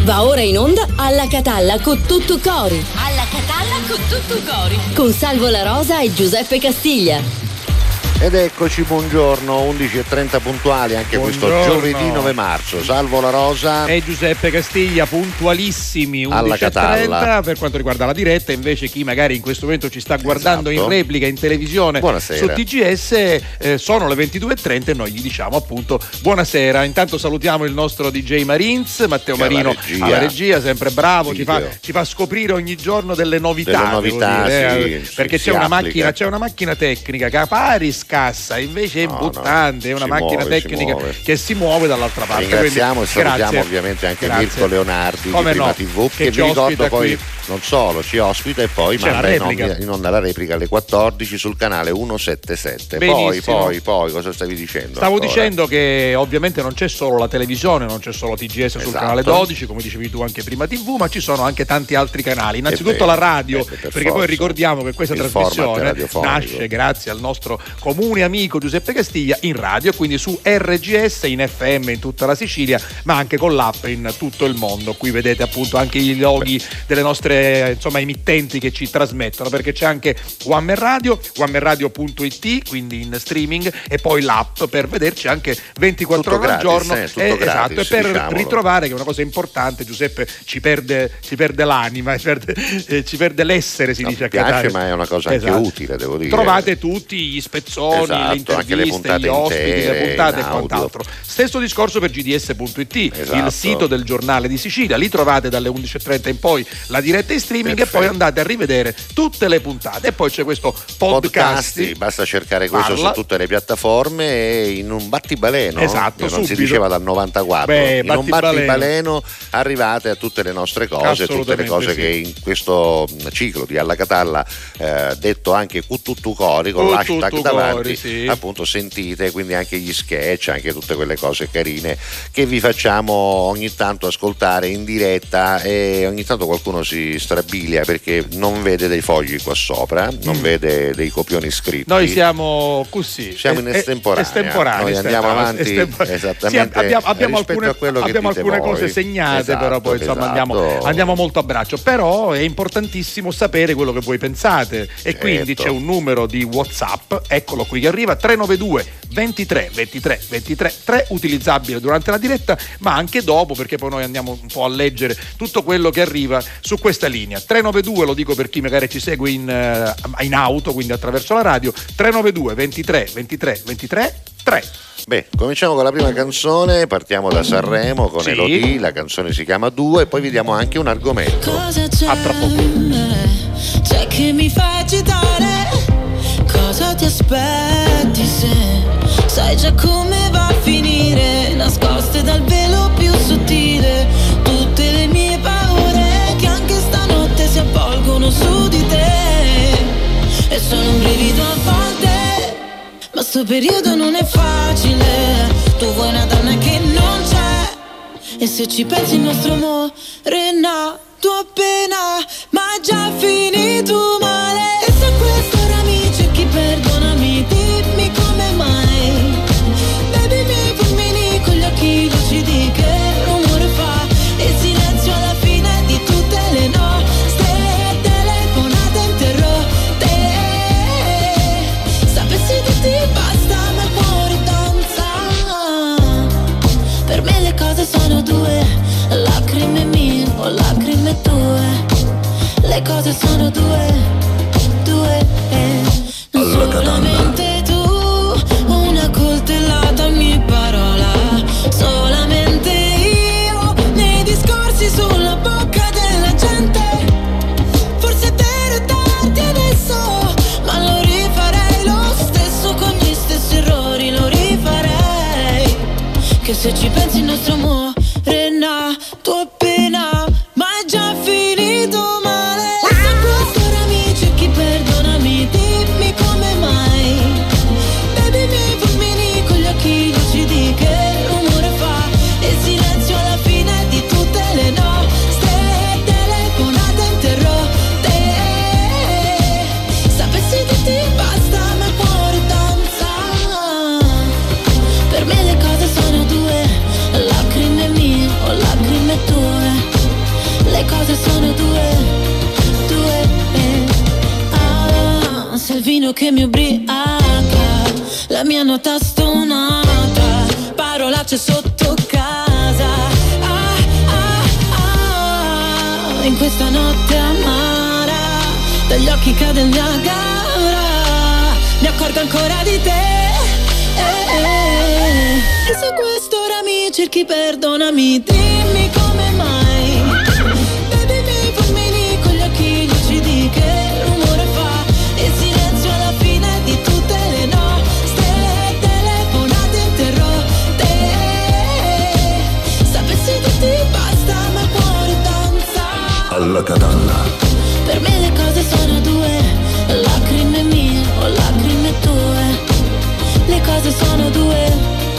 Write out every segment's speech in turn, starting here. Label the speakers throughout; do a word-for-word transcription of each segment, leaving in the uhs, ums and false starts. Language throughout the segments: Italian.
Speaker 1: Va ora in onda Alla Catalla con tutto cori.
Speaker 2: Alla Catalla con tutto cori.
Speaker 1: Con Salvo La Rosa e Giuseppe Castiglia.
Speaker 3: Ed eccoci, buongiorno, undici e trenta puntuali anche buongiorno. Questo giovedì nove marzo. Salvo La Rosa
Speaker 4: e Giuseppe Castiglia, puntualissimi, undici e trenta per quanto riguarda la diretta. Invece chi magari in questo momento ci sta guardando esatto. in replica in televisione buonasera. Su T G S eh, sono le ventidue e trenta e noi gli diciamo appunto buonasera. Intanto salutiamo il nostro D J Marins, Matteo che Marino regia. alla regia, sempre bravo, ci fa, ci fa scoprire ogni giorno delle novità,
Speaker 3: delle novità
Speaker 4: dire,
Speaker 3: sì,
Speaker 4: perché
Speaker 3: sì,
Speaker 4: c'è una
Speaker 3: applica.
Speaker 4: macchina, c'è una macchina tecnica che pari scassa, invece è
Speaker 3: no,
Speaker 4: buttante,
Speaker 3: no,
Speaker 4: è una
Speaker 3: si
Speaker 4: macchina
Speaker 3: muove,
Speaker 4: tecnica si che si muove dall'altra parte.
Speaker 3: Ringraziamo
Speaker 4: quindi,
Speaker 3: e salutiamo
Speaker 4: grazie.
Speaker 3: ovviamente anche
Speaker 4: Grazie.
Speaker 3: Mirko Leonardi
Speaker 4: Come
Speaker 3: di Prima
Speaker 4: no,
Speaker 3: tivù che,
Speaker 4: che
Speaker 3: vi ricordo poi
Speaker 4: qui.
Speaker 3: non solo ci ospita e poi
Speaker 4: c'è
Speaker 3: manda in onda, in onda la replica alle quattordici sul canale centosettantasette. Poi poi poi cosa stavi dicendo?
Speaker 4: Stavo
Speaker 3: ancora?
Speaker 4: dicendo che ovviamente non c'è solo la televisione, non c'è solo T G S sul
Speaker 3: esatto.
Speaker 4: canale dodici, come dicevi tu anche Prima tivù, ma ci sono anche tanti altri canali. Innanzitutto la radio,
Speaker 3: eh, per
Speaker 4: perché
Speaker 3: forza.
Speaker 4: poi ricordiamo che questa
Speaker 3: Il
Speaker 4: trasmissione nasce grazie al nostro comune amico Giuseppe Castiglia in radio, quindi su R G S, in F M in tutta la Sicilia, ma anche con l'app in tutto il mondo. Qui vedete appunto anche i loghi Beh. delle nostre insomma emittenti che ci trasmettono, perché c'è anche One Man Radio, one man radio punto it, quindi in streaming, e poi l'app per vederci anche ventiquattro
Speaker 3: tutto
Speaker 4: ore al giorno
Speaker 3: eh,
Speaker 4: eh,
Speaker 3: gratis,
Speaker 4: esatto, e per
Speaker 3: diciamolo.
Speaker 4: ritrovare, che è una cosa importante, Giuseppe ci perde, ci perde l'anima, ci perde, eh, ci perde l'essere, si
Speaker 3: no,
Speaker 4: dice a
Speaker 3: piace,
Speaker 4: Catania.
Speaker 3: ma è una cosa anche
Speaker 4: esatto.
Speaker 3: utile, devo dire.
Speaker 4: Trovate tutti gli spezzoni,
Speaker 3: esatto,
Speaker 4: le interviste,
Speaker 3: le puntate
Speaker 4: gli ospiti,
Speaker 3: intere,
Speaker 4: le puntate e
Speaker 3: audio.
Speaker 4: quant'altro. Stesso discorso per G D S punto it,
Speaker 3: esatto.
Speaker 4: il sito del giornale di Sicilia. Lì trovate dalle undici e trenta in poi la diretta in streaming. Perfetto. E poi andate a rivedere tutte le puntate. E poi c'è questo podcast,
Speaker 3: podcast basta cercare questo
Speaker 4: Parla.
Speaker 3: su tutte le piattaforme e in un battibaleno,
Speaker 4: esatto,
Speaker 3: non
Speaker 4: subito.
Speaker 3: si diceva dal novantaquattro.
Speaker 4: Beh,
Speaker 3: in un battibaleno arrivate a tutte le nostre cose, tutte le cose
Speaker 4: sì.
Speaker 3: che in questo ciclo di Alla Catalla, eh, detto anche Cuttutu Cori con l'hashtag davanti,
Speaker 4: sì.
Speaker 3: appunto sentite, quindi anche gli sketch, anche tutte quelle cose carine che vi facciamo ogni tanto ascoltare in diretta, e ogni tanto qualcuno si strabilia perché non vede dei fogli qua sopra, non mm. vede dei copioni scritti.
Speaker 4: Noi siamo così,
Speaker 3: siamo in estemporanea,
Speaker 4: estemporanea
Speaker 3: noi andiamo avanti
Speaker 4: estemporanea.
Speaker 3: esattamente
Speaker 4: sì, abbiamo, abbiamo
Speaker 3: rispetto
Speaker 4: alcune,
Speaker 3: a quello che
Speaker 4: abbiamo alcune
Speaker 3: voi.
Speaker 4: cose segnate,
Speaker 3: esatto,
Speaker 4: però poi insomma
Speaker 3: esatto.
Speaker 4: andiamo, andiamo molto a braccio. Però è importantissimo sapere quello che voi pensate, e
Speaker 3: certo.
Speaker 4: quindi c'è un numero di WhatsApp, eccolo qui, che arriva tre nove due ventitré ventitré ventitré tre, utilizzabile durante la diretta ma anche dopo, perché poi noi andiamo un po' a leggere tutto quello che arriva su questa linea. Tre nove due, lo dico per chi magari ci segue in, uh, in auto, quindi attraverso la radio, tre nove due ventitré ventitré ventitré tre.
Speaker 3: Beh, cominciamo con la prima canzone, partiamo da Sanremo con
Speaker 4: sì.
Speaker 3: Elodie, la canzone si chiama Due, e poi vi diamo anche un argomento.
Speaker 5: Cosa c'è?
Speaker 4: A tra poco.
Speaker 5: C'è che mi fa agitare? Cosa ti aspetti se sai già come va a finire? Nascoste dal velo più sottile tutte le mie paure che anche stanotte si avvolgono su di te. È solo un brivido a volte, ma sto periodo non è facile. Tu vuoi una donna che non c'è, e se ci pensi il nostro amore è nato appena, ma è già finito male. E se questo ora mi cerchi, perdonami, dimmi come mai. Baby, mi fulmini con gli occhi lucidi, che rumore fa il silenzio alla fine di tutte le nostre telefonate interrotte. Sapessi che ti basta ma il cuore danza. Per me le cose sono due, lacrime mie o lacrime tue. Le cose sono due, due, eh. Non solamente tu, una coltellata ogni parola. Solamente io, nei discorsi sulla bocca della gente. Forse te ero tardi adesso, ma lo rifarei lo stesso, con gli stessi errori lo rifarei. Che se ci pensi il nostro amore è nato appena, ma è già finito male. E se quest'ora mi cerchi, perdonami, dimmi come mai. Baby, mi fulmini con gli occhi lucidi, che rumore fa il silenzio alla fine di tutte le nostre telefonate interrotte. Sapessi che ti basta ma il cuore danza. Per me le cose sono due, lacrime il vino che mi ubriaca, la mia nota stonata, parolacce sotto casa. Ah, ah, ah, in questa notte amara, dagli occhi cade il Niagara, mi accorgo ancora di te. Eh, eh. E se quest'ora mi cerchi, perdonami, dimmi come mai. Bevi i miei fulmini con gli occhi lucidi, che rumore fa il silenzio alla fine di tutte le nostre telefonate interrotte. Sapessi che ti basta ma il cuore danza.
Speaker 6: Alla Catalla.
Speaker 5: Per me le cose sono due, lacrime mie o lacrime tue. Le cose sono due,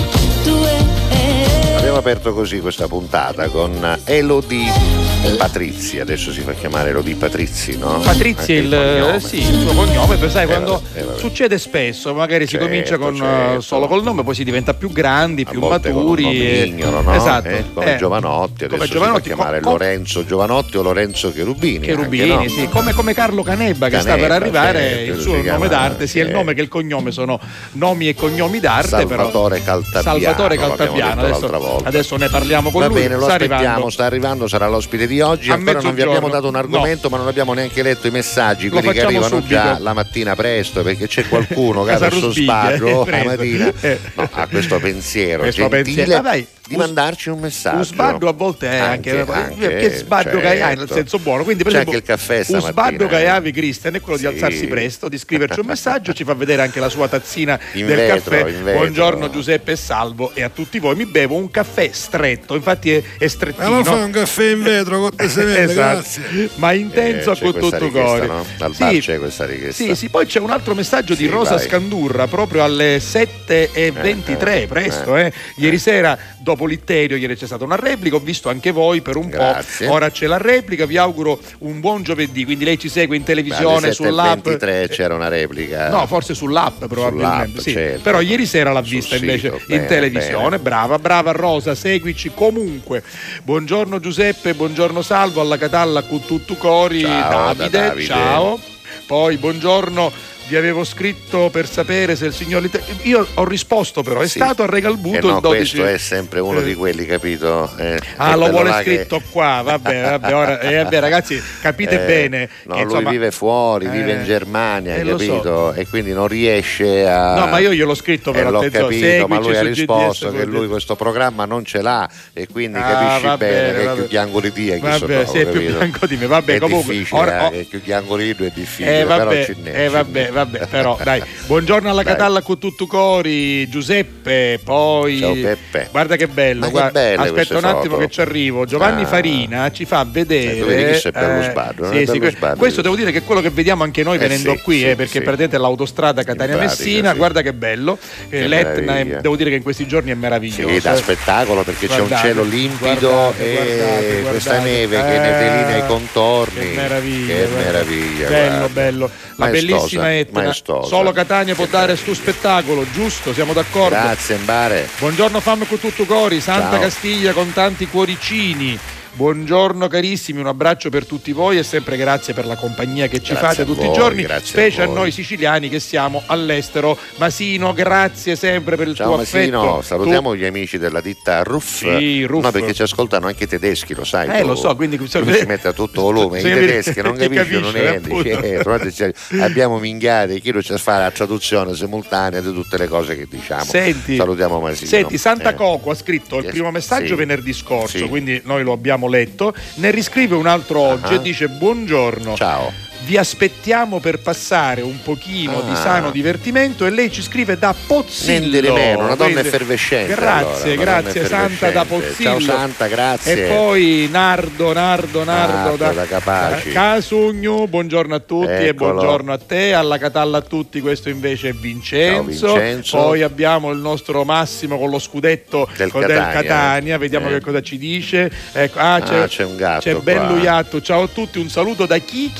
Speaker 5: due eh.
Speaker 3: Abbiamo aperto così questa puntata con Elodie Patrizi, adesso si fa chiamare Elodie Patrizi, no?
Speaker 4: Patrizi il, il sì, il suo cognome, però sai, eh, quando
Speaker 3: vabbè, eh, vabbè.
Speaker 4: succede spesso, magari
Speaker 3: certo,
Speaker 4: si comincia con
Speaker 3: certo.
Speaker 4: solo col nome, poi si diventa più grandi, più
Speaker 3: a volte
Speaker 4: maturi.
Speaker 3: con un nome mignolo, no?
Speaker 4: Esatto.
Speaker 3: Eh, come
Speaker 4: eh,
Speaker 3: Giovanotti, adesso
Speaker 4: come
Speaker 3: si
Speaker 4: Giovanotti,
Speaker 3: fa chiamare
Speaker 4: co-
Speaker 3: Lorenzo Giovanotti o Lorenzo Cherubini.
Speaker 4: Cherubini,
Speaker 3: anche, no?
Speaker 4: sì, come, come Carlo Canebba che
Speaker 3: Canebba,
Speaker 4: sta per arrivare,
Speaker 3: certo,
Speaker 4: il
Speaker 3: si
Speaker 4: suo nome
Speaker 3: chiama,
Speaker 4: d'arte, sia il
Speaker 3: eh.
Speaker 4: nome che il cognome sono nomi e cognomi d'arte.
Speaker 3: Salvatore
Speaker 4: però,
Speaker 3: Caltabiano.
Speaker 4: Salvatore
Speaker 3: l'abbiamo
Speaker 4: Caltabiano,
Speaker 3: detto l'altra
Speaker 4: adesso,
Speaker 3: volta.
Speaker 4: adesso ne parliamo con
Speaker 3: Va
Speaker 4: lui.
Speaker 3: bene, lo
Speaker 4: sta
Speaker 3: aspettiamo,
Speaker 4: arrivando.
Speaker 3: sta arrivando, sarà l'ospite di oggi.
Speaker 4: A
Speaker 3: Ancora non vi
Speaker 4: mezzogiorno.
Speaker 3: abbiamo dato un argomento, ma non abbiamo neanche letto i messaggi,
Speaker 4: Lo
Speaker 3: quelli che
Speaker 4: facciamo
Speaker 3: arrivano
Speaker 4: subito.
Speaker 3: già la mattina presto, perché c'è qualcuno che ha
Speaker 4: Casa
Speaker 3: verso
Speaker 4: Ruspiglia,
Speaker 3: sbarro
Speaker 4: eh,
Speaker 3: la mattina
Speaker 4: eh.
Speaker 3: no, ha questo pensiero
Speaker 4: Questo
Speaker 3: gentile
Speaker 4: pensiero. Ah, dai,
Speaker 3: di
Speaker 4: un-
Speaker 3: mandarci un messaggio.
Speaker 4: Un sbaddo a volte è anche,
Speaker 3: Anche- anche,
Speaker 4: che sbaddo che hai nel
Speaker 3: certo.
Speaker 4: senso buono. Quindi, per
Speaker 3: C'è
Speaker 4: esempio,
Speaker 3: anche il caffè
Speaker 4: un
Speaker 3: stamattina,
Speaker 4: sbaddo che
Speaker 3: eh.
Speaker 4: hai, Cristian, è quello
Speaker 3: Sì.
Speaker 4: di alzarsi presto, di scriverci un messaggio, ci fa vedere anche la sua tazzina
Speaker 3: In
Speaker 4: del
Speaker 3: vetro,
Speaker 4: caffè.
Speaker 3: in vetro.
Speaker 4: Buongiorno Giuseppe e Salvo, e a tutti voi mi bevo un caffè stretto, infatti è, è strettino.
Speaker 7: Ma lo fai un caffè in vetro con te se vede,
Speaker 4: Esatto.
Speaker 7: grazie.
Speaker 4: Ma intenso
Speaker 3: Eh, c'è
Speaker 4: con
Speaker 3: questa
Speaker 4: tutto
Speaker 3: richiesta,
Speaker 4: cuore.
Speaker 3: no? Dal
Speaker 4: Sì.
Speaker 3: bar c'è questa richiesta.
Speaker 4: Sì, sì, poi c'è un altro messaggio di
Speaker 3: Sì,
Speaker 4: Rosa
Speaker 3: vai.
Speaker 4: Scandurra proprio alle sette e ventitré,
Speaker 3: eh,
Speaker 4: presto,
Speaker 3: eh,
Speaker 4: eh. Ieri sera dopo l'Itterio ieri c'è stata una replica, ho visto anche voi per un
Speaker 3: Grazie.
Speaker 4: po'. Ora c'è la replica, vi auguro un buon giovedì, quindi lei ci segue in
Speaker 3: Beh,
Speaker 4: televisione,
Speaker 3: alle
Speaker 4: sull'app.
Speaker 3: sette e ventitré c'era una replica.
Speaker 4: No, forse sull'app probabilmente.
Speaker 3: Sull'app,
Speaker 4: sì.
Speaker 3: certo.
Speaker 4: Però ieri sera l'ha
Speaker 3: Sul
Speaker 4: vista
Speaker 3: sito,
Speaker 4: invece
Speaker 3: bene,
Speaker 4: in televisione.
Speaker 3: bene.
Speaker 4: Brava, brava Rosa, seguici comunque. Buongiorno Giuseppe, buongiorno Salvo, alla Catalla con tutto cori.
Speaker 3: Ciao,
Speaker 4: Davide,
Speaker 3: da Davide.
Speaker 4: ciao. Poi buongiorno. Vi avevo scritto per sapere se il signor Litte... Io ho risposto però, è
Speaker 3: Sì.
Speaker 4: stato a Regalbuto
Speaker 3: Eh no,
Speaker 4: il dodici.
Speaker 3: questo è sempre uno
Speaker 4: Eh.
Speaker 3: di quelli, capito? Eh,
Speaker 4: Ah,
Speaker 3: è
Speaker 4: lo
Speaker 3: quello
Speaker 4: vuole
Speaker 3: là
Speaker 4: scritto
Speaker 3: che-
Speaker 4: qua, vabbè, vabbè, ora, eh, vabbè, ragazzi, capite
Speaker 3: Eh,
Speaker 4: bene.
Speaker 3: no,
Speaker 4: che,
Speaker 3: lui
Speaker 4: insomma,
Speaker 3: vive fuori,
Speaker 4: eh,
Speaker 3: vive in Germania,
Speaker 4: eh, lo so.
Speaker 3: capito? E quindi non riesce a.
Speaker 4: No, ma io gliel'ho scritto per
Speaker 3: Eh, l'ho
Speaker 4: attenzione,
Speaker 3: capito,
Speaker 4: seguici
Speaker 3: ma lui ha
Speaker 4: su G D S
Speaker 3: risposto che
Speaker 4: punto it.
Speaker 3: lui questo programma non ce l'ha e quindi
Speaker 4: Ah,
Speaker 3: capisci
Speaker 4: va
Speaker 3: bene,
Speaker 4: bene,
Speaker 3: che
Speaker 4: va
Speaker 3: più
Speaker 4: bene.
Speaker 3: bianco di te chi
Speaker 4: Vabbè,
Speaker 3: sono,
Speaker 4: sì, è più
Speaker 3: capito?
Speaker 4: bianco di me, vabbè,
Speaker 3: è
Speaker 4: comunque,
Speaker 3: difficile,
Speaker 4: ora-
Speaker 3: eh, che più bianco di lui è difficile,
Speaker 4: Eh
Speaker 3: però
Speaker 4: vabbè,
Speaker 3: ci n'è,
Speaker 4: eh,
Speaker 3: ci
Speaker 4: vabbè,
Speaker 3: n'è.
Speaker 4: vabbè, però dai. Buongiorno alla
Speaker 3: Dai.
Speaker 4: Catalla con tutto cori, Giuseppe, poi
Speaker 3: Ciao, Peppe.
Speaker 4: guarda che bello,
Speaker 3: Ma che
Speaker 4: guarda,
Speaker 3: belle
Speaker 4: aspetta
Speaker 3: queste
Speaker 4: un attimo
Speaker 3: foto.
Speaker 4: che ci arrivo. Giovanni
Speaker 3: Ah.
Speaker 4: Farina ci fa vedere
Speaker 3: Eh, tu vedi che c'è bello sguardo, non è
Speaker 4: sì,
Speaker 3: bello
Speaker 4: sì, que-
Speaker 3: sguardo.
Speaker 4: questo devo dire che è quello che vediamo anche noi
Speaker 3: Eh,
Speaker 4: venendo
Speaker 3: sì,
Speaker 4: qui,
Speaker 3: sì,
Speaker 4: eh, perché
Speaker 3: sì.
Speaker 4: praticamente l'autostrada
Speaker 3: In
Speaker 4: Catania-Messina,
Speaker 3: pratica, sì.
Speaker 4: guarda che bello. Eh,
Speaker 3: Che
Speaker 4: L'Etna è-
Speaker 3: meraviglia.
Speaker 4: devo dire che in questi giorni è meraviglioso.
Speaker 3: Sì, da spettacolo perché c'è un
Speaker 4: Guardate,
Speaker 3: cielo limpido
Speaker 4: guardate,
Speaker 3: e
Speaker 4: guardate,
Speaker 3: questa
Speaker 4: guardate.
Speaker 3: neve che
Speaker 4: Eh,
Speaker 3: ne delinea i contorni.
Speaker 4: Che meraviglia,
Speaker 3: Che
Speaker 4: guarda.
Speaker 3: meraviglia.
Speaker 4: Bello,
Speaker 3: guarda.
Speaker 4: bello. La
Speaker 3: Maestosa,
Speaker 4: bellissima Etna.
Speaker 3: maestosa.
Speaker 4: Solo Catania può
Speaker 3: Che
Speaker 4: dare
Speaker 3: meraviglia.
Speaker 4: sto spettacolo, giusto? Siamo d'accordo?
Speaker 3: Grazie, Mbare.
Speaker 4: Buongiorno fam con tutto cori, Santa
Speaker 3: Ciao.
Speaker 4: Castiglia con tanti cuoricini. Buongiorno carissimi, un abbraccio per tutti voi e sempre grazie per la compagnia che ci
Speaker 3: Grazie
Speaker 4: fate
Speaker 3: a
Speaker 4: tutti
Speaker 3: voi,
Speaker 4: i giorni,
Speaker 3: grazie
Speaker 4: specie
Speaker 3: a
Speaker 4: a,
Speaker 3: voi.
Speaker 4: noi siciliani che siamo all'estero. Masino, grazie sempre per il
Speaker 3: Ciao
Speaker 4: tuo
Speaker 3: Masino,
Speaker 4: affetto.
Speaker 3: salutiamo gli amici della ditta Ruff.
Speaker 4: Sì, Ruff.
Speaker 3: No, perché ci ascoltano anche i tedeschi, lo sai.
Speaker 4: Eh,
Speaker 3: tu.
Speaker 4: lo so, quindi
Speaker 3: Tu si mette a tutto volume, i
Speaker 4: Sì,
Speaker 3: tedeschi non
Speaker 4: chi
Speaker 3: capiscono
Speaker 4: capisce,
Speaker 3: niente.
Speaker 4: appunto.
Speaker 3: Cioè, trovate, cioè, abbiamo minghiate, chi lo c'è a fare la traduzione simultanea di tutte le cose che diciamo.
Speaker 4: Senti,
Speaker 3: Salutiamo Masino.
Speaker 4: Senti, Santa
Speaker 3: Eh.
Speaker 4: Coco ha scritto il
Speaker 3: Yes,
Speaker 4: primo messaggio
Speaker 3: sì.
Speaker 4: venerdì scorso,
Speaker 3: Sì.
Speaker 4: quindi noi lo abbiamo letto. Ne riscrive un altro oggi
Speaker 3: Ah.
Speaker 4: e dice: buongiorno.
Speaker 3: Ciao.
Speaker 4: Vi aspettiamo per passare un pochino di
Speaker 3: Ah.
Speaker 4: sano divertimento, e lei ci scrive da Pozzillo.
Speaker 3: Niente di meno, una donna
Speaker 4: Quindi-
Speaker 3: effervescente.
Speaker 4: Grazie,
Speaker 3: allora, una
Speaker 4: grazie
Speaker 3: donna
Speaker 4: Santa da
Speaker 3: effervescente.
Speaker 4: Pozzillo.
Speaker 3: Ciao Santa, grazie.
Speaker 4: E poi Nardo, Nardo, Nardo,
Speaker 3: Nardo
Speaker 4: da,
Speaker 3: da Capaci.
Speaker 4: da Casugno, buongiorno a tutti e
Speaker 3: Eccolo.
Speaker 4: buongiorno a te, alla Catalla a tutti, questo invece è Vincenzo.
Speaker 3: Ciao, Vincenzo.
Speaker 4: Poi abbiamo il nostro Massimo con lo scudetto
Speaker 3: Del
Speaker 4: con-
Speaker 3: Catania.
Speaker 4: Catania, vediamo
Speaker 3: Eh.
Speaker 4: che cosa ci dice. Ecco, ah, c'è,
Speaker 3: Ah, c'è un gatto
Speaker 4: c'è
Speaker 3: qua.
Speaker 4: Bello Iatto, ciao a tutti, un saluto da Kiki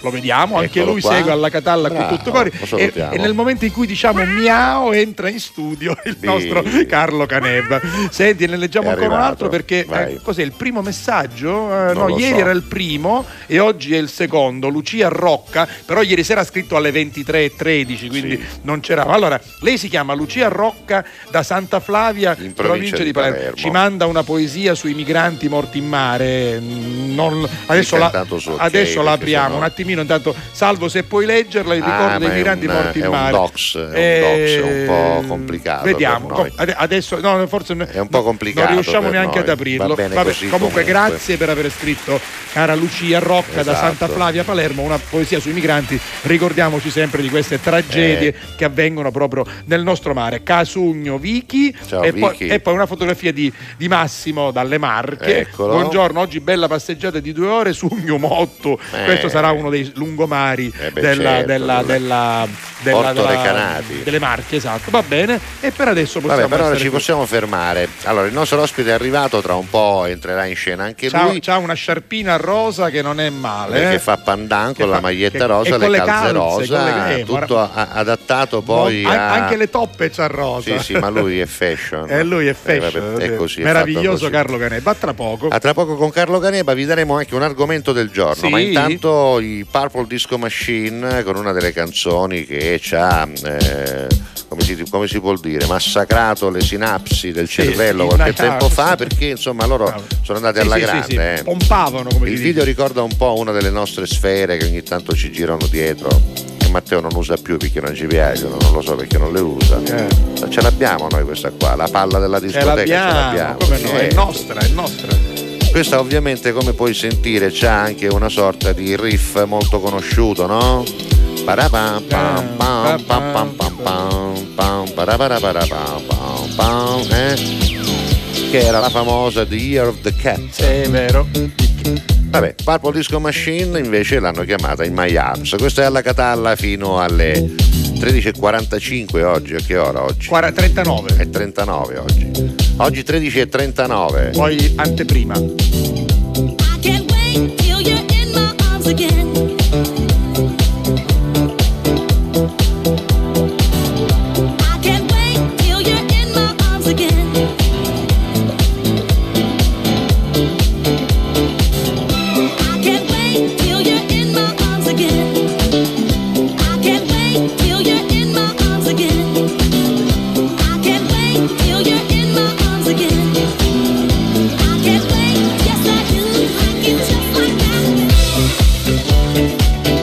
Speaker 4: lo vediamo, anche
Speaker 3: Eccolo
Speaker 4: lui
Speaker 3: qua.
Speaker 4: segue alla Catalla
Speaker 3: Bravo,
Speaker 4: con tutto cori
Speaker 3: lo
Speaker 4: e,
Speaker 3: salutiamo.
Speaker 4: e nel momento in cui diciamo miau entra in studio il
Speaker 3: Sì.
Speaker 4: nostro Carlo Caneva. Senti, ne leggiamo
Speaker 3: È
Speaker 4: ancora un
Speaker 3: arrivato.
Speaker 4: altro perché
Speaker 3: Vai.
Speaker 4: eh, cos'è il primo messaggio? Eh, no,
Speaker 3: lo
Speaker 4: ieri
Speaker 3: so.
Speaker 4: era il primo e oggi è il secondo. Lucia Rocca, però ieri sera ha scritto alle ventitré e tredici, quindi
Speaker 3: Sì.
Speaker 4: non c'era. Allora, lei si chiama Lucia Rocca da Santa Flavia,
Speaker 3: In
Speaker 4: provincia di Palermo.
Speaker 3: Palermo.
Speaker 4: Ci manda una poesia sui migranti morti in mare. Non- adesso la,
Speaker 3: intanto so, ok,
Speaker 4: adesso la
Speaker 3: perché
Speaker 4: apriamo
Speaker 3: sennò-
Speaker 4: un attimino, intanto Salvo se puoi leggerla, il
Speaker 3: Ah,
Speaker 4: ricordo
Speaker 3: ma
Speaker 4: dei
Speaker 3: è
Speaker 4: migranti
Speaker 3: un-
Speaker 4: morti in
Speaker 3: è un
Speaker 4: mare.
Speaker 3: dox, è un dox, è un po'
Speaker 4: Ehm,
Speaker 3: complicato
Speaker 4: Vediamo,
Speaker 3: per noi.
Speaker 4: com- ade- adesso no, forse
Speaker 3: È un po' complicato
Speaker 4: non riusciamo
Speaker 3: per
Speaker 4: neanche
Speaker 3: noi.
Speaker 4: ad aprirlo.
Speaker 3: Va bene
Speaker 4: Vabbè,
Speaker 3: così
Speaker 4: comunque,
Speaker 3: comunque.
Speaker 4: grazie per aver scritto, cara Lucia Rocca da
Speaker 3: Esatto.
Speaker 4: Santa Flavia Palermo, una poesia sui migranti. Ricordiamoci sempre di queste tragedie
Speaker 3: Eh.
Speaker 4: che avvengono proprio nel nostro mare. Casugno Vichi,
Speaker 3: Ciao,
Speaker 4: e, poi,
Speaker 3: Vichi.
Speaker 4: e poi una fotografia di, di Massimo dalle Marche.
Speaker 3: Eccolo.
Speaker 4: Buongiorno, oggi bella passeggiata di due ore su Motto.
Speaker 3: Eh.
Speaker 4: Questo sarà uno dei lungomari
Speaker 3: Eh beh,
Speaker 4: della,
Speaker 3: certo,
Speaker 4: della, della, della,
Speaker 3: Porto
Speaker 4: della-
Speaker 3: Recanati.
Speaker 4: delle Marche, esatto. Va bene. E per adesso possiamo
Speaker 3: Vabbè, per ora
Speaker 4: essere
Speaker 3: ci
Speaker 4: qui.
Speaker 3: possiamo fermare. Allora, il nostro ospite è arrivato, tra un po' entrerà in scena anche
Speaker 4: C'ha,
Speaker 3: lui.
Speaker 4: c'ha una sciarpina rosa che non è male.
Speaker 3: Perché
Speaker 4: eh.
Speaker 3: fa pandan
Speaker 4: Che
Speaker 3: con la
Speaker 4: fa-
Speaker 3: maglietta
Speaker 4: che-
Speaker 3: rosa,
Speaker 4: e con
Speaker 3: le
Speaker 4: le
Speaker 3: calze
Speaker 4: calze,
Speaker 3: rosa,
Speaker 4: con le- eh,
Speaker 3: tutto
Speaker 4: guarda-
Speaker 3: a- adattato poi
Speaker 4: An-
Speaker 3: a...
Speaker 4: Anche le toppe c'ha rosa.
Speaker 3: Sì, sì, ma lui è fashion.
Speaker 4: E lui è
Speaker 3: Eh,
Speaker 4: fashion.
Speaker 3: vabbè, è
Speaker 4: sì.
Speaker 3: così, è
Speaker 4: Meraviglioso
Speaker 3: fatto così.
Speaker 4: Carlo Caneva. A tra poco.
Speaker 3: A tra poco con Carlo Caneva vi daremo anche un argomento del giorno,
Speaker 4: Sì.
Speaker 3: ma intanto i Purple Disco Machine con una delle canzoni che ci ha, eh, come, si, come si può dire, massacrato le sinapsi del
Speaker 4: Sì,
Speaker 3: cervello
Speaker 4: sì,
Speaker 3: qualche
Speaker 4: una
Speaker 3: tempo
Speaker 4: casa,
Speaker 3: fa,
Speaker 4: sì.
Speaker 3: perché insomma loro
Speaker 4: Bravo.
Speaker 3: sono andati
Speaker 4: Sì,
Speaker 3: alla
Speaker 4: sì, sì,
Speaker 3: grande.
Speaker 4: sì.
Speaker 3: eh.
Speaker 4: Pompavano, come
Speaker 3: Il
Speaker 4: si
Speaker 3: video
Speaker 4: dice.
Speaker 3: ricorda un po' una delle nostre sfere che ogni tanto ci girano dietro, che Matteo non usa più perché non ci piacciono, non lo so perché non le usa.
Speaker 4: Eh.
Speaker 3: Ce l'abbiamo noi questa qua, la palla della
Speaker 4: Ce
Speaker 3: discoteca ce
Speaker 4: l'abbiamo,
Speaker 3: l'abbiamo.
Speaker 4: come no? È
Speaker 3: Eh.
Speaker 4: nostra, è nostra.
Speaker 3: Questa ovviamente, come puoi sentire, c'ha anche una sorta di riff molto conosciuto, no? Parapam, pam, pam, pam, pam, pam, pam, pam, paraparaparapam, pam, pam, eh? Che era la famosa The Year of the Cat.
Speaker 4: Sì, è vero.
Speaker 3: Vabbè, Purple Disco Machine invece l'hanno chiamata In My Arms. Questa è alla Catalla fino alle tredici e quarantacinque oggi. A che ora oggi?
Speaker 4: Quaranta- trentanove.
Speaker 3: È trentanove oggi. Oggi tredici e trentanove.
Speaker 4: Poi anteprima.
Speaker 5: I can't wait till you're in my arms again. I can't wait till you're in my arms again. I can't wait till you're in my arms again. I can't wait till you're in my arms again. I can't wait till you're in my arms again. I can't wait, yes I do, like it just like that.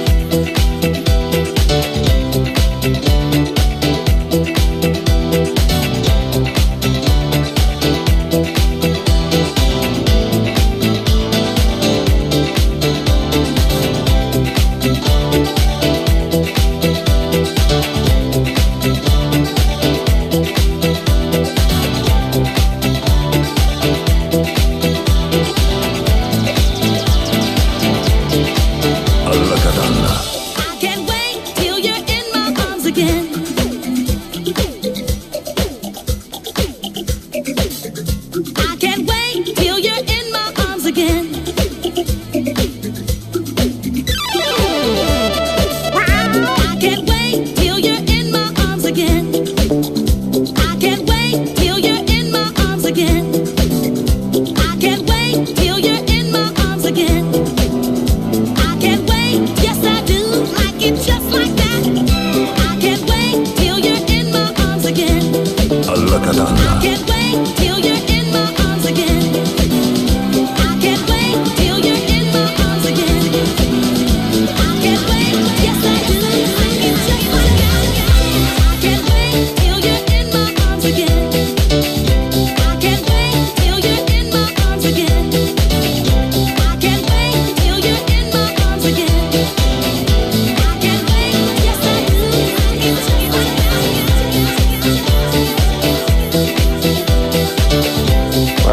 Speaker 6: Alla Catalla.
Speaker 5: I can't wait till you're in my arms again. I can't wait till you're in my arms again. I can't wait till you're in my arms again. I can't wait till you're in my arms again. I can't wait till you're in my arms again. I can't wait, yes I do, like it just like that. I can't wait till you're in my arms again.
Speaker 6: Alla Catalla.
Speaker 5: Can't wait till you're in my arms again. I can't wait till you're in my arms again. I can't wait, yes I do, like it just like that. I can't wait till you're in my arms again. I can't wait till you're in my arms again. I can't wait till you're in my arms again. I can't wait, yes I do, like it just like that.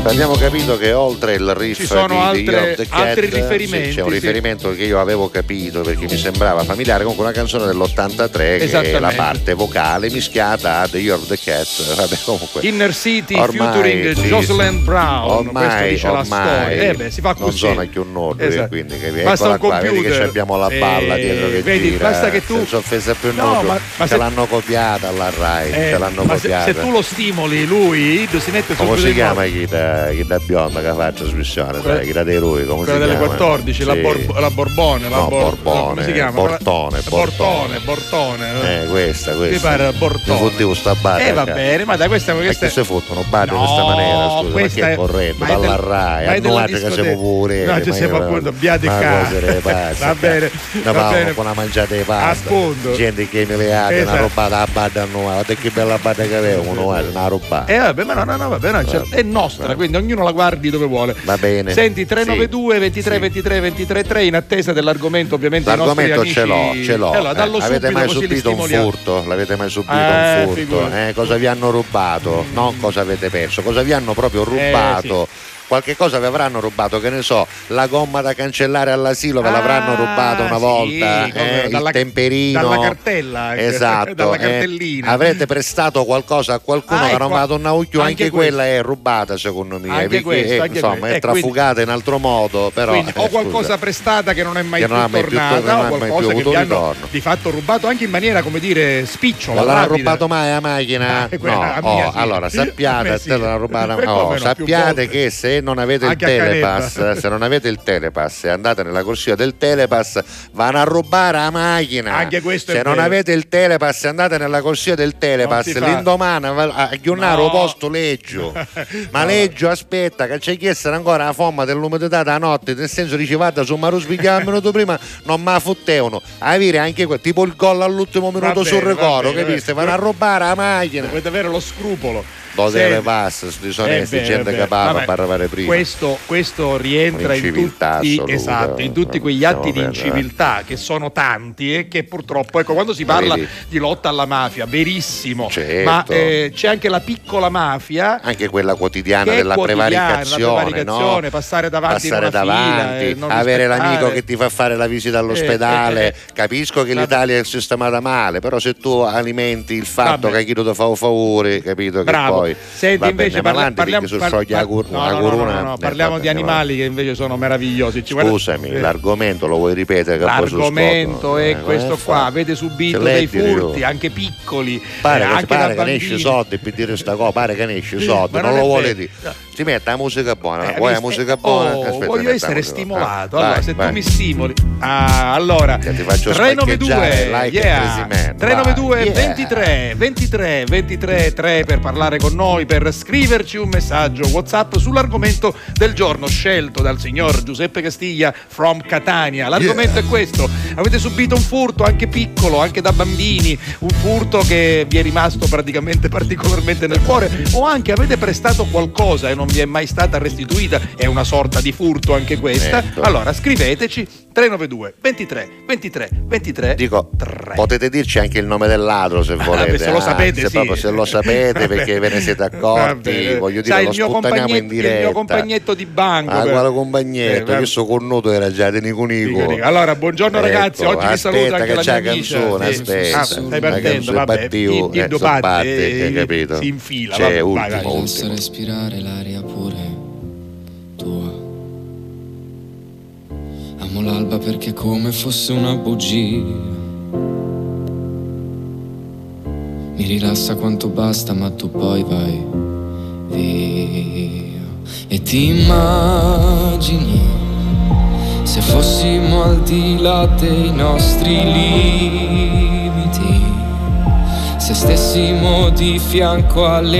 Speaker 3: Abbiamo capito che oltre il riff
Speaker 4: ci sono
Speaker 3: di
Speaker 4: altre,
Speaker 3: The Year of the Cat,
Speaker 4: altri riferimenti.
Speaker 3: sì, c'è un
Speaker 4: sì.
Speaker 3: riferimento che io avevo capito perché mi sembrava familiare, comunque una canzone dell'ottantatré che è la parte vocale mischiata a The Year of the Cat. Vabbè, comunque.
Speaker 4: Inner City
Speaker 3: ormai,
Speaker 4: featuring
Speaker 3: sì,
Speaker 4: Jocelyn Brown.
Speaker 3: Ormai,
Speaker 4: questo dice
Speaker 3: ormai
Speaker 4: la storia. Eh beh, si fa
Speaker 3: non
Speaker 4: così.
Speaker 3: sono più nord,
Speaker 4: Esatto.
Speaker 3: quindi che
Speaker 4: Basta un
Speaker 3: qua,
Speaker 4: computer.
Speaker 3: vedi che abbiamo la balla
Speaker 4: eh,
Speaker 3: dietro che
Speaker 4: vedi,
Speaker 3: gira.
Speaker 4: basta che tu
Speaker 3: si sono offesa più
Speaker 4: no,
Speaker 3: nord,
Speaker 4: ma, ma
Speaker 3: ce
Speaker 4: se...
Speaker 3: l'hanno copiata alla Rai,
Speaker 4: eh,
Speaker 3: ce l'hanno
Speaker 4: ma
Speaker 3: copiata.
Speaker 4: Se, se tu lo stimoli, lui Ido si mette
Speaker 3: come
Speaker 4: subito
Speaker 3: si
Speaker 4: in
Speaker 3: chiama
Speaker 4: modo.
Speaker 3: chi da, chi da bionda che fa la trasmissione?
Speaker 4: Quella-
Speaker 3: Dai, chi da dei Rui, come
Speaker 4: Quella
Speaker 3: si
Speaker 4: delle
Speaker 3: chiama?
Speaker 4: quattordici, la,
Speaker 3: Sì.
Speaker 4: Bor- la Borbone, la
Speaker 3: No,
Speaker 4: Bor-
Speaker 3: Borbone,
Speaker 4: come si chiama?
Speaker 3: Bortone,
Speaker 4: Bortone, Bortone.
Speaker 3: Eh, questa, questa.
Speaker 4: Mi pare Bortone.
Speaker 3: Mi fottevo sta barra.
Speaker 4: Eh va bene, ma dai, questa,
Speaker 3: E
Speaker 4: questa
Speaker 3: che si fottono barre
Speaker 4: No,
Speaker 3: di questa maniera, scusa,
Speaker 4: questa
Speaker 3: ma che
Speaker 4: è-
Speaker 3: è corretto,
Speaker 4: ma è
Speaker 3: dalla
Speaker 4: del-
Speaker 3: Rai,
Speaker 4: ma è
Speaker 3: a
Speaker 4: della
Speaker 3: noi che
Speaker 4: discoteca.
Speaker 3: siamo pure.
Speaker 4: No, ci siamo appunto biadicati. Va bene,
Speaker 3: ne
Speaker 4: va bene.
Speaker 3: con una mangiata di pasta.
Speaker 4: Appunto.
Speaker 3: Gente che mi leate,
Speaker 4: Esatto.
Speaker 3: una roba da bada a noi, guarda che bella bada che avevo, una roba.
Speaker 4: Eh vabbè, ma no, no, no, vabbè, no, cioè, è nostra, quindi ognuno la guardi dove vuole.
Speaker 3: Va bene.
Speaker 4: Senti, tre nove due, ventitré,
Speaker 3: Sì.
Speaker 4: ventitré, ventitré, tre in attesa dell'argomento, ovviamente i nostri
Speaker 3: L'argomento
Speaker 4: amici.
Speaker 3: ce l'ho, ce l'ho.
Speaker 4: Eh, allora, dallo
Speaker 3: Eh, avete
Speaker 4: subito,
Speaker 3: mai
Speaker 4: così li
Speaker 3: subito un
Speaker 4: stimoliamo.
Speaker 3: furto? L'avete mai subito
Speaker 4: Eh,
Speaker 3: un furto?
Speaker 4: figurati.
Speaker 3: Eh, cosa vi hanno rubato? Non cosa avete perso, cosa vi hanno proprio rubato? Qualche cosa vi avranno rubato, che ne so, la gomma da cancellare all'asilo ve
Speaker 4: Ah,
Speaker 3: l'avranno rubata una
Speaker 4: sì,
Speaker 3: volta,
Speaker 4: come
Speaker 3: eh,
Speaker 4: dalla-
Speaker 3: il temperino,
Speaker 4: dalla cartella anche,
Speaker 3: esatto,
Speaker 4: dalla
Speaker 3: eh,
Speaker 4: cartellina.
Speaker 3: avrete prestato qualcosa a qualcuno
Speaker 4: Ah,
Speaker 3: che non
Speaker 4: ecco,
Speaker 3: va a un aucchio,
Speaker 4: anche
Speaker 3: anche,
Speaker 4: questo.
Speaker 3: quella è rubata secondo me,
Speaker 4: Anche
Speaker 3: perché
Speaker 4: questo,
Speaker 3: eh,
Speaker 4: anche
Speaker 3: insomma
Speaker 4: questo.
Speaker 3: è
Speaker 4: Eh, quindi-
Speaker 3: trafugata in altro modo, però
Speaker 4: Quindi,
Speaker 3: eh,
Speaker 4: o qualcosa
Speaker 3: scusa.
Speaker 4: prestata che non è mai
Speaker 3: Che
Speaker 4: più
Speaker 3: non ha mai più
Speaker 4: tornata,
Speaker 3: tor- non
Speaker 4: o
Speaker 3: ha mai più
Speaker 4: qualcosa che
Speaker 3: avuto
Speaker 4: vi hanno
Speaker 3: ritorno.
Speaker 4: di fatto rubato anche in maniera, come dire, spicciola.
Speaker 3: Non l'hanno
Speaker 4: rapida.
Speaker 3: rubato mai la macchina?
Speaker 4: Eh, quella-
Speaker 3: No,
Speaker 4: a mia
Speaker 3: oh,
Speaker 4: sì.
Speaker 3: allora
Speaker 4: A
Speaker 3: sappiate,
Speaker 4: me
Speaker 3: a
Speaker 4: sì.
Speaker 3: te l'hanno rubata-
Speaker 4: E come
Speaker 3: oh,
Speaker 4: no, più
Speaker 3: sappiate
Speaker 4: volte.
Speaker 3: che se non avete il
Speaker 4: Anche a
Speaker 3: telepass,
Speaker 4: Canepa.
Speaker 3: se non avete il telepass e andate nella corsia del telepass, vanno a rubare la macchina.
Speaker 4: Anche questo è
Speaker 3: se non
Speaker 4: vero.
Speaker 3: avete il telepass e andate nella corsia del telepass,
Speaker 4: Non si fa.
Speaker 3: l'indomani va a chiunare
Speaker 4: No.
Speaker 3: un posto leggio. Ma
Speaker 4: No.
Speaker 3: leggio, aspetta, che c'è chiesto ancora la forma dell'umidità da notte, nel senso dice vada su Maru spiegare un minuto prima, non me la fottevano. Avere anche que- tipo il gol all'ultimo minuto
Speaker 4: Va
Speaker 3: sul
Speaker 4: bene, va
Speaker 3: ricordo,
Speaker 4: bene,
Speaker 3: capiste?
Speaker 4: va
Speaker 3: Vanno a
Speaker 4: bene.
Speaker 3: rubare la macchina.
Speaker 4: Dovete avere lo scrupolo.
Speaker 3: Lo
Speaker 4: Senti,
Speaker 3: telepass, disonesti,
Speaker 4: eh beh,
Speaker 3: gente
Speaker 4: beh,
Speaker 3: che parla
Speaker 4: vabbè,
Speaker 3: per arrivare prima.
Speaker 4: Questo, questo rientra in
Speaker 3: Un'inciviltà
Speaker 4: tutti,
Speaker 3: assoluta.
Speaker 4: esatto, in tutti quegli
Speaker 3: Stiamo
Speaker 4: atti di
Speaker 3: per-
Speaker 4: inciviltà che sono tanti e che purtroppo, ecco, quando si parla
Speaker 3: Vedi?
Speaker 4: di lotta alla mafia, verissimo,
Speaker 3: Certo.
Speaker 4: ma eh, c'è anche la piccola mafia.
Speaker 3: Anche quella quotidiana
Speaker 4: Che è
Speaker 3: della
Speaker 4: quotidiana,
Speaker 3: prevaricazione,
Speaker 4: la prevaricazione,
Speaker 3: no?
Speaker 4: passare davanti in
Speaker 3: Passare
Speaker 4: una fila,
Speaker 3: davanti,
Speaker 4: eh, non
Speaker 3: avere
Speaker 4: rispettare.
Speaker 3: l'amico che ti fa fare la visita all'ospedale.
Speaker 4: Eh, eh, eh.
Speaker 3: Capisco che
Speaker 4: Vabbè.
Speaker 3: l'Italia è sistemata male, però se tu alimenti il fatto
Speaker 4: Vabbè.
Speaker 3: che chi ti fa un favore, capito
Speaker 4: Bravo.
Speaker 3: che poi
Speaker 4: Senti,
Speaker 3: va
Speaker 4: invece
Speaker 3: bene, ma
Speaker 4: parla-
Speaker 3: avanti,
Speaker 4: parliamo,
Speaker 3: perché sul
Speaker 4: par-
Speaker 3: scioglie la
Speaker 4: par-
Speaker 3: cur-
Speaker 4: no,
Speaker 3: una
Speaker 4: no, no, no,
Speaker 3: corona.
Speaker 4: no,
Speaker 3: eh,
Speaker 4: parliamo
Speaker 3: vabbè,
Speaker 4: di
Speaker 3: andiamo
Speaker 4: animali che invece sono meravigliosi. Ci guarda-
Speaker 3: Scusami,
Speaker 4: eh.
Speaker 3: l'argomento lo vuoi ripetere? Che poi sul
Speaker 4: L'argomento
Speaker 3: sfondo,
Speaker 4: è
Speaker 3: eh,
Speaker 4: questo
Speaker 3: eh,
Speaker 4: qua,
Speaker 3: fa.
Speaker 4: avete subito
Speaker 3: Ce
Speaker 4: dei
Speaker 3: l'hai, Dio.
Speaker 4: furti, anche piccoli,
Speaker 3: Pare,
Speaker 4: eh,
Speaker 3: che,
Speaker 4: anche
Speaker 3: pare
Speaker 4: da
Speaker 3: che ne esce
Speaker 4: bambini.
Speaker 3: soldi per dire sta cosa, pare che ne esce soldi,
Speaker 4: ma
Speaker 3: non,
Speaker 4: non
Speaker 3: lo
Speaker 4: è
Speaker 3: vuole
Speaker 4: vero.
Speaker 3: dire.
Speaker 4: No.
Speaker 3: Si mette la musica buona,
Speaker 4: Eh,
Speaker 3: vuoi la
Speaker 4: mi-
Speaker 3: musica
Speaker 4: eh,
Speaker 3: buona?
Speaker 4: oh,
Speaker 3: Aspetta,
Speaker 4: voglio
Speaker 3: metta la
Speaker 4: essere
Speaker 3: musica
Speaker 4: stimolato.
Speaker 3: buona.
Speaker 4: Allora,
Speaker 3: Vai,
Speaker 4: se
Speaker 3: vai.
Speaker 4: tu mi stimoli, ah, allora
Speaker 3: Che ti faccio
Speaker 4: tre nove due
Speaker 3: spaccheggiare, like
Speaker 4: yeah,
Speaker 3: e Presimeno.
Speaker 4: tre nove due
Speaker 3: Vai, yeah.
Speaker 4: ventitré ventitré ventitré tre per parlare con noi, per scriverci un messaggio WhatsApp sull'argomento del giorno scelto dal signor Giuseppe Castiglia from Catania. L'argomento
Speaker 3: Yeah.
Speaker 4: è questo: avete subito un furto anche piccolo, anche da bambini, un furto che vi è rimasto praticamente particolarmente nel cuore, o anche avete prestato qualcosa e non vi è mai stata restituita, è una sorta di furto anche questa.
Speaker 3: Ecco.
Speaker 4: Allora scriveteci tre nove due ventitré ventitré ventitré
Speaker 3: Dico,
Speaker 4: tre.
Speaker 3: potete dirci anche il nome del ladro se volete.
Speaker 4: beh, se lo
Speaker 3: ah,
Speaker 4: sapete,
Speaker 3: se
Speaker 4: sì.
Speaker 3: proprio se lo sapete perché
Speaker 4: Vabbè.
Speaker 3: ve ne siete
Speaker 4: Va
Speaker 3: accorti,
Speaker 4: bene.
Speaker 3: voglio dire,
Speaker 4: Sai,
Speaker 3: lo
Speaker 4: il mio
Speaker 3: sputtaniamo in
Speaker 4: compagnetto-
Speaker 3: diretta.
Speaker 4: il mio compagnetto di banco,
Speaker 3: Ah,
Speaker 4: per-
Speaker 3: quale compagnetto?
Speaker 4: Eh,
Speaker 3: Che sto cornuto era già di Nico Nico.
Speaker 4: Dico, dico. Allora, buongiorno ragazzi,
Speaker 3: Ecco,
Speaker 4: oggi vi saluta
Speaker 3: aspetta
Speaker 4: anche
Speaker 3: che
Speaker 4: la
Speaker 3: c'è
Speaker 4: mia
Speaker 3: la canzone,
Speaker 4: amica. Sì.
Speaker 3: aspetta.
Speaker 4: Ah, stai
Speaker 3: La
Speaker 4: partendo,
Speaker 3: canzone
Speaker 4: vabbè.
Speaker 3: battiu,
Speaker 4: Il- il
Speaker 3: eh,
Speaker 4: due
Speaker 3: sono
Speaker 4: batte,
Speaker 3: batte,
Speaker 4: eh,
Speaker 3: hai capito?
Speaker 4: si infila,
Speaker 3: C'è,
Speaker 4: vabbè,
Speaker 3: ultimo,
Speaker 4: vai, vai.
Speaker 3: ultimo.
Speaker 8: Basta respirare l'aria pure tua. Amo l'alba perché è come fosse una bugia. Mi rilassa quanto basta, ma tu poi vai via. E ti immagini se fossimo al di là dei nostri limiti, se stessimo di fianco alle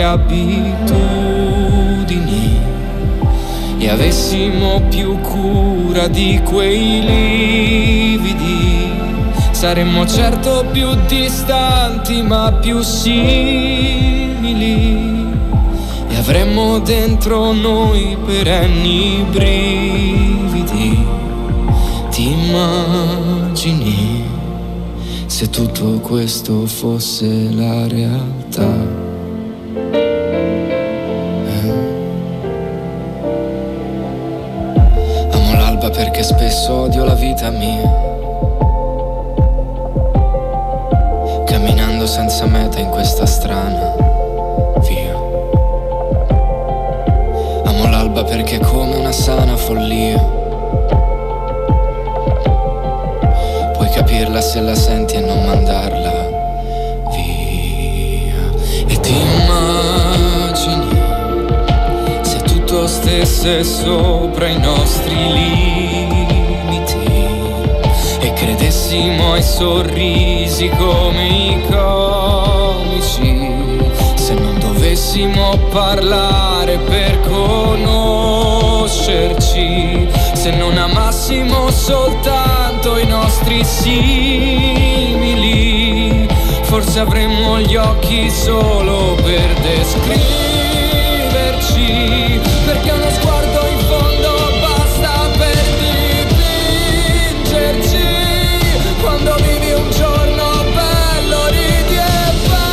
Speaker 8: abitudini e avessimo più cura di quei lividi, saremmo certo più distanti ma più simili, e avremmo dentro noi perenni brividi. Ti immagini se tutto questo fosse la realtà? Eh. spesso odio la vita mia, camminando senza meta in questa strana via. Amo l'alba perché è come una sana follia, puoi capirla se la senti e non mandarla via. E ti immagini se tutto stesse sopra i nostri limiti e credessimo ai sorrisi come i comici, se non dovessimo parlare per conoscerci, se non amassimo soltanto i nostri simili, forse avremmo gli occhi solo per descriverci, perché uno sguardo in fondo basta per dipingerci. Quando vivi un giorno bello ridi e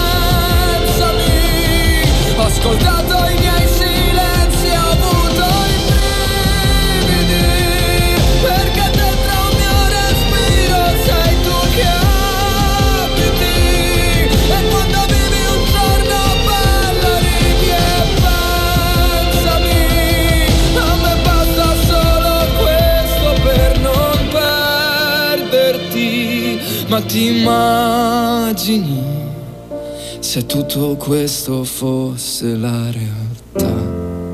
Speaker 8: pensami, ho ascoltato i miei silenzi, ho avuto i brividi, perché dentro un mio respiro sei tu che abiti. E quando vivi un giorno bello ridi e pensami, a me basta solo questo per non perderti. Ma ti immagini se tutto questo fosse la realtà?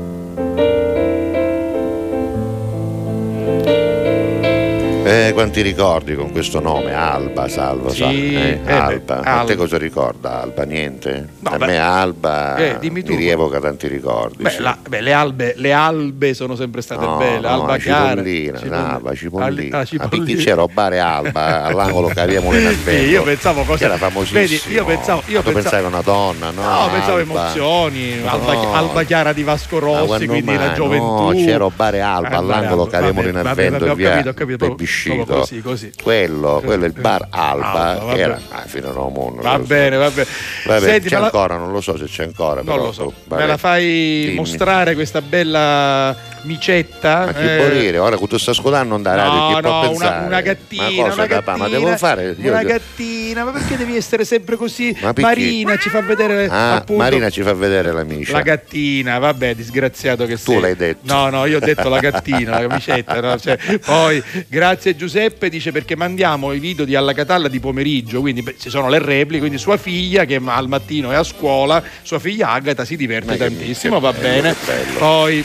Speaker 3: Eh, quanti ricordi con questo nome, Alba, Salvo,
Speaker 4: Sì,
Speaker 3: sa, eh,
Speaker 4: eh,
Speaker 3: Alba.
Speaker 4: beh,
Speaker 3: A
Speaker 4: Alba.
Speaker 3: te cosa ricorda Alba? Niente?
Speaker 4: No,
Speaker 3: a
Speaker 4: beh,
Speaker 3: me Alba
Speaker 4: eh, dimmi tu.
Speaker 3: mi rievoca tanti ricordi.
Speaker 4: Beh,
Speaker 3: sì.
Speaker 4: la- beh, le albe, le albe sono sempre state
Speaker 3: No,
Speaker 4: belle,
Speaker 3: no,
Speaker 4: alba
Speaker 3: la
Speaker 4: chiara,
Speaker 3: cipollina,
Speaker 4: cipollina.
Speaker 3: no, la cipollina.
Speaker 4: Ah,
Speaker 3: Ma
Speaker 4: cipollina.
Speaker 3: perché c'era Bare Alba all'angolo che abbiamo in albergo?
Speaker 4: Sì, io pensavo
Speaker 3: Che
Speaker 4: cosa
Speaker 3: era famosissimo.
Speaker 4: Vedi, io pensavo, io
Speaker 3: tu
Speaker 4: pensavo,
Speaker 3: pensavi a una donna, no?
Speaker 4: no, pensavo
Speaker 3: Alba.
Speaker 4: emozioni, alba,
Speaker 3: No.
Speaker 4: alba chiara di Vasco
Speaker 3: Ma
Speaker 4: Rossi,
Speaker 3: quando
Speaker 4: quindi la
Speaker 3: mai?
Speaker 4: gioventù.
Speaker 3: No, c'era Bare Alba
Speaker 4: Eh,
Speaker 3: all'angolo
Speaker 4: Bare
Speaker 3: che avevamo
Speaker 4: Alba.
Speaker 3: in
Speaker 4: Vabbè,
Speaker 3: albergo
Speaker 4: vabbè, ho
Speaker 3: via
Speaker 4: capito, ho capito, proprio-
Speaker 3: Plebiscito.
Speaker 4: proprio così, così.
Speaker 3: Quello, quello è il bar Alba,
Speaker 4: Alba, vabbè.
Speaker 3: che era ah, fino a un mondo.
Speaker 4: Va bene, va bene.
Speaker 3: Vabbè,
Speaker 4: Senti,
Speaker 3: c'è
Speaker 4: me la-
Speaker 3: ancora, non lo so se c'è ancora.
Speaker 4: Non
Speaker 3: però,
Speaker 4: lo so,
Speaker 3: vabbè.
Speaker 4: me la fai
Speaker 3: Dimmi.
Speaker 4: mostrare questa bella micetta?
Speaker 3: Ma chi
Speaker 4: Eh,
Speaker 3: può dire? Ora che tu stai ascoltando non da radio,
Speaker 4: No,
Speaker 3: chi può
Speaker 4: no,
Speaker 3: pensare?
Speaker 4: una, una gattina,
Speaker 3: ma cosa,
Speaker 4: una
Speaker 3: capà?
Speaker 4: gattina,
Speaker 3: Ma devo fare io-
Speaker 4: una gattina, ma perché devi essere sempre così?
Speaker 3: Ma perché?
Speaker 4: Marina ci fa vedere
Speaker 3: Ah,
Speaker 4: appunto
Speaker 3: Marina ci fa vedere la micia.
Speaker 4: la gattina, vabbè, disgraziato che sei.
Speaker 3: Tu l'hai detto.
Speaker 4: No, no, io ho detto la gattina, la camicetta. No? Cioè, poi, grazie Giuseppe, dice perché mandiamo i video di Alla Catalla di pomeriggio, quindi beh, ci sono le repliche, quindi sua figlia che al mattino è a scuola, sua figlia Agata si diverte
Speaker 3: Ma che-
Speaker 4: tantissimo,
Speaker 3: che
Speaker 4: va
Speaker 3: bello,
Speaker 4: bene.
Speaker 3: che bello.
Speaker 4: Poi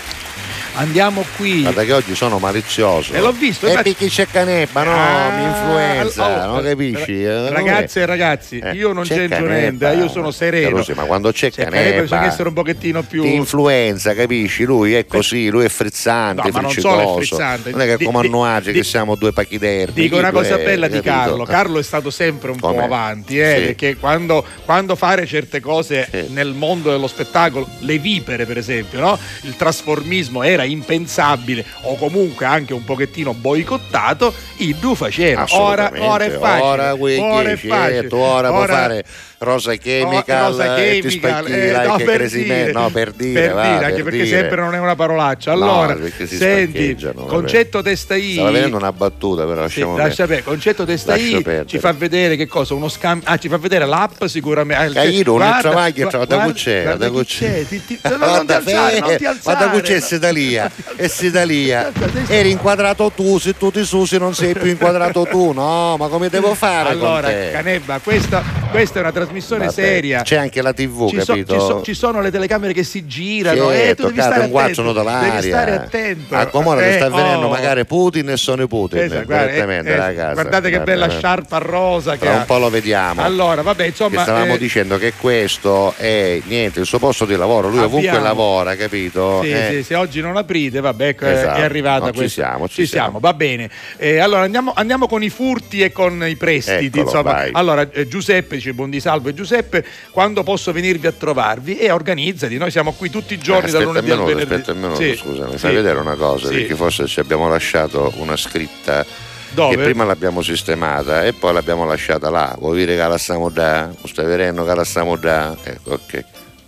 Speaker 4: andiamo qui.
Speaker 3: Guarda che oggi sono malizioso.
Speaker 4: E l'ho visto,
Speaker 3: E
Speaker 4: infatti-
Speaker 3: perché c'è Canebba, no?
Speaker 4: Ah,
Speaker 3: mi influenza,
Speaker 4: oh,
Speaker 3: non capisci?
Speaker 4: ra-
Speaker 3: Eh,
Speaker 4: Ragazze e ragazzi,
Speaker 3: Eh,
Speaker 4: io non
Speaker 3: c'è
Speaker 4: c'entro
Speaker 3: Canebba.
Speaker 4: niente, io sono sereno.
Speaker 3: Carusi, ma quando c'è
Speaker 4: Se
Speaker 3: Canebba,
Speaker 4: bisogna essere un pochettino più.
Speaker 3: ti influenza, capisci? Lui è così, lui è frizzante,
Speaker 4: No, ma non solo è
Speaker 3: friccicoso.
Speaker 4: frizzante.
Speaker 3: Non è che
Speaker 4: Di-
Speaker 3: come a
Speaker 4: di-
Speaker 3: Nuagi
Speaker 4: di-
Speaker 3: che siamo due pachidermi.
Speaker 4: Dico una
Speaker 3: Chi
Speaker 4: cosa
Speaker 3: è,
Speaker 4: bella di
Speaker 3: capito?
Speaker 4: Carlo. Carlo è stato sempre un po'
Speaker 3: Com'è?
Speaker 4: avanti, eh,
Speaker 3: Sì.
Speaker 4: perché quando, quando fare certe cose
Speaker 3: Sì.
Speaker 4: nel mondo dello spettacolo, le vipere per esempio, no? Il trasformismo era impensabile o comunque anche un pochettino boicottato, i due facevano. Ora,
Speaker 3: Assolutamente.
Speaker 4: ora è facile.
Speaker 3: Ora, quei
Speaker 4: ora è
Speaker 3: dieci,
Speaker 4: facile.
Speaker 3: certo, ora può fare Rosa Chemical,
Speaker 4: Rosa
Speaker 3: e ti
Speaker 4: Chemical,
Speaker 3: spacchi
Speaker 4: eh,
Speaker 3: like
Speaker 4: no,
Speaker 3: e
Speaker 4: per
Speaker 3: Crazy
Speaker 4: dire,
Speaker 3: Man. No, per dire,
Speaker 4: per
Speaker 3: va,
Speaker 4: dire,
Speaker 3: per
Speaker 4: anche perché
Speaker 3: dire.
Speaker 4: sempre non è una parolaccia.
Speaker 3: No,
Speaker 4: Allora,
Speaker 3: perché si
Speaker 4: senti,
Speaker 3: spaccheggiano, vabbè.
Speaker 4: concetto testa I.
Speaker 3: Stava venendo una battuta, però
Speaker 4: Sì,
Speaker 3: lasciamo
Speaker 4: lascia perdere. Concetto testa
Speaker 3: Lascia
Speaker 4: I
Speaker 3: perdere.
Speaker 4: ci fa vedere che cosa? Uno scambio. Ah, ci fa vedere l'app sicuramente.
Speaker 3: Cairo, un
Speaker 4: Guarda,
Speaker 3: travaglio,
Speaker 4: guarda,
Speaker 3: da cucce,
Speaker 4: guarda
Speaker 3: da
Speaker 4: chi
Speaker 3: cucce.
Speaker 4: c'è, ti- ti- no, no, non ti alzare, non ti alzare.
Speaker 3: Guarda cucce e Sedalia, e Sedalia. Eri inquadrato tu, se tu ti susi non sei più inquadrato tu, no? Ma come devo fare
Speaker 4: Allora,
Speaker 3: con te?
Speaker 4: Canebba, questa, questa è una trasmissione
Speaker 3: Vabbè,
Speaker 4: seria.
Speaker 3: c'è anche la tivù,
Speaker 4: Ci, so-
Speaker 3: capito?
Speaker 4: ci so- ci sono le telecamere che si girano,
Speaker 3: Certo,
Speaker 4: eh, tu devi
Speaker 3: cade
Speaker 4: stare
Speaker 3: un guazzo
Speaker 4: attento.
Speaker 3: dall'aria.
Speaker 4: Devi stare attento.
Speaker 3: A Comora
Speaker 4: Eh,
Speaker 3: sta avvenendo
Speaker 4: oh.
Speaker 3: magari Putin e sono i Putin
Speaker 4: Esatto, guarda,
Speaker 3: direttamente
Speaker 4: eh, eh,
Speaker 3: ragazzi.
Speaker 4: guardate che
Speaker 3: Guarda,
Speaker 4: bella
Speaker 3: guarda.
Speaker 4: sciarpa rosa che
Speaker 3: Tra
Speaker 4: ha.
Speaker 3: un po' lo vediamo.
Speaker 4: Allora, vabbè,
Speaker 3: Che
Speaker 4: insomma,
Speaker 3: stavamo
Speaker 4: eh,
Speaker 3: dicendo che questo è niente il suo posto di lavoro, lui
Speaker 4: Abbiamo-
Speaker 3: ovunque lavora, capito?
Speaker 4: Sì,
Speaker 3: Eh,
Speaker 4: sì, se oggi non aprite, vabbè, ecco, è-
Speaker 3: Esatto.
Speaker 4: è arrivata
Speaker 3: No, ci
Speaker 4: questa.
Speaker 3: siamo, ci siamo.
Speaker 4: va bene. Eh, allora andiamo, andiamo con i furti e con i prestiti.
Speaker 3: Eccolo,
Speaker 4: insomma.
Speaker 3: vai.
Speaker 4: Allora, eh, Giuseppe dice: buon di salve Giuseppe, quando posso venirvi a trovarvi? E organizzati, noi siamo qui tutti i giorni
Speaker 3: aspetta
Speaker 4: dal lunedì
Speaker 3: un
Speaker 4: al
Speaker 3: minuto,
Speaker 4: venerdì.
Speaker 3: aspetta un minuto,
Speaker 4: Sì,
Speaker 3: scusa, mi
Speaker 4: sì.
Speaker 3: fai vedere una cosa,
Speaker 4: Sì.
Speaker 3: perché forse ci abbiamo lasciato una scritta
Speaker 4: Dove?
Speaker 3: che prima l'abbiamo sistemata e poi l'abbiamo lasciata là. Vuoi dire che la stiamo da? Stai vedendo che la stiamo da? Ecco, ok.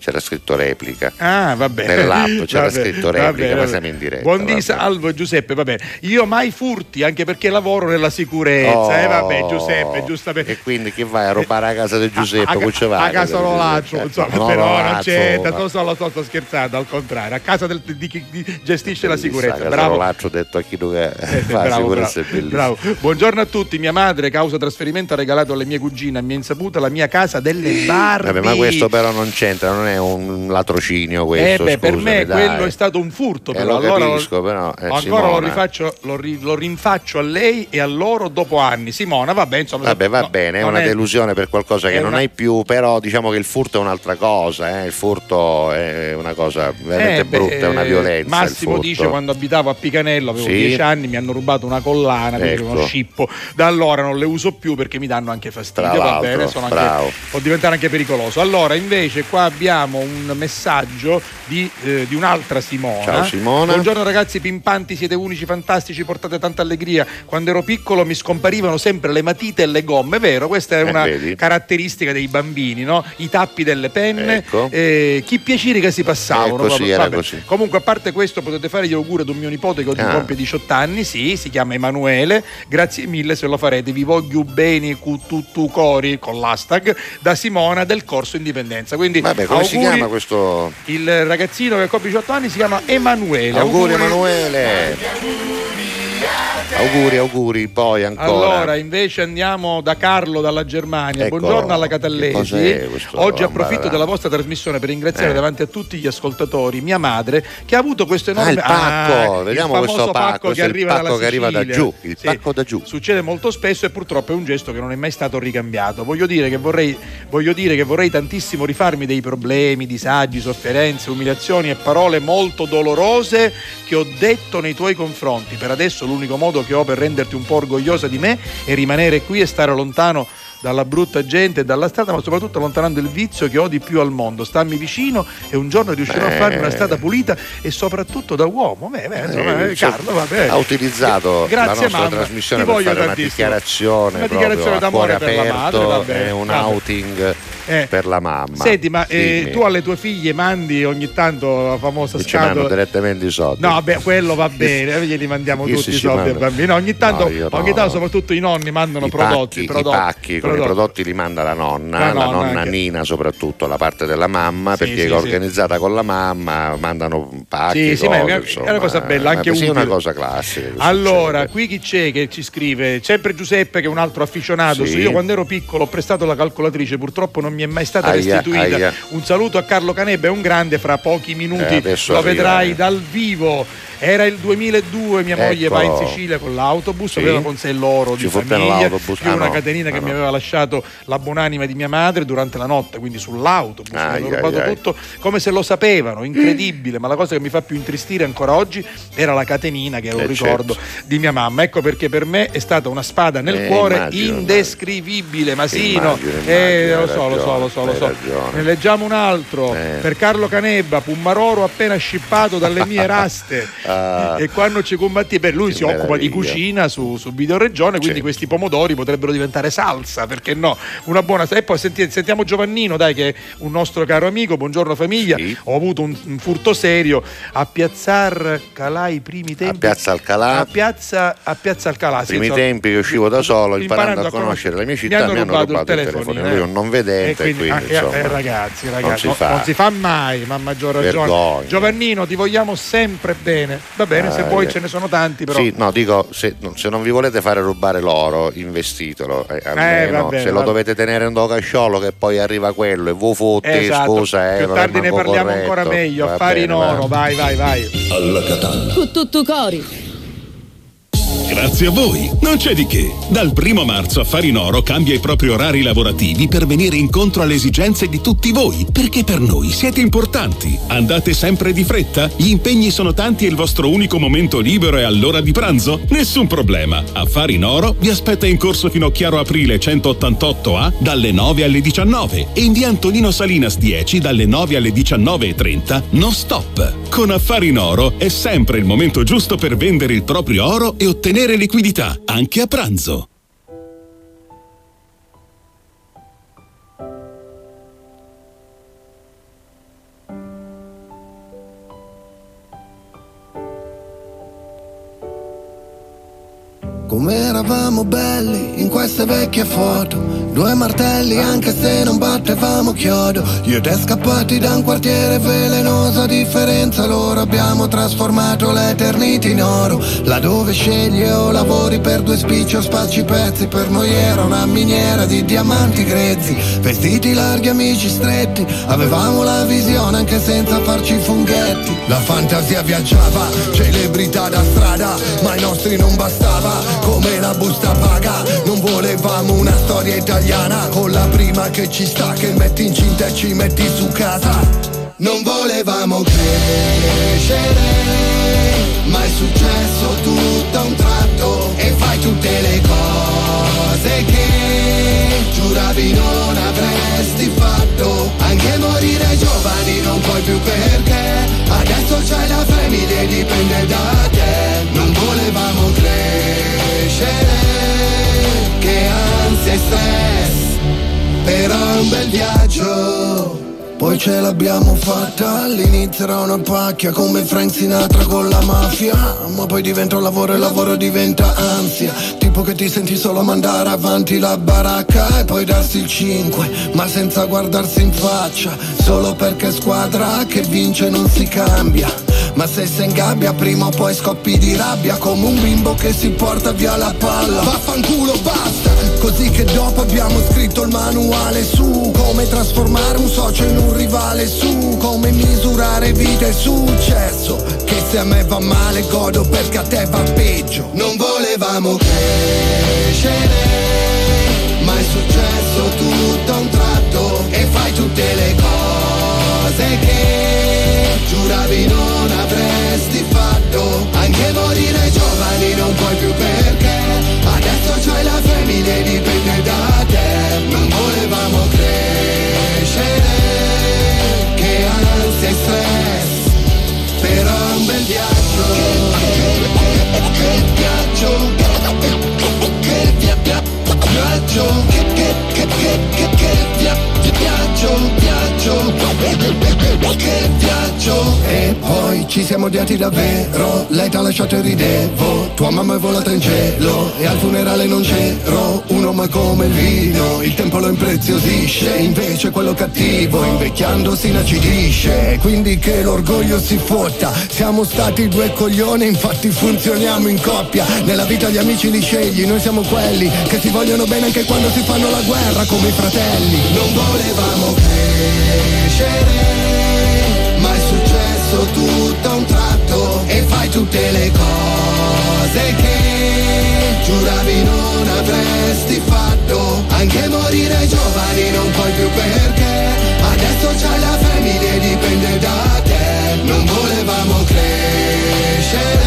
Speaker 3: c'era scritto replica.
Speaker 4: Ah, va bene.
Speaker 3: Nell'app c'era
Speaker 4: Va bene,
Speaker 3: scritto
Speaker 4: va
Speaker 3: replica,
Speaker 4: bene,
Speaker 3: ma siamo in diretta.
Speaker 4: Buondì,
Speaker 3: va bene.
Speaker 4: salvo Giuseppe, va bene. Io mai furti, anche perché lavoro nella sicurezza.
Speaker 3: Oh,
Speaker 4: eh, vabbè, Giuseppe, giustamente.
Speaker 3: E quindi che vai a rubare a casa di Giuseppe?
Speaker 4: A, a,
Speaker 3: Come ci vai?
Speaker 4: a casa lo lascio,
Speaker 3: Eh,
Speaker 4: insomma,
Speaker 3: no,
Speaker 4: però
Speaker 3: lo
Speaker 4: non
Speaker 3: lascio,
Speaker 4: c'entra,
Speaker 3: ma-
Speaker 4: non so, lo sto, sto scherzando, al contrario, a casa del- di chi di- gestisce la
Speaker 3: Bellissima,
Speaker 4: sicurezza.
Speaker 3: a casa
Speaker 4: Bravo.
Speaker 3: lo lascio, ho detto a chi tu che
Speaker 4: Eh,
Speaker 3: fa la
Speaker 4: bravo,
Speaker 3: sicurezza è
Speaker 4: bravo,
Speaker 3: bellissima.
Speaker 4: bravo. Buongiorno a tutti. Mia madre, causa trasferimento, ha regalato alle mie cugine, a mia insaputa, la mia casa delle Barbie.
Speaker 3: Vabbè, ma questo però non c'entra, non è un latrocinio questo.
Speaker 4: Eh beh, per
Speaker 3: scusami,
Speaker 4: me
Speaker 3: dai.
Speaker 4: quello è stato un furto,
Speaker 3: Eh,
Speaker 4: però
Speaker 3: lo
Speaker 4: allora
Speaker 3: capisco, però, eh,
Speaker 4: ancora
Speaker 3: Simona.
Speaker 4: lo rifaccio, lo, ri- lo rinfaccio a lei e a loro dopo anni. Simona, vabbè, insomma,
Speaker 3: Vabbè, va
Speaker 4: no,
Speaker 3: bene, è
Speaker 4: non
Speaker 3: una delusione per qualcosa che
Speaker 4: è
Speaker 3: non
Speaker 4: una-
Speaker 3: hai più, però diciamo che il furto è un'altra cosa, eh. Il furto è una cosa veramente
Speaker 4: Eh, beh,
Speaker 3: brutta, è una violenza.
Speaker 4: Massimo
Speaker 3: il furto.
Speaker 4: dice quando abitavo a Picanello, avevo
Speaker 3: Sì.
Speaker 4: dieci anni, mi hanno rubato una collana, quindi
Speaker 3: Ecco.
Speaker 4: uno scippo. Da allora non le uso più perché mi danno anche fastidio.
Speaker 3: Tra
Speaker 4: Va
Speaker 3: l'altro,
Speaker 4: bene, sono anche,
Speaker 3: bravo.
Speaker 4: può diventare anche pericoloso. Allora, invece, qua abbiamo un messaggio di, eh, di un'altra Simona.
Speaker 3: Ciao, Simona.
Speaker 4: Buongiorno ragazzi pimpanti, siete unici, fantastici, portate tanta allegria. Quando ero piccolo mi scomparivano sempre le matite e le gomme, vero? Questa è
Speaker 3: Eh,
Speaker 4: una
Speaker 3: vedi?
Speaker 4: caratteristica dei bambini, no? I tappi delle penne,
Speaker 3: Ecco.
Speaker 4: eh, chi piacere che si passavano.
Speaker 3: Eh, così,
Speaker 4: vabbè,
Speaker 3: era
Speaker 4: vabbè.
Speaker 3: così.
Speaker 4: Comunque, a parte questo, potete fare gli auguri ad un mio nipote che oggi
Speaker 3: Ah.
Speaker 4: compie diciotto anni, sì, si chiama Emanuele. Grazie mille se lo farete. Vi voglio bene cu tutto cori con l'hashtag da Simona del corso Indipendenza. Quindi
Speaker 3: Vabbè, come si
Speaker 4: auguri.
Speaker 3: chiama questo?
Speaker 4: Il ragazzino che compie diciotto anni si chiama Emanuele.
Speaker 3: Auguri Emanuele. Auguri, auguri, poi ancora.
Speaker 4: Allora, invece andiamo da Carlo dalla Germania.
Speaker 3: Ecco,
Speaker 4: Buongiorno alla
Speaker 3: che
Speaker 4: Catallesi.
Speaker 3: cos'è questo
Speaker 4: Oggi approfitto
Speaker 3: ambarà?
Speaker 4: della vostra trasmissione per ringraziare
Speaker 3: Eh.
Speaker 4: davanti a tutti gli ascoltatori mia madre che ha avuto questo enorme
Speaker 3: Ah, il pacco,
Speaker 4: Ah,
Speaker 3: vediamo
Speaker 4: il
Speaker 3: questo
Speaker 4: famoso
Speaker 3: pacco,
Speaker 4: pacco che
Speaker 3: questo è il
Speaker 4: arriva
Speaker 3: pacco
Speaker 4: dalla
Speaker 3: che arriva da
Speaker 4: Sicilia.
Speaker 3: giù, il
Speaker 4: Sì.
Speaker 3: pacco da giù.
Speaker 4: Succede molto spesso e purtroppo è un gesto che non è mai stato ricambiato. Voglio dire che vorrei, voglio dire che vorrei tantissimo rifarmi dei problemi, disagi, sofferenze, umiliazioni e parole molto dolorose che ho detto nei tuoi confronti. Per adesso l'unico modo che ho per renderti un po' orgogliosa di me è rimanere qui e stare lontano dalla brutta gente e dalla strada, ma soprattutto allontanando il vizio che ho di più al mondo. Stammi vicino e un giorno riuscirò
Speaker 3: Beh.
Speaker 4: a farmi una strada pulita e soprattutto da uomo. Beh, beh, insomma,
Speaker 3: Eh,
Speaker 4: eh, Carlo, va bene.
Speaker 3: ha utilizzato
Speaker 4: Grazie,
Speaker 3: la nostra
Speaker 4: mamma.
Speaker 3: trasmissione
Speaker 4: Ti
Speaker 3: per
Speaker 4: voglio
Speaker 3: fare una
Speaker 4: tantissimo.
Speaker 3: dichiarazione,
Speaker 4: Una
Speaker 3: proprio
Speaker 4: dichiarazione
Speaker 3: a
Speaker 4: d'amore
Speaker 3: cuore
Speaker 4: per la
Speaker 3: aperto,
Speaker 4: madre, va bene,
Speaker 3: è un
Speaker 4: vabbè.
Speaker 3: outing
Speaker 4: Eh.
Speaker 3: per la mamma.
Speaker 4: Senti, ma eh,
Speaker 3: Dimmi.
Speaker 4: tu alle tue figlie mandi ogni tanto la famosa
Speaker 3: E ci mandano
Speaker 4: scatola?
Speaker 3: direttamente i soldi.
Speaker 4: No, vabbè, quello va bene, eh, glieli mandiamo
Speaker 3: Io
Speaker 4: tutti
Speaker 3: sì,
Speaker 4: i
Speaker 3: ci
Speaker 4: soldi ai
Speaker 3: mando.
Speaker 4: bambini. No, ogni tanto,
Speaker 3: No, io no.
Speaker 4: ogni tanto soprattutto i nonni mandano
Speaker 3: I
Speaker 4: prodotti,
Speaker 3: pacchi,
Speaker 4: prodotti,
Speaker 3: i pacchi con i
Speaker 4: prodotti.
Speaker 3: prodotti li manda la nonna,
Speaker 4: La
Speaker 3: la
Speaker 4: nonna
Speaker 3: nonna,
Speaker 4: anche.
Speaker 3: Nina soprattutto, la parte della mamma,
Speaker 4: Sì,
Speaker 3: perché
Speaker 4: sì,
Speaker 3: è
Speaker 4: sì.
Speaker 3: organizzata con la mamma, mandano pacchi,
Speaker 4: Sì, sì, ma è
Speaker 3: cose,
Speaker 4: una-
Speaker 3: insomma.
Speaker 4: è una cosa bella, anche
Speaker 3: Eh, sì, è
Speaker 4: utile.
Speaker 3: una cosa classica. che
Speaker 4: Allora,
Speaker 3: succede.
Speaker 4: qui chi c'è che ci scrive? Sempre Giuseppe che è un altro afficionato.
Speaker 3: Sì.
Speaker 4: Io quando ero piccolo ho prestato la calcolatrice, purtroppo non mi è mai stata
Speaker 3: Aia,
Speaker 4: restituita.
Speaker 3: aia.
Speaker 4: Un saluto a Carlo Canebbe, è un grande, fra pochi minuti
Speaker 3: Eh, adesso
Speaker 4: lo
Speaker 3: arriva,
Speaker 4: vedrai
Speaker 3: eh.
Speaker 4: dal vivo. Era il duemiladue, mia moglie
Speaker 3: Ecco.
Speaker 4: va in Sicilia con l'autobus,
Speaker 3: Sì.
Speaker 4: aveva con sé l'oro
Speaker 3: Ci
Speaker 4: di
Speaker 3: fu per
Speaker 4: famiglia,
Speaker 3: l'autobus?
Speaker 4: più
Speaker 3: Ah,
Speaker 4: una
Speaker 3: no.
Speaker 4: catenina
Speaker 3: Ah,
Speaker 4: che
Speaker 3: no.
Speaker 4: mi aveva lasciato la buonanima di mia madre durante la notte, quindi sull'autobus. mi
Speaker 3: Ai,
Speaker 4: aveva
Speaker 3: ai,
Speaker 4: rubato
Speaker 3: ai.
Speaker 4: tutto come se lo sapevano, incredibile, ma la cosa che mi fa più intristire ancora oggi era la catenina che era un
Speaker 3: Eh,
Speaker 4: ricordo
Speaker 3: certo.
Speaker 4: di mia mamma. Ecco perché per me è stata una spada nel
Speaker 3: Eh,
Speaker 4: cuore
Speaker 3: immagino,
Speaker 4: indescrivibile. Masino,
Speaker 3: Immagino,
Speaker 4: eh,
Speaker 3: immagino,
Speaker 4: lo so,
Speaker 3: hai
Speaker 4: lo so, lo so, lo so.
Speaker 3: ragione, hai ragione.
Speaker 4: Ne leggiamo un altro
Speaker 3: Eh.
Speaker 4: per Carlo Canebba, Pummaroro appena scippato dalle mie raste.
Speaker 3: Ah.
Speaker 4: E quando ci combatti, per lui
Speaker 3: Che
Speaker 4: si occupa di
Speaker 3: meraviglia.
Speaker 4: cucina su, su Videoregione, quindi
Speaker 3: Sì.
Speaker 4: questi pomodori potrebbero diventare salsa, perché no? Una buona. E poi senti- sentiamo Giovannino, dai, che è un nostro caro amico. Buongiorno famiglia.
Speaker 3: Sì.
Speaker 4: Ho avuto un, un furto serio a Piazzar Calà i primi tempi.
Speaker 3: A Piazza Alcalà.
Speaker 4: A Piazza, a Piazza Alcalà.
Speaker 3: I primi
Speaker 4: sì,
Speaker 3: tempi che uscivo da solo, imparando,
Speaker 4: imparando
Speaker 3: a conoscere la mia città,
Speaker 4: mi hanno
Speaker 3: mi hanno
Speaker 4: rubato,
Speaker 3: rubato
Speaker 4: il
Speaker 3: il
Speaker 4: telefonino.
Speaker 3: telefonino. Lui è un non vedente,
Speaker 4: E quindi,
Speaker 3: quindi,
Speaker 4: ah, eh,
Speaker 3: insomma,
Speaker 4: eh, ragazzi, ragazzi,
Speaker 3: non si
Speaker 4: no-
Speaker 3: fa.
Speaker 4: non si fa mai, ma a maggior ragione.
Speaker 3: Vergogna.
Speaker 4: Giovannino, ti vogliamo sempre bene. Va bene, se
Speaker 3: Ah,
Speaker 4: poi
Speaker 3: eh.
Speaker 4: ce ne sono tanti, però.
Speaker 3: Sì, no, dico, se, se non vi volete fare rubare l'oro, investitelo. Eh, almeno,
Speaker 4: va bene,
Speaker 3: se lo
Speaker 4: va-
Speaker 3: dovete tenere in do casciolo, che poi arriva quello e voi fotti,
Speaker 4: Esatto.
Speaker 3: scusa, eh,
Speaker 4: più
Speaker 3: non è
Speaker 4: tardi ne
Speaker 3: manco
Speaker 4: parliamo
Speaker 3: corretto.
Speaker 4: ancora meglio.
Speaker 3: Va
Speaker 4: Affari in
Speaker 3: bene, va.
Speaker 4: oro, vai, vai, vai.
Speaker 6: Alla Catalla.
Speaker 1: Con tutto cori.
Speaker 9: Grazie a voi, non c'è di che. Dal primo marzo Affari in Oro cambia i propri orari lavorativi per venire incontro alle esigenze di tutti voi, perché per noi siete importanti. Andate sempre di fretta? Gli impegni sono tanti e il vostro unico momento libero è all'ora di pranzo? Nessun problema. Affari in Oro vi aspetta in corso Finocchiaro Aprile centottantotto A dalle nove alle diciannove e in via Antonino Salinas dieci dalle nove alle diciannove e trenta non stop. Con Affari in Oro è sempre il momento giusto per vendere il proprio oro e ottenere liquidità, anche a pranzo.
Speaker 10: come eravamo belli in queste vecchie foto. Due martelli anche se non battevamo chiodo. Io e te scappati da un quartiere velenoso. A differenza loro abbiamo trasformato l'eternità in oro. Laddove scegli o lavori per due spicci o spacci pezzi, per noi era una miniera di diamanti grezzi. Vestiti larghi, amici stretti, avevamo la visione anche senza farci funghetti. La fantasia viaggiava, celebrità da strada, ma ai nostri non bastava, come la busta paga. Non volevamo una storia italiana con la prima che ci sta, che metti incinta e ci metti su casa. Non volevamo crescere, ma è successo tutto a un tratto. E fai tutte le cose che giuravi non avresti fatto. Anche morire giovani non puoi più perché adesso c'hai la famiglia e dipende da te. Non volevamo crescere, che ansia e stress, però è un bel viaggio. Poi ce l'abbiamo fatta, all'inizio era una pacchia come Frank Sinatra con la mafia. Ma poi diventa un lavoro e il lavoro diventa ansia. Tipo che ti senti solo mandare avanti la baracca e poi darsi il cinque, ma senza guardarsi in faccia. Solo perché squadra che vince non si cambia. Ma se sei in gabbia prima o poi scoppi di rabbia, come un bimbo che si porta via la palla. Vaffanculo basta, così che dopo abbiamo scritto il manuale su come trasformare un socio in un rivale, su come misurare vita e successo. Che se a me va male godo perché a te va peggio. Non volevamo crescere, ma è successo tutto a un tratto. E fai tutte le cose che giuravi non avresti fatto. Anche morire giovani non puoi più perché adesso c'hai la famiglia e dipende da te. Non volevamo crescere, che ansia e stress, però è un bel viaggio. Che, che, che viaggio, che via, via, viaggio, che, che, che, che, che, che via, viaggio, viaggio, che viaggio. E poi ci siamo odiati davvero, lei t'ha lasciato e ridevo, tua mamma è volata in cielo e al funerale non c'ero. Un uomo è come il vino, il tempo lo impreziosisce, invece quello cattivo invecchiando si inacidisce. Quindi che l'orgoglio si fotta, siamo stati due coglioni, infatti funzioniamo in coppia. Nella vita gli amici li scegli, noi siamo quelli che si vogliono bene anche quando si fanno la guerra come i fratelli. Non volevamo crescere, ma è successo tutto a un tratto. E fai tutte le cose che giuravi non avresti fatto. Anche morire giovani non puoi più perché adesso c'hai la famiglia e dipende da te. Non volevamo crescere,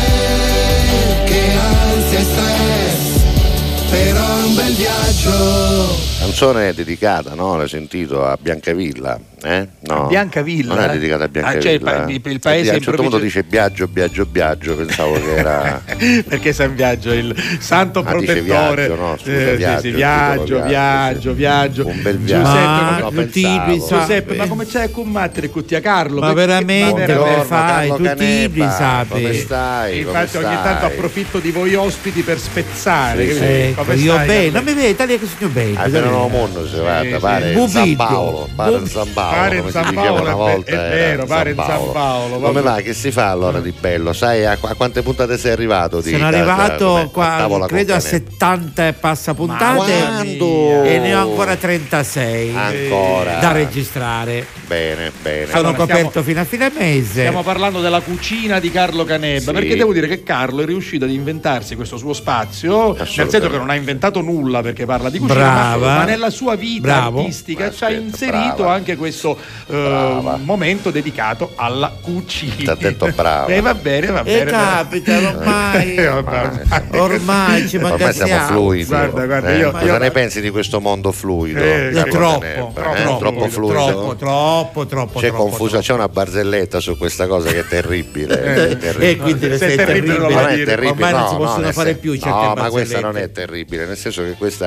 Speaker 10: che ansia e stress, però è un bel viaggio.
Speaker 3: Canzone dedicata, no? L'hai sentito a Biancavilla, eh? No.
Speaker 4: Biancavilla?
Speaker 3: Non è dedicata a Biancavilla.
Speaker 4: Ah, cioè il, pa- il, il paese
Speaker 3: a un certo punto dice Biagio, Biagio, Biagio, pensavo che era
Speaker 4: perché San Biagio il santo
Speaker 3: ah,
Speaker 4: protettore.
Speaker 3: Viaggio, no, scusa,
Speaker 4: eh,
Speaker 3: viaggio,
Speaker 4: sì, sì, viaggio, viaggio,
Speaker 3: sì.
Speaker 4: viaggio.
Speaker 3: Un bel viaggio.
Speaker 4: Giuseppe,
Speaker 3: no,
Speaker 4: come,
Speaker 3: pensavo,
Speaker 4: Giuseppe, ma come c'è a combattere Cutti a Carlo?
Speaker 11: Ma veramente
Speaker 3: ma
Speaker 11: come fai?
Speaker 3: Carlo
Speaker 11: Tutti li
Speaker 3: Canepa,
Speaker 11: sappi.
Speaker 3: come stai?
Speaker 4: Infatti
Speaker 3: come
Speaker 4: ogni
Speaker 3: stai?
Speaker 4: tanto approfitto di voi ospiti per spezzare.
Speaker 3: Sì, sì.
Speaker 11: Ecco,
Speaker 4: Come
Speaker 11: io
Speaker 4: stai,
Speaker 11: bene,
Speaker 4: Carlo?
Speaker 11: non mi vedi, taglia che sono bene.
Speaker 3: Ah, per un mondo si guarda,
Speaker 4: sì.
Speaker 3: pare in
Speaker 11: Bubiglio.
Speaker 3: San Paolo, pare in
Speaker 11: Bub-
Speaker 3: San Paolo,
Speaker 4: pare in
Speaker 3: come
Speaker 4: San
Speaker 3: si diceva
Speaker 4: Paolo,
Speaker 3: una
Speaker 4: è
Speaker 3: volta.
Speaker 4: ve- è
Speaker 3: era
Speaker 4: vero, pare in San Paolo,
Speaker 3: Come
Speaker 4: vabbè.
Speaker 3: va? Che si fa allora di bello? Sai a, a quante puntate sei arrivato? Di
Speaker 11: Sono
Speaker 3: casa?
Speaker 11: arrivato
Speaker 3: Come?
Speaker 11: qua,
Speaker 3: A tavola
Speaker 11: credo
Speaker 3: con
Speaker 11: a
Speaker 3: Canepa.
Speaker 11: settanta e passa puntate
Speaker 3: quando?
Speaker 11: e ne ho ancora trentasei
Speaker 3: Ancora.
Speaker 11: da registrare.
Speaker 3: Bene, bene.
Speaker 11: Sono
Speaker 4: Allora,
Speaker 11: coperto
Speaker 4: stiamo-
Speaker 11: fino a fine mese.
Speaker 4: Stiamo parlando della cucina di Carlo Canepa,
Speaker 3: Sì.
Speaker 4: perché devo dire che Carlo è riuscito ad inventarsi questo suo spazio, nel senso che non ha inventato nulla perché parla di cucina,
Speaker 11: Brava.
Speaker 4: ma, ma nella sua vita
Speaker 11: Bravo.
Speaker 4: artistica ci ha
Speaker 3: Aspetta,
Speaker 4: inserito
Speaker 3: brava.
Speaker 4: anche questo eh,
Speaker 3: Brava.
Speaker 4: momento dedicato alla cucina.
Speaker 3: Ti ha detto brava.
Speaker 4: E va bene, va bene.
Speaker 11: E capita, ormai,
Speaker 4: Eh, vabbè.
Speaker 11: ormai ci
Speaker 3: Ormai siamo
Speaker 11: manca
Speaker 3: fluidi.
Speaker 4: Guarda, guarda,
Speaker 3: eh,
Speaker 4: io-
Speaker 3: cosa
Speaker 4: io-
Speaker 3: ne pensi di questo mondo fluido?
Speaker 4: Eh,
Speaker 3: Carlo
Speaker 11: troppo,
Speaker 3: Canepa,
Speaker 11: troppo,
Speaker 3: eh?
Speaker 11: troppo,
Speaker 3: troppo fluido.
Speaker 11: troppo, troppo, troppo,
Speaker 3: C'è
Speaker 11: troppo,
Speaker 3: confusa, c'è una barzelletta su questa cosa che è terribile.
Speaker 4: Eh,
Speaker 3: è terribile.
Speaker 11: E quindi le
Speaker 4: Se è
Speaker 11: sei
Speaker 4: terribile
Speaker 11: terribile.
Speaker 4: non
Speaker 3: non
Speaker 4: la
Speaker 3: è
Speaker 4: dire.
Speaker 3: terribile,
Speaker 11: Ormai non
Speaker 3: no,
Speaker 11: si
Speaker 3: no,
Speaker 11: possono
Speaker 3: nel
Speaker 11: fare
Speaker 3: sen-
Speaker 11: più certe
Speaker 3: no, ma
Speaker 11: barzellette.
Speaker 3: questa non è terribile, nel senso che questa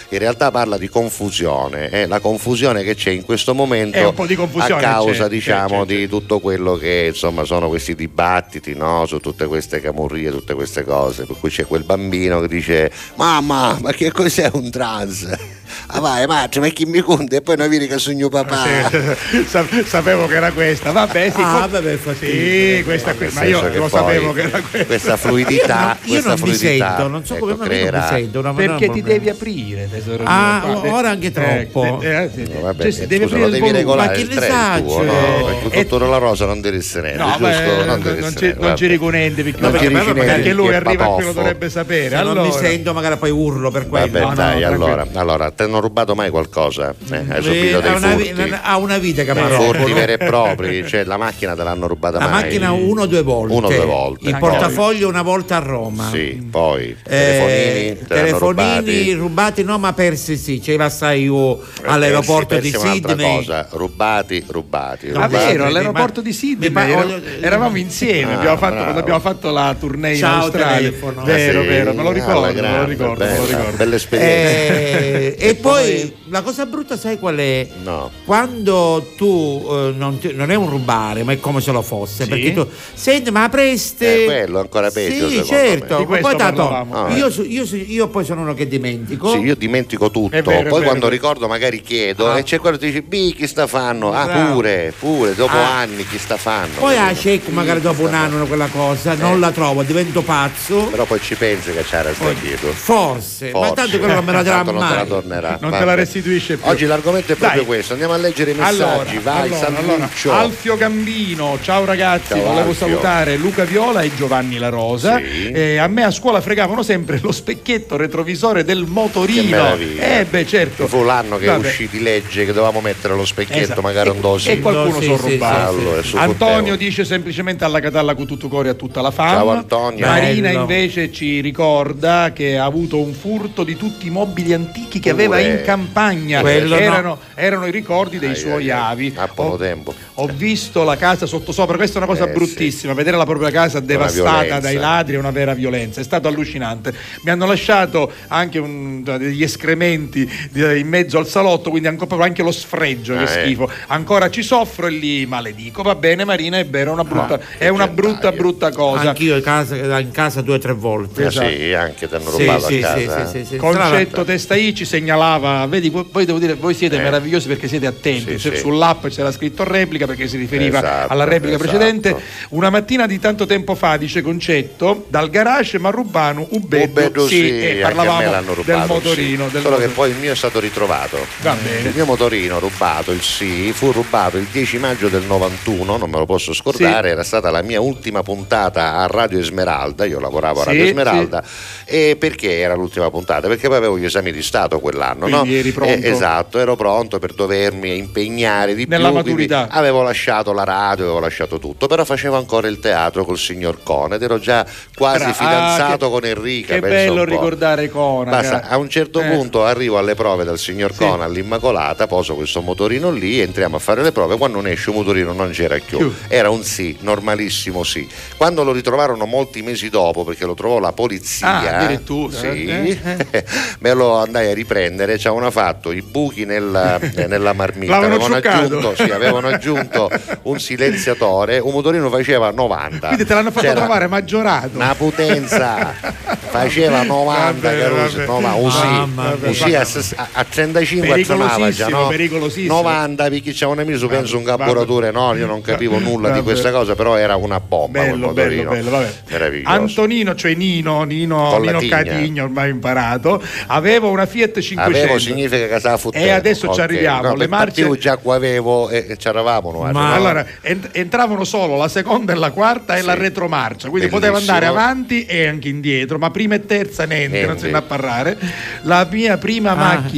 Speaker 3: in realtà parla di confusione, eh, la confusione che c'è in questo momento
Speaker 4: è un po' di confusione,
Speaker 3: a causa
Speaker 4: c'è,
Speaker 3: diciamo
Speaker 4: c'è, c'è,
Speaker 3: di tutto quello che insomma sono questi dibattiti, no? Su tutte queste camurrie, tutte queste cose, per cui c'è quel bambino che dice mamma ma che cos'è un trans? Ah vai Marcio, ma chi mi conta e poi non vieni che sogno papà.
Speaker 4: Sì, sapevo che era questa, vabbè sì,
Speaker 11: ah,
Speaker 4: com-
Speaker 11: vabbè,
Speaker 4: sì questa
Speaker 3: no,
Speaker 4: qui, ma io lo sapevo che era questa.
Speaker 3: Questa fluidità,
Speaker 11: io, no, io
Speaker 3: questa
Speaker 11: non
Speaker 3: fluidità,
Speaker 11: mi sento, non so
Speaker 3: ecco,
Speaker 11: come mai
Speaker 3: creerà...
Speaker 11: non mi sento una,
Speaker 4: perché
Speaker 11: no,
Speaker 4: ti devi aprire tesoro
Speaker 11: ah
Speaker 4: mio,
Speaker 11: ora anche troppo
Speaker 4: eh, eh, eh,
Speaker 3: no, vabbè,
Speaker 4: cioè, si deve
Speaker 3: scusa, lo devi
Speaker 4: il
Speaker 3: regolare
Speaker 11: ma che
Speaker 3: il
Speaker 11: ne
Speaker 3: tre
Speaker 11: sa,
Speaker 3: tuo,
Speaker 11: cioè,
Speaker 3: no? Perché
Speaker 4: eh,
Speaker 3: tutto della rosa non deve essere nero,
Speaker 4: no,
Speaker 3: giusto?
Speaker 4: beh,
Speaker 3: non, deve
Speaker 4: non,
Speaker 3: essere
Speaker 4: ci, non ci riconende perché,
Speaker 3: non
Speaker 4: perché,
Speaker 3: ci riconende
Speaker 4: perché lui
Speaker 3: perché
Speaker 4: arriva a quello
Speaker 3: patoffo.
Speaker 4: dovrebbe sapere.
Speaker 11: Se
Speaker 4: allora
Speaker 11: non mi sento magari poi urlo per quello.
Speaker 3: Vabbè
Speaker 4: no,
Speaker 3: dai
Speaker 4: no,
Speaker 3: allora, allora ti hanno rubato mai qualcosa? Eh, hai subito
Speaker 11: ha
Speaker 3: dei
Speaker 11: una,
Speaker 3: furti?
Speaker 11: ha una vita che mi ha
Speaker 3: Furti
Speaker 11: rotto.
Speaker 3: veri e propri, cioè la macchina te l'hanno rubata
Speaker 11: la
Speaker 3: mai?
Speaker 11: macchina uno o due volte,
Speaker 3: uno o due volte,
Speaker 11: il
Speaker 3: poi.
Speaker 11: portafoglio una volta a Roma,
Speaker 3: sì, poi
Speaker 11: eh,
Speaker 3: telefonini te l'hanno
Speaker 11: telefonini
Speaker 3: rubati.
Speaker 11: rubati no ma persi sì, ce la sai io all'aeroporto
Speaker 3: persi,
Speaker 11: di
Speaker 3: persi un'altra
Speaker 11: Sydney
Speaker 3: cosa, rubati rubati,
Speaker 11: No,
Speaker 4: Ah,
Speaker 3: rubati.
Speaker 4: vero, all'aeroporto di Sydney
Speaker 11: mi pa-
Speaker 4: ero- eravamo insieme,
Speaker 3: Ah,
Speaker 4: abbiamo fatto,
Speaker 3: bravo.
Speaker 4: quando abbiamo fatto la tournée in
Speaker 11: Ciao,
Speaker 4: Australia.
Speaker 11: telefono.
Speaker 4: Vero,
Speaker 3: Ah, sì?
Speaker 4: vero, me lo ricordo,
Speaker 3: Alla
Speaker 4: me lo
Speaker 3: grande,
Speaker 4: ricordo, me lo
Speaker 3: bella,
Speaker 4: ricordo.
Speaker 3: bella esperienza.
Speaker 11: Eh, e poi la cosa brutta sai qual è?
Speaker 3: No.
Speaker 11: Quando tu eh, non, ti- non è un rubare ma è come se lo fosse,
Speaker 4: Sì.
Speaker 11: perché tu senti ma apreste
Speaker 3: Eh, quello è ancora peggio,
Speaker 11: sì
Speaker 3: secondo
Speaker 11: certo
Speaker 3: me.
Speaker 4: Di questo
Speaker 11: poi tanto,
Speaker 4: parlavamo.
Speaker 11: io, so- io, so- io poi sono uno che dimentico.
Speaker 3: Sì, io dimentico tutto,
Speaker 4: È vero, è
Speaker 3: poi
Speaker 4: vero,
Speaker 3: quando
Speaker 4: è vero.
Speaker 3: ricordo magari chiedo
Speaker 11: Ah.
Speaker 3: e c'è quello che ti dice "Bi, chi sta fanno?" Ah,
Speaker 11: Bravo.
Speaker 3: pure, pure, dopo
Speaker 11: Ah.
Speaker 3: anni chi sta fanno?
Speaker 11: Poi a
Speaker 3: Capito?
Speaker 11: cieco magari dopo un anno quella cosa non la trovo, divento pazzo.
Speaker 3: Però poi ci pensi che c'era il chiedo.
Speaker 11: Forse, ma
Speaker 3: Forse.
Speaker 11: tanto quello non me la darà
Speaker 3: Tanto non te la
Speaker 11: mai.
Speaker 3: tornerà.
Speaker 4: Non
Speaker 3: Vabbè.
Speaker 4: te la restituisce più.
Speaker 3: Oggi l'argomento è proprio
Speaker 4: Dai.
Speaker 3: questo, andiamo a leggere i messaggi,
Speaker 4: Allora,
Speaker 3: vai
Speaker 4: allora, allora,
Speaker 3: Salvuccio.
Speaker 4: Alfio Gambino, ciao ragazzi,
Speaker 3: Ciao,
Speaker 4: volevo
Speaker 3: Alfio.
Speaker 4: salutare Luca Viola e Giovanni La Rosa.
Speaker 3: Sì.
Speaker 4: Eh, a me a scuola fregavano sempre lo specchietto retrovisore del
Speaker 3: Che
Speaker 4: motorino.
Speaker 3: meraviglia.
Speaker 4: Eh beh, certo.
Speaker 3: Fu l'anno che
Speaker 4: Vabbè.
Speaker 3: uscì di legge che dovevamo mettere lo specchietto,
Speaker 4: Esatto.
Speaker 3: magari
Speaker 4: E-
Speaker 3: un dosi.
Speaker 4: E qualcuno
Speaker 11: Sì,
Speaker 4: sono
Speaker 11: sì,
Speaker 4: rubato.
Speaker 11: sì,
Speaker 3: sì, sì.
Speaker 4: Antonio dice semplicemente alla Catalla con tutto cuore a tutta la fama.
Speaker 3: Ciao, Antonio.
Speaker 4: Marina
Speaker 11: Bello.
Speaker 4: invece ci ricorda che ha avuto un furto di tutti i mobili antichi che
Speaker 3: Pure.
Speaker 4: aveva in campagna.
Speaker 11: Quello no.
Speaker 4: Erano, erano i ricordi dei
Speaker 3: Ai,
Speaker 4: suoi
Speaker 3: ai, ai.
Speaker 4: avi.
Speaker 3: A poco
Speaker 4: Ho-
Speaker 3: tempo.
Speaker 4: Ho visto la casa sottosopra, questa è una cosa
Speaker 3: Eh,
Speaker 4: bruttissima, vedere la propria casa devastata
Speaker 3: violenza.
Speaker 4: dai ladri è una vera violenza, è stato allucinante. Mi hanno lasciato anche un- degli escrementi di- in mezzo al salotto, quindi anche, proprio anche lo sfregio, che
Speaker 3: Ah, eh.
Speaker 4: schifo. Ancora ci soffro e li maledico. Va bene Marina, è vero, è una brutta,
Speaker 3: Ah,
Speaker 4: è una
Speaker 3: che
Speaker 4: brutta
Speaker 3: gentaio.
Speaker 4: brutta cosa.
Speaker 11: Anch'io in casa, in casa due o tre volte.
Speaker 3: Ah,
Speaker 4: Esatto.
Speaker 3: sì, anche ti hanno
Speaker 11: Sì,
Speaker 3: rubato
Speaker 11: sì,
Speaker 3: a
Speaker 11: sì,
Speaker 3: casa.
Speaker 11: sì, sì, sì.
Speaker 4: Concetto Testai ci segnalava, vedi, poi poi devo dire, voi siete
Speaker 3: Eh.
Speaker 4: meravigliosi perché siete attenti.
Speaker 3: Sì,
Speaker 4: Se-
Speaker 3: sì.
Speaker 4: Sull'app c'era scritto replica perché si riferiva
Speaker 3: Esatto,
Speaker 4: alla replica
Speaker 3: esatto.
Speaker 4: precedente. Una mattina di tanto tempo fa, dice Concetto, dal garage Marrubano Ubeddo,
Speaker 3: Ubeddo,
Speaker 4: sì,
Speaker 3: sì,
Speaker 4: e
Speaker 3: anche a
Speaker 4: parlavamo
Speaker 3: me l'hanno
Speaker 4: del
Speaker 3: rubato,
Speaker 4: motorino.
Speaker 3: sì.
Speaker 4: Del
Speaker 3: Solo che
Speaker 4: motor-
Speaker 3: poi il mio è stato ritrovato.
Speaker 4: Va bene.
Speaker 3: Il mio motorino rubato, il sì, fu rubato il dieci maggio del novantuno, non me lo posso scordare,
Speaker 4: Sì.
Speaker 3: era stata la mia ultima puntata a Radio Esmeralda, io lavoravo a
Speaker 4: Sì,
Speaker 3: Radio Esmeralda, e perché era l'ultima puntata? Perché poi avevo gli esami di Stato quell'anno,
Speaker 4: Quindi
Speaker 3: no?
Speaker 4: eri pronto.
Speaker 3: Eh, esatto, ero pronto per dovermi impegnare di
Speaker 4: Nella
Speaker 3: più, quindi
Speaker 4: maturità.
Speaker 3: avevo lasciato la radio, avevo lasciato tutto, però facevo ancora il teatro col signor Cone ed ero già quasi
Speaker 4: Bra-
Speaker 3: fidanzato
Speaker 4: ah, che-
Speaker 3: con Enrica.
Speaker 4: Che
Speaker 3: pensa
Speaker 4: bello
Speaker 3: un po'.
Speaker 4: ricordare Cona.
Speaker 3: Basta,
Speaker 4: cara.
Speaker 3: a un certo
Speaker 4: Eh.
Speaker 3: punto arrivo alle prove dal signor
Speaker 4: Sì.
Speaker 3: Cona all'Immacolata, poso questo motorino lì, entriamo a fare le prove, quando ne esce un motorino non c'era più,
Speaker 4: Più.
Speaker 3: era un sì, normalissimo sì. Quando lo ritrovarono molti mesi dopo, perché lo trovò la polizia,
Speaker 4: Ah, addirittura,
Speaker 3: sì,
Speaker 4: eh,
Speaker 3: me lo andai a riprendere, ci avevano fatto i buchi nella, eh, nella marmitta,
Speaker 4: L'avevano
Speaker 3: avevano
Speaker 4: ciuccato.
Speaker 3: aggiunto, sì, avevano aggiunto un silenziatore, un motorino faceva novanta.
Speaker 4: Quindi te l'hanno fatto
Speaker 3: C'era
Speaker 4: trovare maggiorato.
Speaker 3: una potenza, faceva novanta,
Speaker 4: Vabbè,
Speaker 3: Caruso,
Speaker 4: vabbè.
Speaker 3: no, ma usì,
Speaker 11: Mamma mia.
Speaker 3: usì a, a, a trentacinque azzamava già,
Speaker 4: Pericolosissimo,
Speaker 3: no?
Speaker 4: pericolosissimo.
Speaker 3: novanta perché c'è un amico, penso un carburatore, no, io non capivo nulla
Speaker 4: Vabbè.
Speaker 3: di questa cosa, però era una bomba quel
Speaker 4: Bello, bello,
Speaker 3: motorino,
Speaker 4: bello, vabbè.
Speaker 3: meraviglioso.
Speaker 4: Antonino, cioè Nino, Nino,
Speaker 3: Con la
Speaker 4: Nino
Speaker 3: tigna.
Speaker 4: Catigna, ormai imparato, avevo una Fiat cinquecento.
Speaker 3: Avevo significa che stava fottendo.
Speaker 4: E adesso ci
Speaker 3: Ok,
Speaker 4: arriviamo,
Speaker 3: no,
Speaker 4: le
Speaker 3: per
Speaker 4: marce-
Speaker 3: partito già qua avevo e e ci eravamo noi,
Speaker 11: Ma-
Speaker 3: no?
Speaker 4: Allora, ent- entravano solo la seconda e la quarta e
Speaker 3: Sì.
Speaker 4: la retromarcia, quindi
Speaker 3: Bellissimo.
Speaker 4: poteva andare avanti e anche indietro, ma prima e terza niente,
Speaker 3: Niente.
Speaker 4: non se ne a parlare. La mia prima
Speaker 11: Ah.
Speaker 4: macchina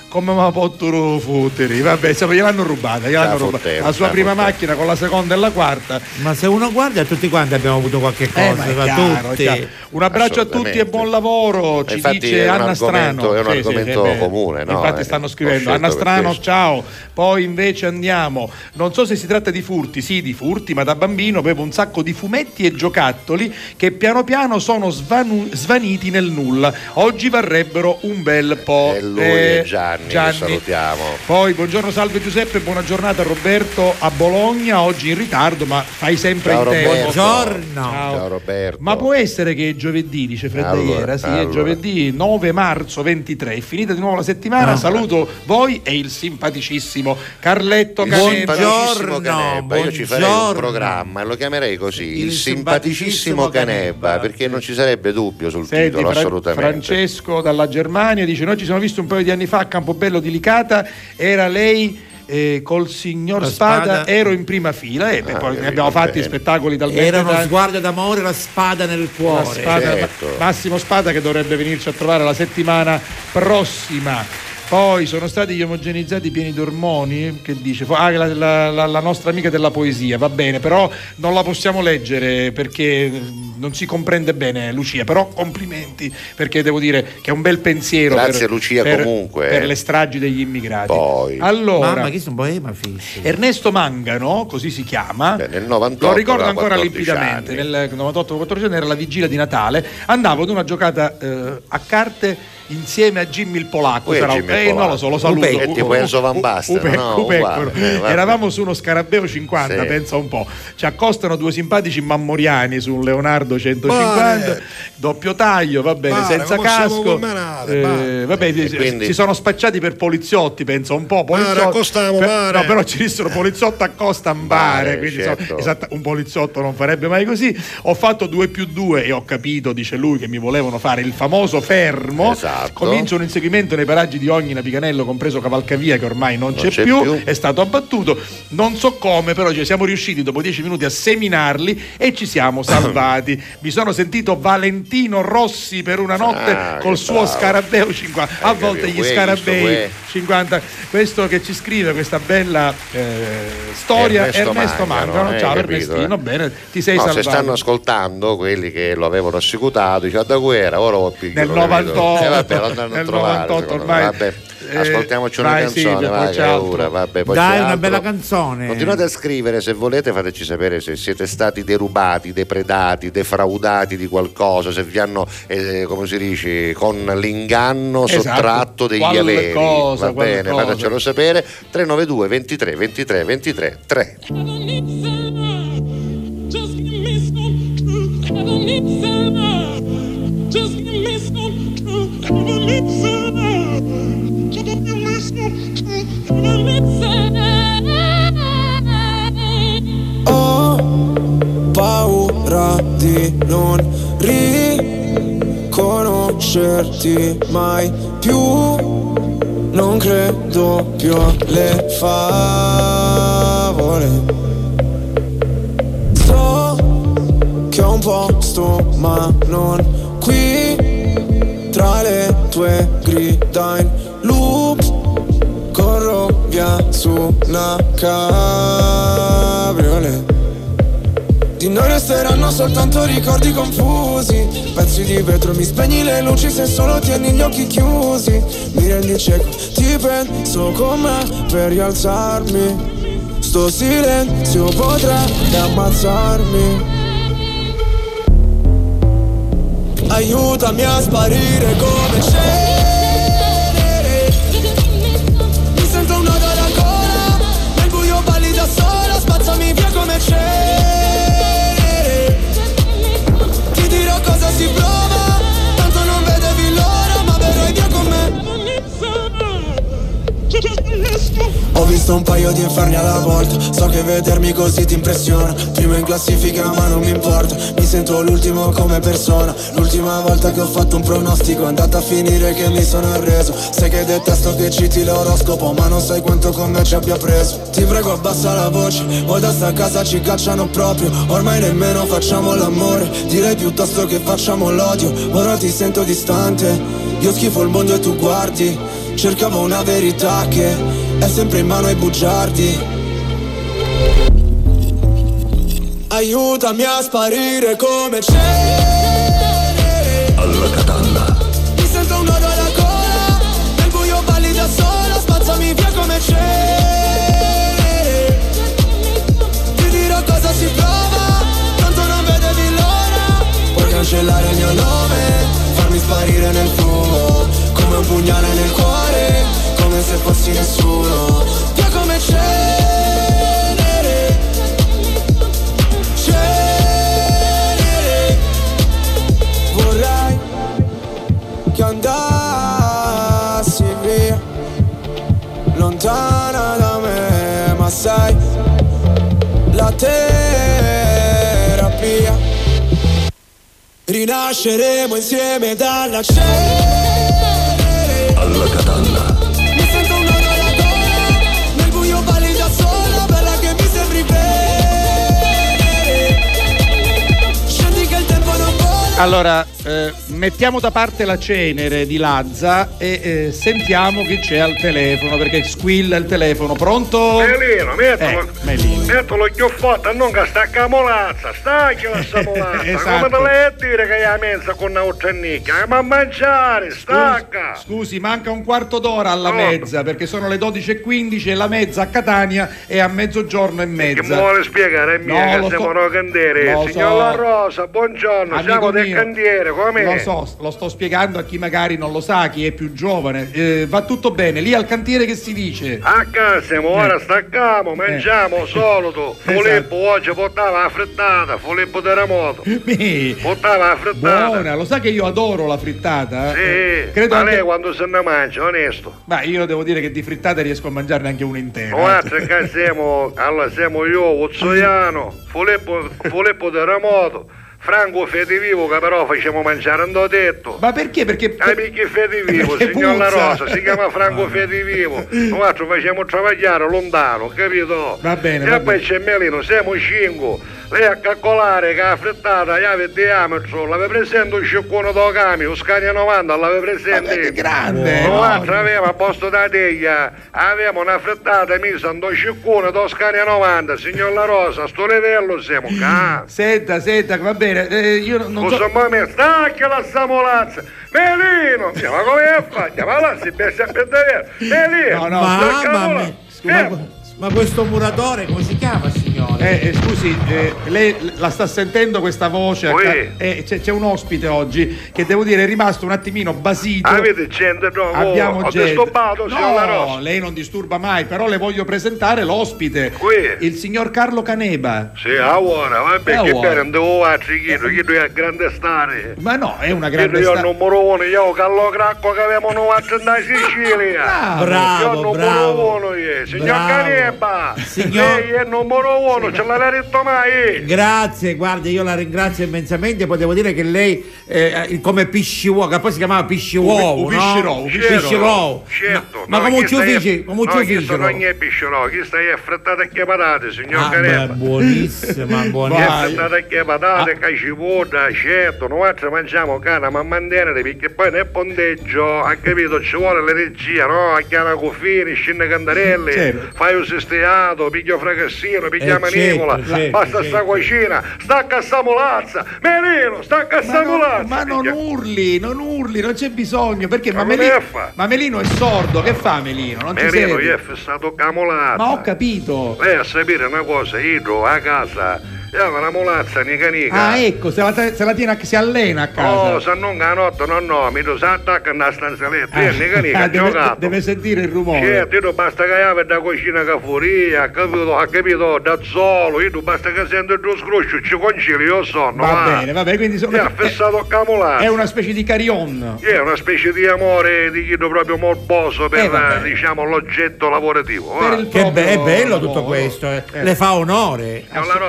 Speaker 4: come mi ha potuto fottere? Vabbè, insomma, gliel'hanno rubata, gliel'hanno rubata. La sua prima macchina con la seconda e la quarta.
Speaker 11: Ma se uno guarda, tutti quanti abbiamo avuto qualche cosa,
Speaker 4: Eh, ma è
Speaker 11: ma
Speaker 4: chiaro,
Speaker 11: tutti.
Speaker 4: è chiaro. Un abbraccio a tutti e buon lavoro, ci
Speaker 3: Infatti
Speaker 4: dice
Speaker 3: è un
Speaker 4: Anna
Speaker 3: argomento-
Speaker 4: Strano.
Speaker 3: è un
Speaker 4: Sì, sì,
Speaker 3: argomento
Speaker 4: eh beh,
Speaker 3: comune, no?
Speaker 4: Infatti
Speaker 3: Eh,
Speaker 4: stanno
Speaker 3: ho
Speaker 4: scrivendo
Speaker 3: scelto
Speaker 4: Anna
Speaker 3: per
Speaker 4: Strano,
Speaker 3: questo.
Speaker 4: ciao. Poi invece andiamo, non so se si tratta di furti, sì di furti, ma da bambino avevo un sacco di fumetti e giocattoli che piano piano sono svanu- svaniti nel nulla. Oggi varrebbero un bel po'.
Speaker 3: E lui
Speaker 4: Eh,
Speaker 3: e Gianni, che salutiamo.
Speaker 4: Poi buongiorno, salve Giuseppe, buona giornata Roberto a Bologna, oggi in ritardo ma fai sempre
Speaker 3: Ciao
Speaker 4: in tempo.
Speaker 3: Roberto.
Speaker 11: Buongiorno.
Speaker 4: Ciao.
Speaker 3: Ciao Roberto.
Speaker 4: Ma può essere che è giovedì, dice Fred
Speaker 3: Allora,
Speaker 4: Iera, sì, è
Speaker 3: allora.
Speaker 4: giovedì nove marzo ventitré, è finita di nuovo la settimana,
Speaker 11: Ah.
Speaker 4: saluto voi e il simpaticissimo Carletto
Speaker 3: Il
Speaker 4: Canebba.
Speaker 3: simpaticissimo Canebba, io ci farei un
Speaker 11: buongiorno.
Speaker 3: programma e lo chiamerei così, il,
Speaker 11: Il
Speaker 3: simpaticissimo
Speaker 11: simpaticissimo
Speaker 3: Canebba,
Speaker 11: Canebba,
Speaker 3: perché non ci sarebbe dubbio sul
Speaker 4: Senti,
Speaker 3: titolo,
Speaker 4: Fra-
Speaker 3: assolutamente.
Speaker 4: Francesco dalla Germania dice: noi ci siamo visti un paio di anni fa a Campobello di Licata, era lei eh, col signor
Speaker 11: La
Speaker 4: Spada,
Speaker 11: Spada.
Speaker 4: ero in prima fila e
Speaker 3: Ah,
Speaker 4: poi
Speaker 3: che
Speaker 4: ne abbiamo fatti
Speaker 3: bene.
Speaker 4: spettacoli talmente
Speaker 11: Era uno
Speaker 4: tanti.
Speaker 11: sguardo d'amore, la spada nel
Speaker 4: La
Speaker 11: cuore.
Speaker 4: Spada-
Speaker 3: certo.
Speaker 4: Massimo Spada che dovrebbe venirci a trovare la settimana prossima. Poi sono stati gli omogenizzati pieni d'ormoni, che dice ah, la, la- la- la nostra amica della poesia, va bene, però non la possiamo leggere perché non si comprende bene Lucia, però complimenti perché devo dire che è un bel pensiero.
Speaker 3: Grazie,
Speaker 4: per,
Speaker 3: Lucia,
Speaker 4: per-
Speaker 3: comunque.
Speaker 4: per le stragi degli immigrati.
Speaker 3: Poi.
Speaker 4: Allora,
Speaker 11: Mamma, che sono poema fissi.
Speaker 4: Ernesto Mangano, così si chiama,
Speaker 3: Beh, nel novantotto
Speaker 4: lo ricordo
Speaker 3: aveva
Speaker 4: ancora
Speaker 3: quattordici
Speaker 4: limpidamente,
Speaker 3: anni.
Speaker 4: nel novantotto quattordici anni era la vigilia di Natale, andavo ad una giocata eh, a carte insieme a Jimmy il polacco,
Speaker 3: Poi è
Speaker 4: sarà-
Speaker 3: Jimmy il
Speaker 4: eh, non
Speaker 3: polacco.
Speaker 4: lo so, lo saluto.
Speaker 3: Upecco. È tipo Enzo Van Basten,
Speaker 4: Upecco,
Speaker 3: no?
Speaker 4: Upecco.
Speaker 3: Uguale, eh, vabbè.
Speaker 4: Eravamo su uno scarabeo cinquanta,
Speaker 3: Sì.
Speaker 4: pensa un po'. Ci accostano due simpatici mammoriani su un Leonardo centocinquanta,
Speaker 7: Pare.
Speaker 4: doppio taglio, va bene,
Speaker 7: Pare,
Speaker 4: senza
Speaker 7: come siamo
Speaker 4: casco.
Speaker 7: commenate,
Speaker 4: Eh,
Speaker 7: pare.
Speaker 4: vabbè, si-
Speaker 3: quindi-
Speaker 4: si sono spacciati per poliziotti, pensa un po'. Poliziotti,
Speaker 7: accostamo,
Speaker 4: per-
Speaker 7: pare.
Speaker 4: no, però ci dissero poliziotto accosta un bare,
Speaker 3: Pare,
Speaker 4: quindi
Speaker 3: certo.
Speaker 4: so- esatta- un poliziotto non farebbe mai così. Ho fatto due più due e ho capito, dice lui, che mi volevano fare il famoso fermo.
Speaker 3: Esatto.
Speaker 4: Comincia un inseguimento nei paraggi di Ognina, Picanello, compreso Cavalcavia, che ormai non,
Speaker 3: Non
Speaker 4: c'è,
Speaker 3: c'è
Speaker 4: più,
Speaker 3: più.
Speaker 4: è stato abbattuto. Non so come, però cioè, siamo riusciti dopo dieci minuti a seminarli e ci siamo salvati. Mi sono sentito Valentino Rossi per una notte
Speaker 3: Ah,
Speaker 4: col
Speaker 3: che
Speaker 4: suo
Speaker 3: bravo.
Speaker 4: scarabeo cinquanta. A
Speaker 3: Hai
Speaker 4: volte
Speaker 3: capito?
Speaker 4: gli
Speaker 3: Uè,
Speaker 4: scarabei
Speaker 3: questo, uè.
Speaker 4: cinquanta. Questo che ci scrive questa bella eh, storia,
Speaker 3: Ernesto
Speaker 4: Ernesto,
Speaker 3: Mangano,
Speaker 4: Mangano.
Speaker 3: hai
Speaker 4: Ciao
Speaker 3: capito,
Speaker 4: Ernestino,
Speaker 3: eh?
Speaker 4: bene, ti sei
Speaker 3: No, se
Speaker 4: salvato.
Speaker 3: stanno ascoltando quelli che lo avevano assicurato, dice da guerra, ora ho più
Speaker 4: Nel novantotto,
Speaker 3: eh, vabbè, lo andranno a
Speaker 4: nel
Speaker 3: trovare,
Speaker 4: novantotto
Speaker 3: secondo
Speaker 4: ormai.
Speaker 3: me. Vabbè,
Speaker 4: Eh,
Speaker 3: ascoltiamoci una
Speaker 4: vai,
Speaker 3: canzone,
Speaker 4: Silvia,
Speaker 3: vai,
Speaker 4: poi
Speaker 3: che
Speaker 4: c'è
Speaker 3: è
Speaker 4: altro.
Speaker 3: ora, vabbè, poi
Speaker 11: Dai,
Speaker 3: c'è
Speaker 11: una
Speaker 3: altro.
Speaker 11: bella canzone.
Speaker 3: Continuate a scrivere, se volete fateci sapere se siete stati derubati, depredati, defraudati di qualcosa, se vi hanno, eh, come si dice, con l'inganno
Speaker 4: Esatto.
Speaker 3: sottratto degli
Speaker 4: Qualcosa,
Speaker 3: averi. Va bene,
Speaker 4: qualcosa.
Speaker 3: fatecelo sapere. tre nove due ventitré ventitré ventitré tre.
Speaker 5: Just give me some truth. I don't need some love. Just give me some truth. I don't need some love. Just give me some truth. I don't need some love. Ho paura di non riconoscerti mai più. Non credo più alle favole. Che ho un posto ma non qui. Tra le tue grida in loop corro via su una cabriolet. Di noi resteranno soltanto ricordi confusi. Pezzi di vetro, mi spegni le luci se solo tieni gli occhi chiusi. Mi rendi cieco, ti penso con me per rialzarmi. Sto silenzio potrebbe ammazzarmi. Aiutami a sparire come cenere. Mi sento un nodo alla gola. Nel buio balli da sola. Spazzami via come cenere. Ti dirò cosa si prova. Tanto non vedevi l'ora. Ma verrai via con me. Ho visto un paio di inferni alla volta. So che vedermi così ti impressiona. Primo in classifica ma non mi importa. Mi sento l'ultimo come persona. L'ultima volta che ho fatto un pronostico è andata a finire che mi sono arreso. Sai che detesto che citi l'oroscopo, ma non sai quanto con me ci abbia preso. Ti prego abbassa la voce, o da sta casa ci cacciano proprio. Ormai nemmeno facciamo l'amore, direi piuttosto che facciamo l'odio. Ora ti sento distante, io schifo il mondo e tu guardi.
Speaker 8: cercavo una verità che è sempre in mano ai bugiardi. Aiutami a sparire come c'è
Speaker 6: alla Catalla.
Speaker 8: Mi sento un nodo alla gola, nel buio balli da sola, spazzami via come c'è. Ti dirò cosa si prova, tanto non vedevi l'ora. Puoi cancellare il mio nome, farmi sparire nel fumo, come un pugnale nel cuore, come se fossi nessuno. Via come c'è. Che andassi via, lontana da me, ma sai, la terapia, rinasceremo insieme dalla cenere
Speaker 6: alla Catalla.
Speaker 8: Mi sento un nodo alla gola, nel buio balli da sola, bella che mi sembri venere. Scendi che il tempo non vola.
Speaker 4: Allora, eh, mettiamo da parte la cenere di Lazza e eh, sentiamo chi c'è al telefono, perché squilla il telefono. Pronto?
Speaker 12: Melino, mettilo,
Speaker 4: eh, Melino.
Speaker 12: mettilo che ho fatto, non che sta camolazza, stacchi la samolazza.
Speaker 4: Esatto.
Speaker 12: Come te l'hai a dire che hai a mezza con un'altra nicchia? Ma a mangiare, stacca!
Speaker 4: Scusi, scusi, manca un quarto d'ora alla
Speaker 12: No.
Speaker 4: mezza, perché sono le dodici e quindici e la mezza a Catania è a mezzogiorno e mezza.
Speaker 12: Che mi vuole spiegare a me
Speaker 4: No,
Speaker 12: che
Speaker 4: lo
Speaker 12: siamo
Speaker 4: sto-
Speaker 12: noi cantieri?
Speaker 4: lo
Speaker 12: Signor
Speaker 4: so.
Speaker 12: La Rosa, buongiorno,
Speaker 4: Amico
Speaker 12: siamo del
Speaker 4: mio,
Speaker 12: cantiere, come?
Speaker 4: Lo so, lo sto spiegando a chi magari non lo sa, chi è più giovane. Eh, va tutto bene, lì al cantiere che si dice?
Speaker 12: A casa siamo, ora
Speaker 4: Eh.
Speaker 12: staccamo, mangiamo, solito. Filippo
Speaker 4: Esatto.
Speaker 12: oggi portava la frittata, Filippo Terremoto.
Speaker 4: Mi.
Speaker 12: Portava la frittata.
Speaker 4: Buona, lo sa che io adoro la frittata?
Speaker 12: Sì,
Speaker 4: Eh, credo
Speaker 12: ma
Speaker 4: anche...
Speaker 12: lei quando se ne mangia, onesto.
Speaker 4: Ma io devo dire che di frittata riesco a mangiarne anche una intera.
Speaker 12: Guarda che siamo, allora siamo io, Uzzoiano, Filippo, Filippo Terremoto, Franco Fedivivo che però facciamo mangiare, non t'ho detto.
Speaker 4: Ma perché? Perché...
Speaker 12: Amici Fedivivo,
Speaker 4: Perché
Speaker 12: signor La
Speaker 4: puzza.
Speaker 12: Rosa, si chiama Franco Fedivivo. Noi facciamo travagliare lontano, capito?
Speaker 4: Va bene,
Speaker 12: E
Speaker 4: va
Speaker 12: poi
Speaker 4: bene.
Speaker 12: c'è Melino, siamo cinque. Lei a calcolare che la frittata ave diametro, l'ave presente un sciccone da camion, Scania novanta, l'ave presente.
Speaker 4: Ma che grande!
Speaker 12: Noi
Speaker 4: no?
Speaker 12: avevamo a posto da teglia, avevamo una frittata messa in due sciccone da Scania novanta, signor La Rosa, a sto livello siamo ca.
Speaker 4: Senta, senta, va bene, eh, io non
Speaker 12: Scusa,
Speaker 4: so...
Speaker 12: ma me stacca la samolazza! Melino! Ma come fa? Ma là si pensa a vedere! Melino!
Speaker 4: No, no,
Speaker 12: stacca
Speaker 11: Mamma
Speaker 12: la-
Speaker 11: mia, ma, ma questo muratore come si chiama, signore?
Speaker 4: Eh, eh, scusi, eh, lei la sta sentendo questa voce?
Speaker 12: Sì.
Speaker 4: Eh, c'è, c'è un ospite oggi che devo dire è rimasto un attimino basito.
Speaker 12: Avete gente no?
Speaker 4: Abbiamo
Speaker 12: ho
Speaker 4: gente.
Speaker 12: disturbato, signor La
Speaker 4: No,
Speaker 12: Rosa.
Speaker 4: lei non disturba mai, però le voglio presentare l'ospite.
Speaker 12: Qui.
Speaker 4: Il signor Carlo Caneba.
Speaker 12: Sì, ora, vabbè,
Speaker 4: Eh,
Speaker 12: che
Speaker 4: ora.
Speaker 12: bene, devo farci chiedo, chiedo è grande stare.
Speaker 4: Ma no, è una
Speaker 12: Chiedo
Speaker 4: grande
Speaker 12: io
Speaker 4: sta-
Speaker 12: numero uno, io Carlo Cracco che avevamo novanta in Sicilia.
Speaker 11: Bravo,
Speaker 12: io numero
Speaker 11: bravo.
Speaker 12: uno, io. Signor
Speaker 11: Bravo.
Speaker 12: Caneba,
Speaker 11: Signor-
Speaker 12: lei è numero uno, ce l'ha detto mai.
Speaker 11: Grazie, guardi, io la ringrazio immensamente. Potevo dire che lei, eh, come pisciuovo, che poi si chiamava pisciuovo,
Speaker 4: Un
Speaker 11: no?
Speaker 4: piscirovo, un
Speaker 11: piscirovo.
Speaker 12: Certo,
Speaker 11: Ma, ma
Speaker 12: no,
Speaker 11: come
Speaker 12: chi
Speaker 11: ci
Speaker 12: stai-
Speaker 11: uffici? Come ci
Speaker 12: no,
Speaker 11: uffici?
Speaker 12: questo non è piscirovo, chi stai affrettato a che patate, signor
Speaker 11: Ah, beh,
Speaker 12: Caneba.
Speaker 11: buonissima,
Speaker 12: Che
Speaker 11: buonissima.
Speaker 12: affrettato a che patate, cacipoda, certo, noi altri mangiamo canna, ma mantenere perché poi nel ponteggio, ha capito, ci vuole l'energia, no? A chiama cuffini, scende candarelli,
Speaker 4: Certo.
Speaker 12: fai un sistiato, piglio fracassino, piglia
Speaker 11: Eh,
Speaker 12: manicola,
Speaker 11: certo, certo,
Speaker 12: basta
Speaker 11: certo.
Speaker 12: sta cucina, stacca sta molazza, Merino, stacca
Speaker 4: Ma,
Speaker 12: sta
Speaker 4: non,
Speaker 12: molazza.
Speaker 4: ma non
Speaker 12: Piglia-
Speaker 4: urli, non urli, non c'è bisogno, perché
Speaker 12: Ma
Speaker 4: ma
Speaker 12: come
Speaker 4: Melino,
Speaker 12: fa?
Speaker 4: ma Melino è sordo, che fa Melino? Non ci
Speaker 12: Merino,
Speaker 4: sente.
Speaker 12: io è fissato camolazza.
Speaker 4: Ma ho capito.
Speaker 12: Lei a sapere una cosa, io a casa, io avevo una molazza nica nica.
Speaker 4: Ah, ecco, se la, se la tiene a, si allena a casa.
Speaker 12: Oh, se non che la notte non no, mi tu si attacca nella stanzaletta, io nica nica,
Speaker 4: Ah,
Speaker 12: ha
Speaker 4: deve,
Speaker 12: giocato.
Speaker 4: deve sentire il rumore.
Speaker 12: Certo, io tu basta che io da cucina che fuori, ha capito, ha capito, da solo, io tu basta che sento il tuo scruscio, ci concili, io sono,
Speaker 4: Va
Speaker 12: va.
Speaker 4: bene, va bene, quindi sono,
Speaker 12: Io ha fissato camolazza.
Speaker 4: è una specie di carion.
Speaker 12: È una specie di amore di chi proprio morboso per,
Speaker 4: Eh, vabbè.
Speaker 12: diciamo, l'oggetto lavorativo.
Speaker 4: Per
Speaker 12: va.
Speaker 4: il
Speaker 11: Che be- è
Speaker 4: proprio
Speaker 11: bello tutto
Speaker 4: lavoro.
Speaker 11: questo, eh.
Speaker 4: Eh.
Speaker 11: Le fa onore.
Speaker 12: Signor La Rosa, ce la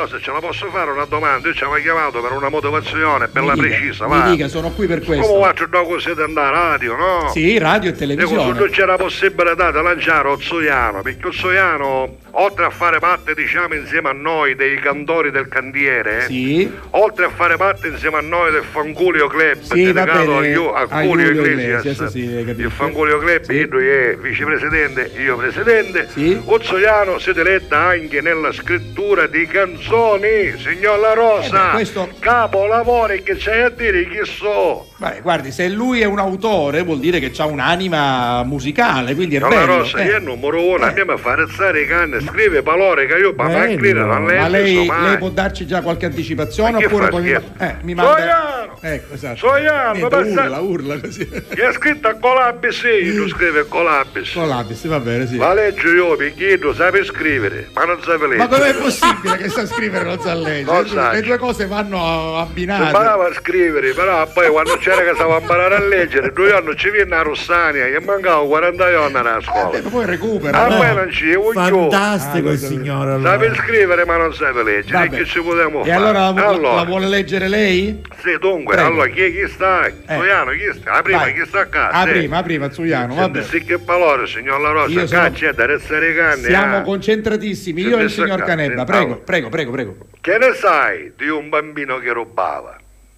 Speaker 12: posso fare una domanda? Io ci avevo chiamato per una motivazione bella
Speaker 4: Mi dica,
Speaker 12: precisa,
Speaker 4: mi
Speaker 12: va.
Speaker 4: dica, sono qui per questo.
Speaker 12: Come faccio da così di andare a radio, no?
Speaker 4: Sì, radio e
Speaker 12: Ecco,
Speaker 4: televisione.
Speaker 12: non c'era possibilità di lanciare Ozzoiano, perché Ozzoiano, oltre a fare parte, diciamo, insieme a noi dei cantori del cantiere,
Speaker 4: Sì.
Speaker 12: oltre a fare parte insieme a noi del Fanculio Club,
Speaker 4: Sì, va
Speaker 12: dedicato
Speaker 4: bene,
Speaker 12: a, Io- a
Speaker 4: a
Speaker 12: Julio
Speaker 4: Julio
Speaker 12: Iglesias,
Speaker 4: Iglesias, sì, hai capito.
Speaker 12: il Fanculio Club,
Speaker 4: Sì.
Speaker 12: io è vicepresidente, io presidente.
Speaker 4: Sì.
Speaker 12: Ozzoiano si diletta anche nella scrittura di canzoni, signor La Rosa.
Speaker 4: Eh beh, questo-
Speaker 12: Capolavori che c'hai a dire chi so.
Speaker 4: Beh, guardi, se lui è un autore vuol dire che ha un'anima musicale, quindi è
Speaker 12: Signor La
Speaker 4: bello.
Speaker 12: Rosa,
Speaker 4: eh.
Speaker 12: io è numero uno, andiamo a fare alzare i canne, scrive parole che io ma
Speaker 11: Bello.
Speaker 12: scrivere non le
Speaker 4: Ma lei,
Speaker 12: mai.
Speaker 4: lei può darci già qualche anticipazione
Speaker 12: Ma che
Speaker 4: oppure
Speaker 12: fa
Speaker 4: poi mi,
Speaker 12: schifo?
Speaker 4: eh, mi manda.
Speaker 12: Soiano!
Speaker 4: Ecco, esatto.
Speaker 12: Soiano,
Speaker 4: Niente,
Speaker 12: basta-
Speaker 4: urla, urla così.
Speaker 12: Che è scritto a Colabis, tu scrive Colabis.
Speaker 4: Colabis, va bene, sì.
Speaker 12: La leggo io perché tu sai scrivere, ma non sai leggere.
Speaker 4: Ma com'è possibile che sa scrivere e non sa leggere?
Speaker 12: Non sa.
Speaker 4: Le due cose vanno abbinate.
Speaker 12: Imparava a scrivere, però poi quando c'era che stava a imparare a leggere, due anni ci viene a Rossania, che mancava quaranta anni alla scuola.
Speaker 4: Eh, poi recupera.
Speaker 12: A
Speaker 4: no?
Speaker 12: me non ci vuoi
Speaker 11: Fantastico
Speaker 4: Ah,
Speaker 11: il
Speaker 4: lo
Speaker 11: signore. allora.
Speaker 12: Sape scrivere ma non sape leggere,
Speaker 4: Vabbè.
Speaker 12: che ci potremmo
Speaker 4: E
Speaker 12: fare?
Speaker 4: allora la, vu-
Speaker 12: Allora,
Speaker 4: la vuole leggere lei?
Speaker 12: sì, dunque,
Speaker 4: Prego.
Speaker 12: allora chi, chi sta? Soiano, chi sta? La prima,
Speaker 4: Vai.
Speaker 12: chi sta a casa?
Speaker 4: Ah, prima, prima, Zuliano, vabbè.
Speaker 12: Sì, che valore, signor La Rosa,
Speaker 4: Io sono-
Speaker 12: caccia da restare canne.
Speaker 4: Siamo
Speaker 12: eh.
Speaker 4: concentratissimi,
Speaker 12: Sì,
Speaker 4: io e il
Speaker 12: sì,
Speaker 4: signor
Speaker 12: sì,
Speaker 4: Canebba.
Speaker 12: sì,
Speaker 4: Prego,
Speaker 12: allora.
Speaker 4: prego, prego, prego.
Speaker 12: Che ne sai di un bambino che rubava?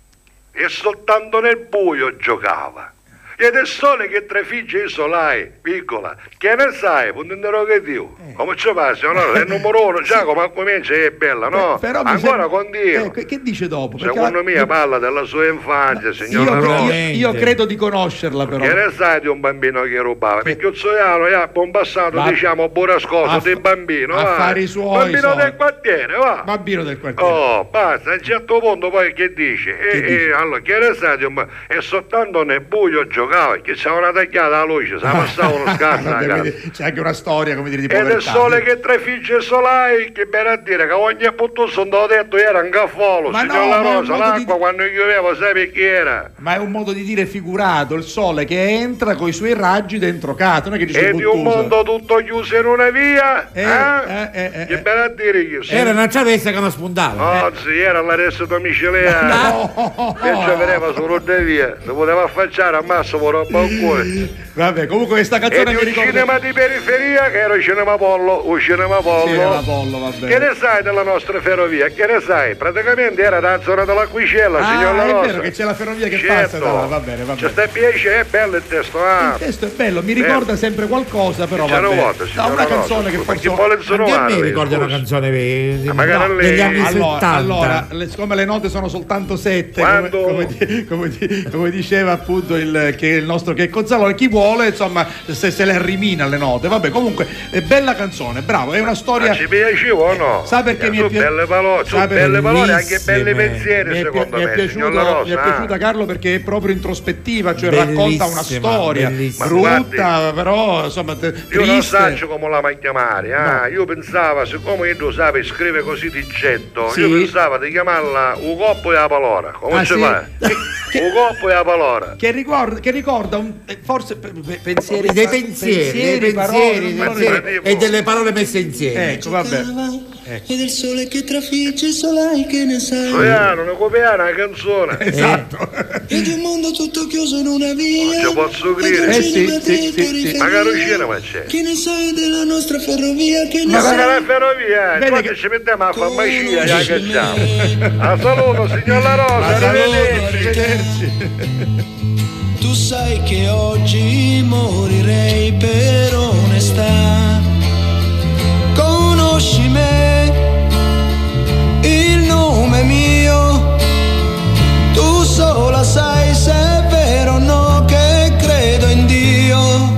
Speaker 12: E soltanto nel buio giocava. Ed è sole che tre figlie isolai, piccola. Che ne sai, punto interrogativo.
Speaker 4: Eh.
Speaker 12: Come ci passa? No? È il numero uno, già come comincia è bella, no?
Speaker 4: Però mi
Speaker 12: Ancora
Speaker 4: sembra-
Speaker 12: continua.
Speaker 4: Eh, che- che dice dopo? Perché
Speaker 12: Secondo
Speaker 4: la-
Speaker 12: me parla della sua infanzia, signor
Speaker 4: io,
Speaker 12: La Rosa.
Speaker 4: io- io credo di conoscerla però.
Speaker 12: Che ne sai di un bambino che rubava? Perché Ozzoiano ha un passato,
Speaker 4: Va-
Speaker 12: diciamo, burrascoso
Speaker 4: aff-
Speaker 12: di bambino. va.
Speaker 4: affari suoi,
Speaker 12: Bambino
Speaker 4: soldi.
Speaker 12: del quartiere, va.
Speaker 4: Bambino del quartiere.
Speaker 12: Oh, basta, a un certo punto poi che dice? E,
Speaker 4: Che
Speaker 12: e
Speaker 4: dice?
Speaker 12: allora, che ne sai di un bambino? E soltanto nel buio giocava, che c'era una tagliata la luce, si passava uno scarso a
Speaker 4: Vabbè,
Speaker 12: casa.
Speaker 4: quindi c'è anche una storia, come dire, di
Speaker 12: Ed è
Speaker 4: povertà.
Speaker 12: sole che tre figlie solai, che bene a dire che ogni punto sono detto era un caffolo,
Speaker 4: Ma
Speaker 12: signor
Speaker 4: no,
Speaker 12: La
Speaker 4: ma è un
Speaker 12: Rosa,
Speaker 4: modo
Speaker 12: l'acqua
Speaker 4: di-
Speaker 12: quando pioveva sai chi era?
Speaker 4: Ma è un modo di dire figurato, il sole che entra con i suoi raggi dentro casa, non è che dice
Speaker 12: E di un
Speaker 4: Buttusa.
Speaker 12: mondo tutto chiuso in una via,
Speaker 4: Eh,
Speaker 12: eh?
Speaker 4: eh, eh, eh,
Speaker 12: Che
Speaker 4: eh.
Speaker 12: bene a dire io sì.
Speaker 11: Era una ciavessa che non spuntava.
Speaker 12: Oh, sì, era l'arresto domiciliare.
Speaker 4: No.
Speaker 12: Che ci vedeva su rotta via, si poteva affacciare a massimo roba al cuore.
Speaker 4: Vabbè, comunque questa
Speaker 12: E
Speaker 4: canzone
Speaker 12: di
Speaker 4: mi
Speaker 12: un
Speaker 4: ricorda
Speaker 12: cinema di periferia che era il cinema Pollo, un cinema Pollo.
Speaker 4: Cinema Pollo, va bene.
Speaker 12: Che ne sai della nostra ferrovia? Che ne sai? Praticamente era da zona dell'Aquicella,
Speaker 4: Ah,
Speaker 12: signor La
Speaker 4: è
Speaker 12: Rosa.
Speaker 4: vero che c'è la ferrovia che
Speaker 12: Certo.
Speaker 4: passa da là, va bene, va
Speaker 12: Ci
Speaker 4: bene.
Speaker 12: sta piace, è bello il testo, ah.
Speaker 4: Il testo è bello, mi ricorda sempre qualcosa, però va
Speaker 12: C'era
Speaker 4: bene.
Speaker 12: vuoto,
Speaker 4: Da
Speaker 12: signor
Speaker 4: una
Speaker 12: La Rosa,
Speaker 4: canzone che
Speaker 12: perché
Speaker 4: forse
Speaker 12: vuole
Speaker 11: Anche a
Speaker 12: insinuare,
Speaker 11: me ricorda una
Speaker 12: scusi.
Speaker 11: canzone eh,
Speaker 12: Ma magari
Speaker 11: no,
Speaker 12: lei-
Speaker 11: degli anni
Speaker 4: Allora,
Speaker 11: settanta.
Speaker 4: allora, le- siccome le note sono soltanto sette, come,
Speaker 12: Quando-
Speaker 4: come di- come di- come diceva appunto il, che il nostro Checco Zalone, chi vuole, insomma, se, se le arrimina le note. Vabbè, comunque, è bella canzone, bravo, è una storia.
Speaker 12: Ma ci piaceva o no?
Speaker 4: Sa perché
Speaker 12: Eh,
Speaker 4: mi è
Speaker 12: sono
Speaker 4: pi-
Speaker 12: belle parole,
Speaker 4: sa
Speaker 12: sono
Speaker 4: perché-
Speaker 12: belle parole e anche belli
Speaker 11: bellissime.
Speaker 12: pensieri
Speaker 4: Mi è, pi-
Speaker 12: secondo
Speaker 4: mi è
Speaker 12: me, signor La
Speaker 4: piaciuta,
Speaker 12: Rosa.
Speaker 4: mi è
Speaker 12: ah.
Speaker 4: piaciuta Carlo perché è proprio introspettiva, cioè racconta una
Speaker 11: Bellissima,
Speaker 4: storia
Speaker 11: bellissima.
Speaker 4: brutta, però insomma te-
Speaker 12: Io non
Speaker 4: triste.
Speaker 12: so come la mai chiamare, ah. Io pensavo, siccome io lo sape scrive così di getto,
Speaker 4: Sì.
Speaker 12: io pensavo di chiamarla Un coppo e la palora. Come
Speaker 4: Ah,
Speaker 12: ci
Speaker 4: sì?
Speaker 12: fa? Un coppo e la palora.
Speaker 4: Che ricorda, che ricorda un, eh, forse pe- pe- pensieri,
Speaker 11: dei pensieri, dei
Speaker 4: parole,
Speaker 11: pensieri,
Speaker 4: non
Speaker 11: dei
Speaker 4: me lo
Speaker 11: pensieri
Speaker 4: ricordo.
Speaker 11: e delle parole messe insieme.
Speaker 4: Ecco, vabbè.
Speaker 10: E del sole che trafigge solai che ne sai.
Speaker 12: Soiano, una copiana, una canzone.
Speaker 4: Esatto.
Speaker 10: E di un mondo tutto chiuso in una via.
Speaker 12: Non ci posso
Speaker 10: E
Speaker 12: credere.
Speaker 10: di un
Speaker 4: Eh, sì,
Speaker 10: cinema
Speaker 4: sì,
Speaker 10: di
Speaker 4: sì, sì.
Speaker 10: periferia.
Speaker 12: Magari un cinema c'è.
Speaker 10: Che ne sai della nostra ferrovia? Che ne
Speaker 12: Ma
Speaker 10: sai?
Speaker 12: la ferrovia,
Speaker 4: Vede
Speaker 12: quando
Speaker 4: che-
Speaker 12: ci mettiamo a farmacia, la
Speaker 10: Conosci
Speaker 12: cacciamo.
Speaker 10: me.
Speaker 12: A saluto, signor La Rosa,
Speaker 4: Ma saluto,
Speaker 12: arrivederci.
Speaker 4: arrivederci.
Speaker 10: Tu sai che oggi morirei per onestà. Conosci me, il nome mio. Tu sola sai se è vero o no che credo in Dio.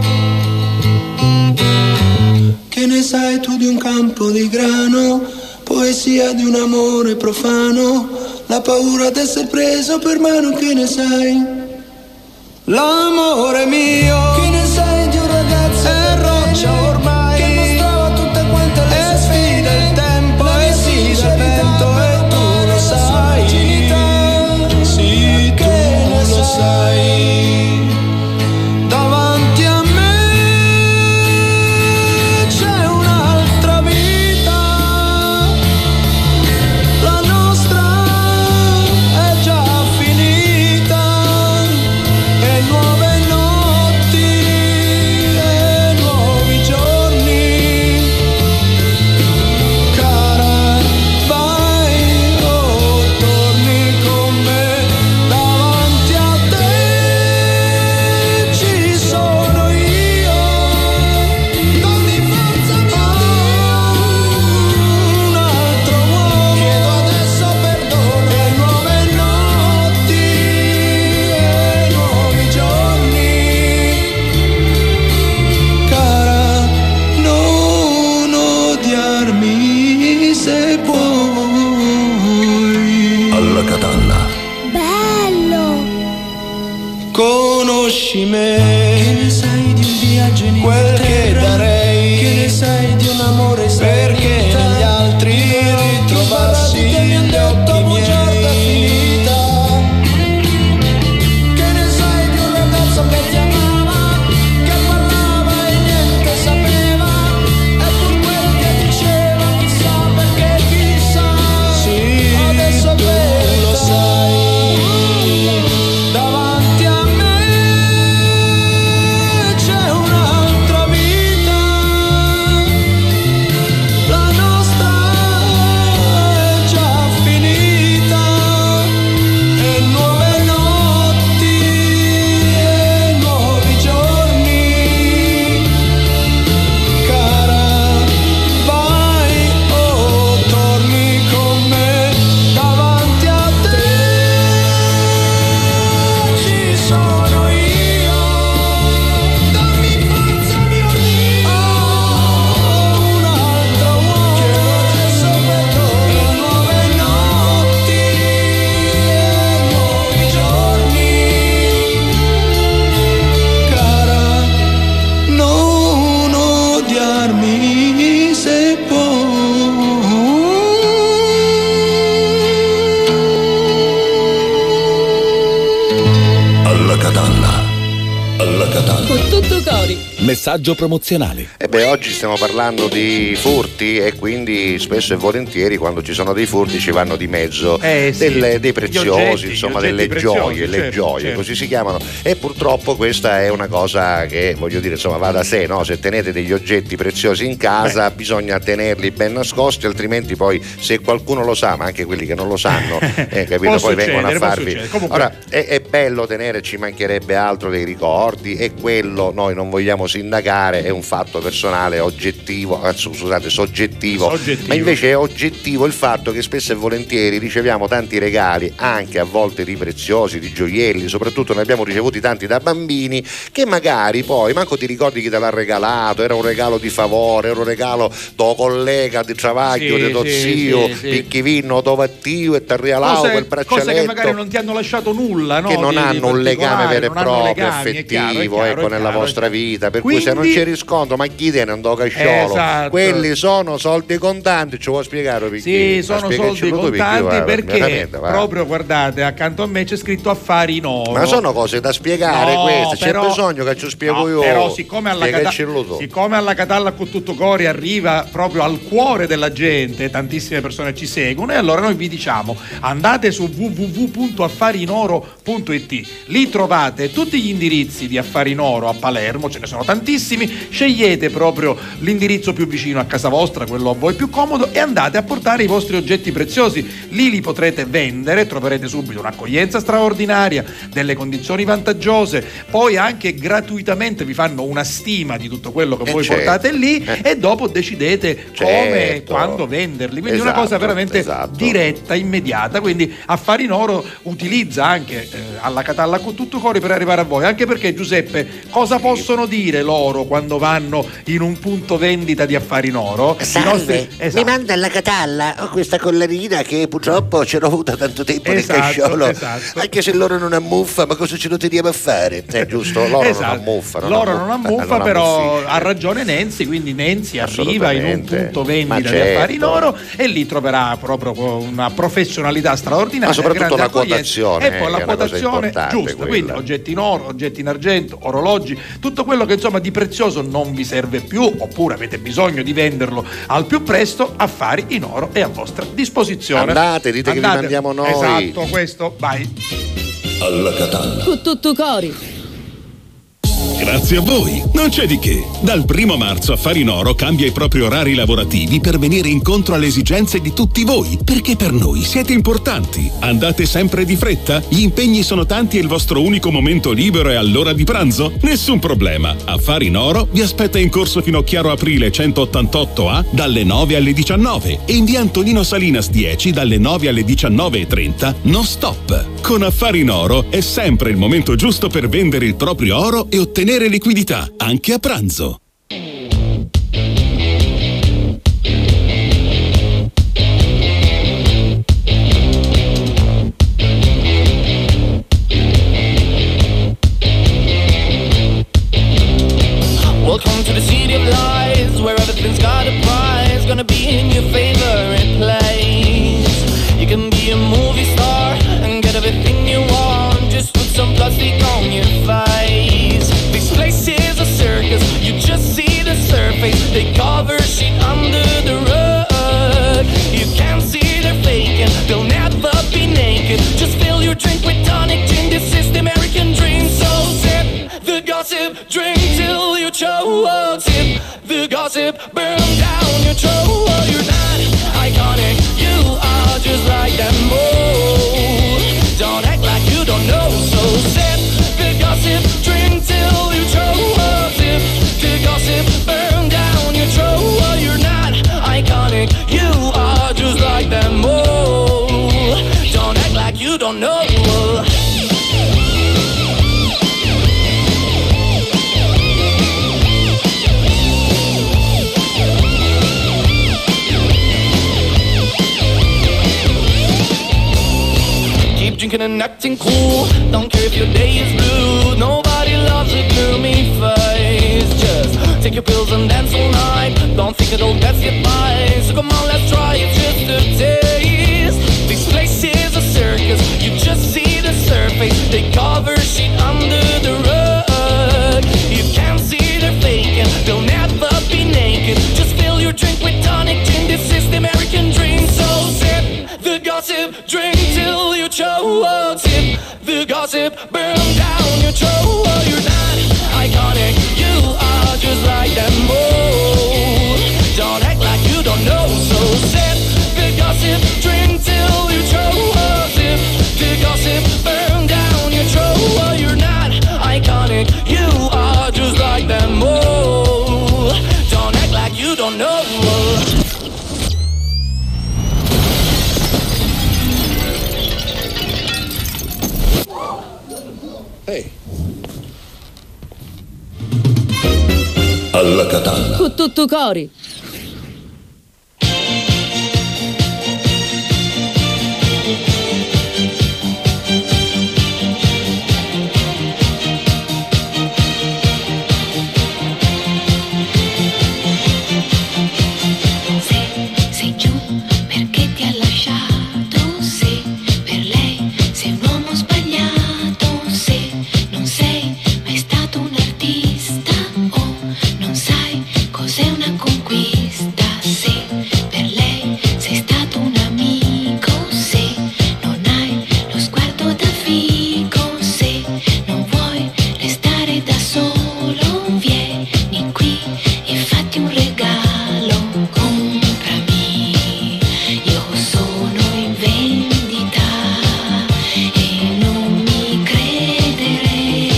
Speaker 10: Che ne sai tu di un campo di grano, poesia di un amore profano, la paura d'essere preso per mano, che ne sai? L'amore mio, che ne sai di un ragazzo è roccia ormai, che mostrava tutte quante le sfide, il tempo e sfida il vento, e tu lo sai, sì, tu lo sai. Davanti a me c'è un'altra vita, la
Speaker 8: me? Che ne sai di un viaggio in quel che darei? Che ne sai di un amore perché negli altri ritrovassi gli occhi miei? Finita. Che ne sai di un ragazzo che ti amava, che parlava e niente sapeva, e pur quel che diceva chissà perché chissà. Sì, adesso tu lo sai, davanti a me c'è un'altra vita, la nostra è già finita, e nuove notti e nuovi giorni, cara, vai o torni con me, davanti a te ci sono io, dammi forza mio Dio, oh, un altro uomo che adesso perdono, nuove notti e nuovi giorni, cara, non odiarmi se
Speaker 6: Alla Catalla. Alla Catalla.
Speaker 1: Con tutto cori.
Speaker 9: Messaggio promozionale.
Speaker 3: E beh, oggi stiamo parlando di furti e quindi spesso e volentieri quando ci sono dei furti ci vanno di mezzo
Speaker 4: Eh, sì.
Speaker 3: delle- dei
Speaker 4: Gli
Speaker 3: preziosi,
Speaker 4: oggetti,
Speaker 3: insomma
Speaker 4: gli oggetti
Speaker 3: delle
Speaker 4: preziosi,
Speaker 3: gioie, le
Speaker 4: certo,
Speaker 3: gioie,
Speaker 4: certo.
Speaker 3: così si chiamano. E purtroppo questa è una cosa che voglio dire, insomma, va da sé, no? Se tenete degli oggetti preziosi in casa bisogna tenerli ben nascosti, altrimenti poi se qualcuno lo sa, ma anche quelli che non lo sanno, eh, capito,
Speaker 4: Può
Speaker 3: poi vengono a
Speaker 4: succedere, può
Speaker 3: farvi.
Speaker 4: succedere. Comunque-
Speaker 3: Ora è, è bello tenere, ci mancherebbe altro, dei ricordi, e quello noi non vogliamo sindacare, è un fatto personale, oggettivo, anzi, scusate, soggettivo,
Speaker 4: Soggettivo.
Speaker 3: ma invece è oggettivo il fatto che spesso e volentieri riceviamo tanti regali, anche a volte di preziosi, di gioielli, soprattutto ne abbiamo ricevuti tanti da bambini, che magari poi manco ti ricordi chi te l'ha regalato, era un regalo di favore, era un regalo tuo collega di travaglio,
Speaker 4: Sì,
Speaker 3: di tuo
Speaker 4: sì,
Speaker 3: zio,
Speaker 4: sì, sì.
Speaker 3: picchivino, tuo vattio e ti ha regalato
Speaker 4: Cose,
Speaker 3: quel
Speaker 4: cose
Speaker 3: braccialetto.
Speaker 4: che magari non ti hanno lasciato nulla, no?
Speaker 3: Che non
Speaker 4: Di- di
Speaker 3: hanno un legame
Speaker 4: particolare,
Speaker 3: vero e
Speaker 4: non hanno
Speaker 3: proprio,
Speaker 4: legami, è
Speaker 3: effettivo,
Speaker 4: chiaro, è chiaro,
Speaker 3: ecco,
Speaker 4: è
Speaker 3: nella
Speaker 4: chiaro.
Speaker 3: vostra vita. Per
Speaker 4: Quindi-
Speaker 3: cui se non c'è riscontro, ma chi te ne andò casciolo?
Speaker 4: Esatto.
Speaker 3: Quelli sono soldi contanti, ci vuoi spiegare? Picchini?
Speaker 4: Sì, sono
Speaker 3: Ma spiegaci
Speaker 4: soldi
Speaker 3: tu, Picchini,
Speaker 4: contanti
Speaker 3: va,
Speaker 4: perché
Speaker 3: veramente, va.
Speaker 4: proprio guardate, accanto a me c'è scritto affari in oro.
Speaker 3: Ma sono cose da spiegare
Speaker 4: No,
Speaker 3: queste, c'è
Speaker 4: però-
Speaker 3: bisogno che ci spiego
Speaker 4: No,
Speaker 3: io.
Speaker 4: però siccome alla,
Speaker 3: Spiegaci
Speaker 4: Cata-
Speaker 3: tu.
Speaker 4: siccome alla Catalla con tutto cori arriva proprio al cuore della gente, tantissime persone ci seguono, e allora noi vi diciamo andate su w w w punto affari in oro punto i t, lì trovate tutti gli indirizzi di Affari in Oro a Palermo, ce ne sono tantissimi, scegliete proprio l'indirizzo più vicino a casa vostra, quello a voi più comodo, e andate a portare i vostri oggetti preziosi, lì li potrete vendere, troverete subito un'accoglienza straordinaria, delle condizioni vantaggiose, poi anche gratuitamente vi fanno una stima di tutto quello che
Speaker 3: Eh,
Speaker 4: voi
Speaker 3: certo.
Speaker 4: portate lì,
Speaker 3: Eh.
Speaker 4: e dopo decidete come e
Speaker 3: Certo.
Speaker 4: quando venderli, quindi una
Speaker 3: Esatto,
Speaker 4: cosa veramente
Speaker 3: esatto.
Speaker 4: diretta, immediata. Quindi Affari in Oro utilizza anche eh, alla Catalla con tutto cori per arrivare a voi, anche perché Giuseppe, cosa possono dire loro quando vanno in un punto vendita di Affari in Oro? I
Speaker 13: Salve,
Speaker 4: nostri- esatto.
Speaker 13: mi manda alla Catalla ho questa collarina che purtroppo c'era avuta tanto tempo
Speaker 4: Esatto,
Speaker 13: nel casciolo,
Speaker 4: esatto.
Speaker 13: anche se loro non ammuffa, ma cosa ce lo teniamo a fare?
Speaker 3: È giusto, loro
Speaker 4: Esatto.
Speaker 3: non ammuffano.
Speaker 4: Loro non ammuffa,
Speaker 3: non
Speaker 4: però
Speaker 3: ammuffisce.
Speaker 4: ha ragione Nancy, quindi Nancy arriva in un
Speaker 3: Assolutamente.
Speaker 4: punto vendita
Speaker 3: Ma
Speaker 4: di
Speaker 3: certo.
Speaker 4: Affari in Oro e lì troverà proprio una professionalità straordinaria,
Speaker 3: Ma soprattutto
Speaker 4: grande
Speaker 3: la
Speaker 4: accoglienza,
Speaker 3: quotazione,
Speaker 4: e poi
Speaker 3: che
Speaker 4: la
Speaker 3: è una cosa
Speaker 4: quotazione
Speaker 3: importante
Speaker 4: giusta,
Speaker 3: quella.
Speaker 4: quindi oggetti in oro, oggetti in argento, orologi, tutto quello che insomma di prezioso non vi serve più, oppure avete bisogno di venderlo al più presto, Affari in Oro è a vostra disposizione.
Speaker 3: Andate, dite che vi mandiamo noi.
Speaker 4: Esatto, questo, vai.
Speaker 6: Alla Catalla.
Speaker 1: Con tutto cori.
Speaker 9: Grazie a voi, non c'è di che. Dal primo marzo Affari in Oro cambia i propri orari lavorativi per venire incontro alle esigenze di tutti voi, perché per noi siete importanti. Andate sempre di fretta? Gli impegni sono tanti e il vostro unico momento libero è all'ora di pranzo? Nessun problema. Affari in Oro vi aspetta in corso Finocchiaro Aprile centottantotto A dalle nove alle diciannove e in via Antonino Salinas dieci dalle nove alle diciannove e trenta non stop. Con Affari in Oro è sempre il momento giusto per vendere il proprio oro e ottenere liquidità, anche a pranzo.
Speaker 14: drinking and acting cool. Don't care if your day is blue. Nobody loves a gloomy face. Just take your pills and dance all night. Don't think it'll get you by. So come on, let's try it just a taste. This place is a circus. You just see the surface. They cover shit under the rug. You can't see they're faking. They'll never be naked. Just fill your drink with tonic gin. This is the American dream. So sip the gossip, drink till you choke. Sip the gossip, burn down your throat. You're not iconic, you are just like them all. Don't act like you don't know. So sip the gossip, drink till you choke. Sip the gossip, burn down your throat. You're not iconic, you are just like them all. Don't act like you don't know.
Speaker 6: Hey. Alla Catalla.
Speaker 1: Con tutto cori.
Speaker 5: Sei giù perché ti ha lasciato, se per lei sei un uomo sbagliato, se non sei mai stato un artista o non sai cos'è una conquista, se per lei sei stato un amico, se non hai lo sguardo da fico, se non vuoi restare da solo, vieni qui e fatti un regalo, comprami, io sono in vendita e non mi credere,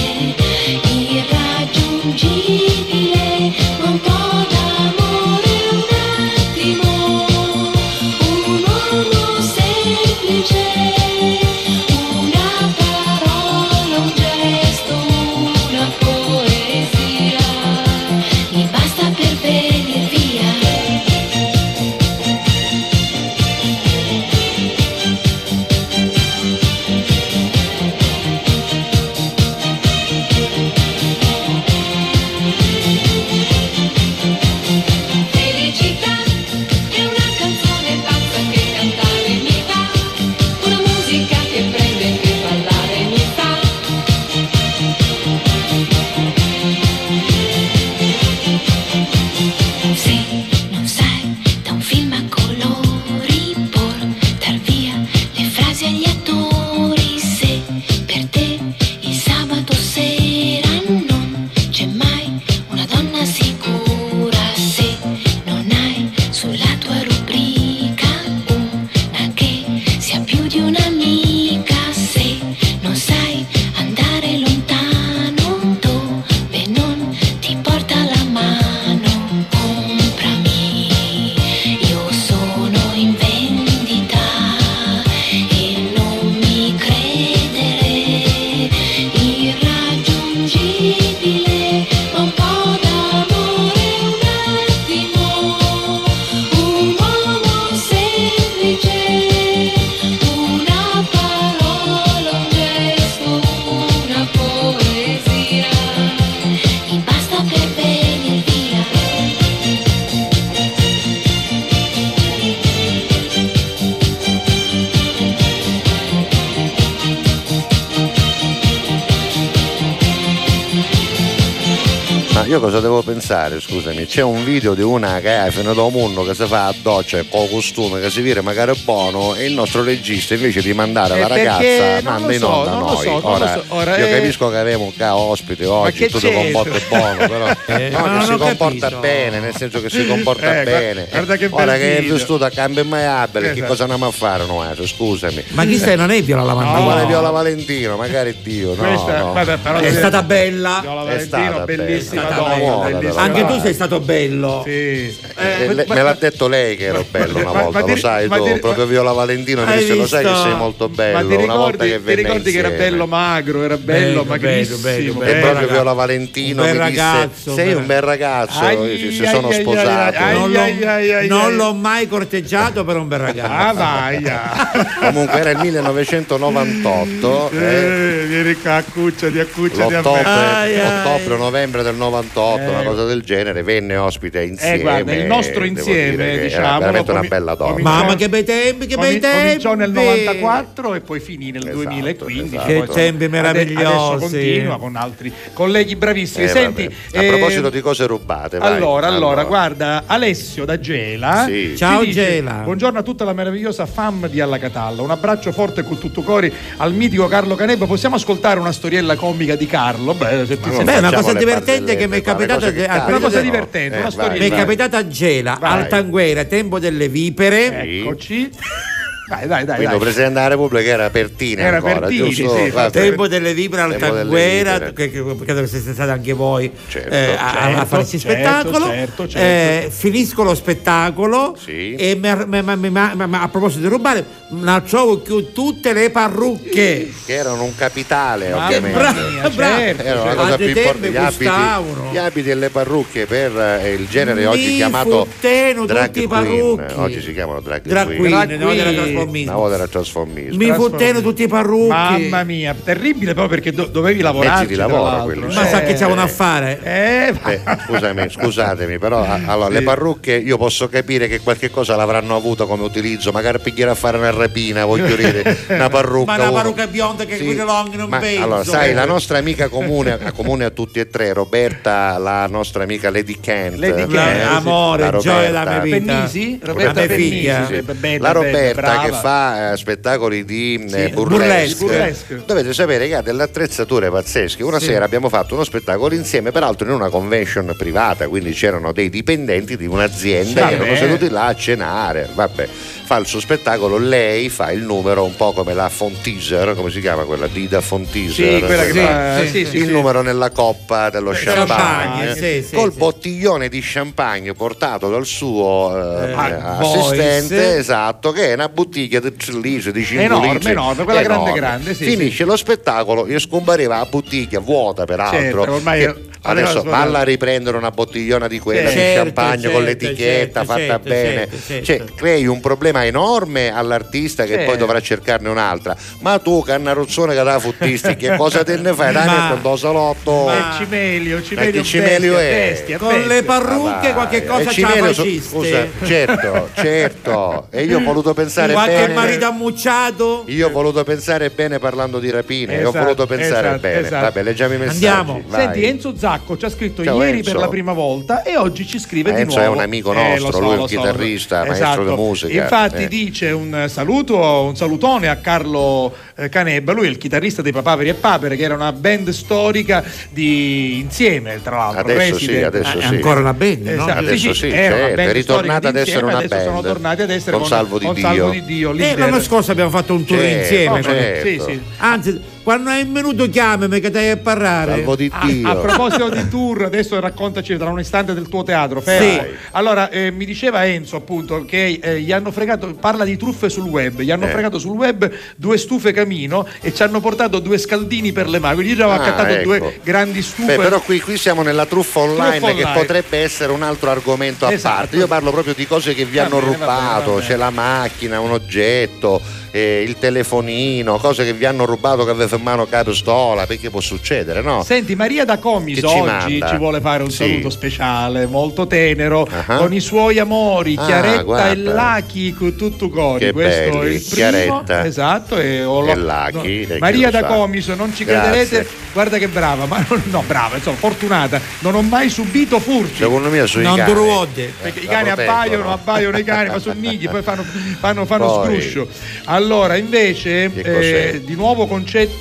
Speaker 5: irraggiungibile, ma un po' d'amore un attimo, un uomo semplice, una parola, un gesto, una poesia, mi basta per venir via. Felicità è una canzone pazza che cantare mi fa, una musica che prende e che ballare mi fa. Se non sai da un film a colori portar via le frasi agli attori, se per te il sabato sera non c'è mai una donna sicura, se non hai sulla tua rubrica una che sia più di un'amica, se non sai andare lontano dove non ti porta la mano, comprami, io sono in vendita e non mi credere, irraggiungibile, ma un po' d'amore un attimo, un uomo semplice, una parola, un gesto, una poesia, mi basta per venir via.
Speaker 3: Ma io cosa devo pensare, scusami? C'è un video di una che è fino da un mondo che si fa a doccia con costume, che si vira magari buono, e il nostro regista invece di mandare
Speaker 4: Eh,
Speaker 3: la
Speaker 4: perché
Speaker 3: ragazza
Speaker 4: non
Speaker 3: manda
Speaker 4: lo
Speaker 3: in
Speaker 4: so,
Speaker 3: onda
Speaker 4: non lo
Speaker 3: noi.
Speaker 4: so, non lo
Speaker 3: Ora,
Speaker 4: so. Ora,
Speaker 3: io
Speaker 4: eh,
Speaker 3: capisco che avevamo un ca ospite oggi,
Speaker 4: che
Speaker 3: tutto
Speaker 4: c'entra?
Speaker 3: comporta buono, però
Speaker 11: Eh,
Speaker 3: no,
Speaker 11: ma
Speaker 3: che
Speaker 11: non
Speaker 3: si
Speaker 11: ho
Speaker 3: comporta
Speaker 11: capito.
Speaker 3: bene, nel senso che si comporta
Speaker 4: Eh,
Speaker 3: bene.
Speaker 4: guarda che
Speaker 3: Ora
Speaker 4: bel
Speaker 3: che è
Speaker 4: video.
Speaker 3: vissuto a cambio maiabile, che
Speaker 4: Esatto.
Speaker 3: cosa andiamo a fare noi? Scusami.
Speaker 11: Ma chi sei? Non è Viola Lavandino?
Speaker 3: Ma quale Viola Valentino, magari Dio, no,
Speaker 4: Questa-
Speaker 3: no.
Speaker 4: vabbè, però
Speaker 11: È stata bella.
Speaker 4: Viola
Speaker 3: È
Speaker 4: Valentino,
Speaker 3: stata
Speaker 4: bellissima
Speaker 3: bella.
Speaker 4: donna,
Speaker 3: Buona,
Speaker 4: bellissima
Speaker 3: però.
Speaker 11: Anche tu
Speaker 4: donna.
Speaker 11: sei stato bello.
Speaker 4: Sì.
Speaker 11: Eh,
Speaker 3: Eh,
Speaker 4: ma-
Speaker 3: le-
Speaker 4: ma-
Speaker 3: me l'ha detto lei che ero bello una
Speaker 4: ma-
Speaker 3: volta,
Speaker 4: ma
Speaker 3: lo
Speaker 4: ti-
Speaker 3: sai
Speaker 4: ma
Speaker 3: tu,
Speaker 4: ti-
Speaker 3: proprio Viola Valentino mi
Speaker 11: Hai
Speaker 3: disse lo sai che
Speaker 11: visto?
Speaker 3: sei molto bello,
Speaker 4: Ma ti
Speaker 3: una
Speaker 4: ricordi,
Speaker 3: volta che
Speaker 4: ti
Speaker 3: venne
Speaker 4: ricordi che era
Speaker 3: insieme.
Speaker 4: bello magro, era bello,
Speaker 11: Bello,
Speaker 4: magrissimo.
Speaker 11: bello, bello,
Speaker 3: E
Speaker 11: bello.
Speaker 3: proprio
Speaker 11: ragazzo.
Speaker 3: Viola Valentino
Speaker 11: Un bel
Speaker 3: mi disse
Speaker 11: ragazzo,
Speaker 3: sei
Speaker 11: un
Speaker 3: un bel ragazzo,
Speaker 4: Ai,
Speaker 3: si, si
Speaker 4: ai,
Speaker 3: sono
Speaker 4: ai,
Speaker 3: sposato.
Speaker 4: ai, ai,
Speaker 11: Non l'ho,
Speaker 4: ai, ai, ai,
Speaker 11: non
Speaker 4: ai.
Speaker 11: l'ho mai corteggiato, però un bel ragazzo.
Speaker 4: Ah, vai. ah.
Speaker 3: Comunque era il millenovecentonovantotto, eh,
Speaker 4: Eh, vieni qua, accucciati, accucciati a
Speaker 3: l'ottobre,
Speaker 4: me.
Speaker 11: Ai, ai.
Speaker 3: ottobre, novembre del novantotto,
Speaker 4: Eh.
Speaker 3: una cosa del genere, venne ospite insieme.
Speaker 4: Eh, guarda, il nostro
Speaker 3: devo
Speaker 4: insieme,
Speaker 3: dire che era
Speaker 4: diciamo,
Speaker 3: veramente una
Speaker 4: comi-
Speaker 3: bella donna.
Speaker 4: cominciò-
Speaker 11: Mamma che bei tempi, che bei
Speaker 4: Comi-
Speaker 11: tempi.
Speaker 4: Cominciò nel novantaquattro e poi finì nel
Speaker 3: Esatto,
Speaker 4: duemilaquindici.
Speaker 3: esatto.
Speaker 11: Che
Speaker 4: Poi,
Speaker 11: tempi
Speaker 4: insomma,
Speaker 11: meravigliosi.
Speaker 4: Adesso continua con altri colleghi bravissimi.
Speaker 3: Eh,
Speaker 4: Senti,
Speaker 3: vabbè. A
Speaker 4: eh,
Speaker 3: proposito di cose rubate, vai.
Speaker 4: allora, allora, guarda, Alessio da Gela.
Speaker 3: Sì.
Speaker 4: ci
Speaker 11: Ciao,
Speaker 4: dice,
Speaker 11: Gela.
Speaker 4: Buongiorno a tutta la meravigliosa fam di Alla Catalla. Un abbraccio forte con tutto cori al mitico Carlo Canebba. Possiamo ascoltare una storiella comica di Carlo? Beh, se ti
Speaker 3: Ma
Speaker 4: senti-
Speaker 11: Beh, una
Speaker 3: facciamo
Speaker 11: cosa
Speaker 3: le
Speaker 11: divertente che mi è
Speaker 3: barzellette qua, le
Speaker 11: capitata
Speaker 3: cose che
Speaker 11: al
Speaker 3: capitano.
Speaker 4: una cosa
Speaker 11: periodo-
Speaker 4: divertente,
Speaker 3: Eh,
Speaker 4: una
Speaker 3: vai,
Speaker 4: storiella.
Speaker 11: Mi è
Speaker 3: vai.
Speaker 11: capitata a Gela,
Speaker 3: Vai.
Speaker 11: al Tanguera, tempo delle vipere.
Speaker 4: Eccoci. Dai, dai, dai.
Speaker 3: Quindi
Speaker 4: dai.
Speaker 3: il Presidente della Repubblica era Pertini
Speaker 4: Era
Speaker 3: ancora,
Speaker 4: Pertini,
Speaker 3: giusto?
Speaker 4: sì.
Speaker 3: Vabbè.
Speaker 11: Tempo delle vipere al
Speaker 3: Tempo delle
Speaker 11: Tanguera,
Speaker 3: vipere.
Speaker 11: che, che- credo che siete stati anche voi
Speaker 3: Certo,
Speaker 11: eh, a, a
Speaker 4: certo,
Speaker 11: farci
Speaker 4: certo,
Speaker 11: spettacolo.
Speaker 4: certo, certo.
Speaker 11: Eh, finisco lo spettacolo
Speaker 3: Sì.
Speaker 11: e mi- mi- mi- mi- mi- mi- a proposito di rubare, la trovo più tutte le parrucche.
Speaker 3: Che erano un capitale,
Speaker 4: Mamma
Speaker 3: ovviamente.
Speaker 11: Bra- bra-
Speaker 4: certo,
Speaker 3: Era una
Speaker 11: certo.
Speaker 3: cosa
Speaker 11: A
Speaker 3: più
Speaker 11: dei
Speaker 3: importante.
Speaker 11: tempi
Speaker 3: Gli abiti,
Speaker 11: costavano.
Speaker 3: gli abiti e le parrucche per eh, il genere oggi
Speaker 11: Mi
Speaker 3: chiamato
Speaker 11: fotteno
Speaker 3: drag
Speaker 11: tutti i
Speaker 3: queen.
Speaker 11: parrucchi.
Speaker 3: Oggi si chiamano drag,
Speaker 11: Drag
Speaker 3: queen.
Speaker 11: queen,
Speaker 4: Drag
Speaker 11: no, della
Speaker 4: queen.
Speaker 11: trasformismo.
Speaker 3: Una volta era trasformismo.
Speaker 11: Mi fotteno tutti i parrucchi.
Speaker 4: Mamma mia, terribile proprio perché do- dovevi lavorare.
Speaker 3: Mezzi di lavoro quelli.
Speaker 11: Ma sa che c'avevano a fare?
Speaker 4: Eh,
Speaker 3: Eh, scusami, scusatemi, però a- allora,
Speaker 4: Sì.
Speaker 3: le parrucche io posso capire che qualche cosa l'avranno avuto come utilizzo, magari pigliare a fare una rapina, voglio dire, una parrucca.
Speaker 11: Ma una
Speaker 3: uno-
Speaker 11: parrucca bionda che
Speaker 3: Sì,
Speaker 11: quelle lunghe non
Speaker 3: ma
Speaker 11: penso.
Speaker 3: allora, sai, la nostra amica comune, a comune a tutti e tre, Roberta, la nostra amica Lady Kent.
Speaker 4: Lady
Speaker 3: eh,
Speaker 4: Kent,
Speaker 3: sì,
Speaker 11: amore,
Speaker 3: la
Speaker 11: gioia
Speaker 3: Roberta.
Speaker 11: della mia vita.
Speaker 4: Pennisi? Roberta
Speaker 11: La mia
Speaker 4: Pennisi,
Speaker 11: figlia.
Speaker 4: sì, bella,
Speaker 3: La
Speaker 4: bella,
Speaker 3: Roberta
Speaker 4: brava.
Speaker 3: che fa eh, spettacoli di eh,
Speaker 4: Sì,
Speaker 3: burlesque.
Speaker 4: burlesque.
Speaker 3: Dovete sapere che ha delle attrezzature pazzesche. Una
Speaker 11: Sì.
Speaker 3: sera abbiamo fatto uno spettacolo insieme, peraltro in una convention privata, quindi c'erano dei dipendenti di un'azienda
Speaker 4: Sì,
Speaker 3: che erano
Speaker 4: vabbè.
Speaker 3: seduti là a cenare. Vabbè, fa il suo spettacolo, lei fa il numero un po' come la Fonteaser, come si chiama quella Dida Fonteaser?
Speaker 4: Sì, quella che
Speaker 11: Sì,
Speaker 4: fa
Speaker 11: sì,
Speaker 4: sì, sì,
Speaker 3: il
Speaker 4: sì.
Speaker 3: numero nella coppa dello
Speaker 11: Champagne,
Speaker 3: champagne,
Speaker 11: sì, sì,
Speaker 3: col
Speaker 11: sì.
Speaker 3: bottiglione di champagne portato dal suo eh,
Speaker 11: Eh,
Speaker 3: assistente,
Speaker 11: Boyce.
Speaker 3: esatto, che è una bottiglia di Cilise, di cinque
Speaker 4: Enorme,
Speaker 3: litri,
Speaker 4: enorme, quella grande, grande, sì,
Speaker 3: finisce lo spettacolo e scompariva la bottiglia vuota peraltro.
Speaker 4: Certo, ormai
Speaker 3: che
Speaker 4: aveva
Speaker 3: adesso
Speaker 4: svuotato.
Speaker 3: valla a riprendere una bottigliona di quella di
Speaker 11: Certo,
Speaker 3: champagne con
Speaker 11: certo,
Speaker 3: l'etichetta
Speaker 11: certo,
Speaker 3: fatta
Speaker 11: certo,
Speaker 3: bene,
Speaker 11: certo, certo.
Speaker 3: cioè crei un problema enorme all'artista che
Speaker 4: Sì.
Speaker 3: poi dovrà cercarne un'altra. Ma tu cannaruzzone che da futtisti che cosa te ne fai? Dai,
Speaker 11: Ma-
Speaker 3: metto in salotto.
Speaker 4: Eh, Cimelio, Cimelio,
Speaker 3: che Cimelio
Speaker 4: bestia,
Speaker 3: è?
Speaker 4: bestia,
Speaker 11: Con
Speaker 4: bestia.
Speaker 11: le parrucche
Speaker 3: Ah,
Speaker 11: qualche
Speaker 3: vai.
Speaker 11: cosa
Speaker 3: E
Speaker 11: c'ha
Speaker 3: Cimelio so-
Speaker 11: faciste.
Speaker 3: scusa, certo, certo. E io ho voluto pensare
Speaker 11: Qualche
Speaker 3: bene.
Speaker 11: marito ammucciato.
Speaker 3: Io ho voluto pensare bene parlando di rapine, e ho
Speaker 4: Esatto,
Speaker 3: voluto pensare
Speaker 4: esatto,
Speaker 3: bene.
Speaker 4: esatto.
Speaker 3: Vabbè, leggiamo i messaggi.
Speaker 11: Andiamo.
Speaker 3: vai.
Speaker 4: Senti, Enzo Zacco ci ha scritto
Speaker 3: Ciao,
Speaker 4: ieri
Speaker 3: Enzo.
Speaker 4: per la prima volta e oggi ci scrive
Speaker 3: Eh,
Speaker 4: di
Speaker 3: Enzo
Speaker 4: nuovo.
Speaker 3: è un amico
Speaker 4: Eh,
Speaker 3: nostro,
Speaker 4: lo so,
Speaker 3: lui è
Speaker 4: lo
Speaker 3: un
Speaker 4: so.
Speaker 3: chitarrista, maestro
Speaker 4: Esatto.
Speaker 3: di musica.
Speaker 4: Infatti
Speaker 3: Eh.
Speaker 4: dice un saluto, un salutone a Carlo eh, Canebba, lui è il chitarrista dei Papaveri e Papere, che era una band storica di insieme, tra l'altro.
Speaker 3: Adesso sì,
Speaker 4: Resident.
Speaker 3: adesso
Speaker 11: È
Speaker 3: sì.
Speaker 11: ancora una band, no?
Speaker 4: Esatto,
Speaker 3: Adesso sì,
Speaker 4: era una
Speaker 3: certo,
Speaker 4: band
Speaker 3: è ritornata
Speaker 4: storica
Speaker 3: ad essere
Speaker 4: d'insieme,
Speaker 3: una
Speaker 4: adesso sono
Speaker 3: band.
Speaker 4: tornati ad essere
Speaker 3: Con
Speaker 4: con,
Speaker 3: Salvo di
Speaker 4: con
Speaker 3: Dio.
Speaker 4: Salvo di Dio,
Speaker 11: Eh,
Speaker 4: leader.
Speaker 11: l'anno scorso abbiamo fatto un tour
Speaker 3: Certo,
Speaker 11: insieme.
Speaker 3: certo.
Speaker 4: Sì, sì.
Speaker 11: Anzi, quando è venuto chiamami che dai a parlare.
Speaker 3: Salvo di
Speaker 4: A,
Speaker 3: Dio.
Speaker 4: a proposito di tour, adesso raccontaci tra un istante del tuo teatro. Fer.
Speaker 11: Sì.
Speaker 4: Allora, eh, mi diceva Enzo appunto che eh, gli hanno fregato, parla di truffe sul web, gli hanno
Speaker 3: Eh.
Speaker 4: fregato sul web due stufe camino e ci hanno portato due scaldini per le mani. Quindi io già avevo
Speaker 3: Ah,
Speaker 4: accattato
Speaker 3: ecco.
Speaker 4: due grandi stufe.
Speaker 3: Beh, però qui, qui siamo nella truffa online,
Speaker 4: Truffa
Speaker 3: che
Speaker 4: online.
Speaker 3: potrebbe essere un altro argomento a
Speaker 4: Esatto.
Speaker 3: parte. Io parlo proprio di cose che vi
Speaker 4: Va
Speaker 3: hanno
Speaker 4: bene, va bene,
Speaker 3: rubato,
Speaker 4: va bene.
Speaker 3: c'è la macchina, un oggetto, eh, il telefonino, cose che vi hanno rubato che avete in mano capistola, perché può succedere, no?
Speaker 4: Senti, Maria da Comiso
Speaker 3: Che ci
Speaker 4: oggi
Speaker 3: manda?
Speaker 4: ci vuole fare un
Speaker 3: Sì.
Speaker 4: saluto speciale, molto tenero,
Speaker 3: Ah.
Speaker 4: con i suoi amori,
Speaker 3: Ah,
Speaker 4: Chiaretta
Speaker 3: guarda.
Speaker 4: e Lucky con tutto cori.
Speaker 3: Che
Speaker 4: Questo è
Speaker 3: belli,
Speaker 4: il primo.
Speaker 3: Chiaretta
Speaker 4: Esatto, e, ho
Speaker 3: e Lucky,
Speaker 4: no.
Speaker 3: e
Speaker 4: Maria
Speaker 3: chi lo
Speaker 4: da
Speaker 3: sa.
Speaker 4: Comiso, non ci
Speaker 3: Grazie.
Speaker 4: crederete, guarda che brava, ma non, no, brava, insomma, fortunata, non ho mai subito furti.
Speaker 3: Secondo me sui
Speaker 11: Non
Speaker 3: cani.
Speaker 11: ruode.
Speaker 4: Perché
Speaker 3: Eh,
Speaker 4: i
Speaker 3: la
Speaker 4: cani
Speaker 3: proteggono.
Speaker 4: abbaiono, abbaiono i cani, ma sono nighi, poi fanno, fanno, fanno
Speaker 3: Poi.
Speaker 4: sgruscio. Allora, invece,
Speaker 3: Che cos'è?
Speaker 4: eh, di nuovo concetto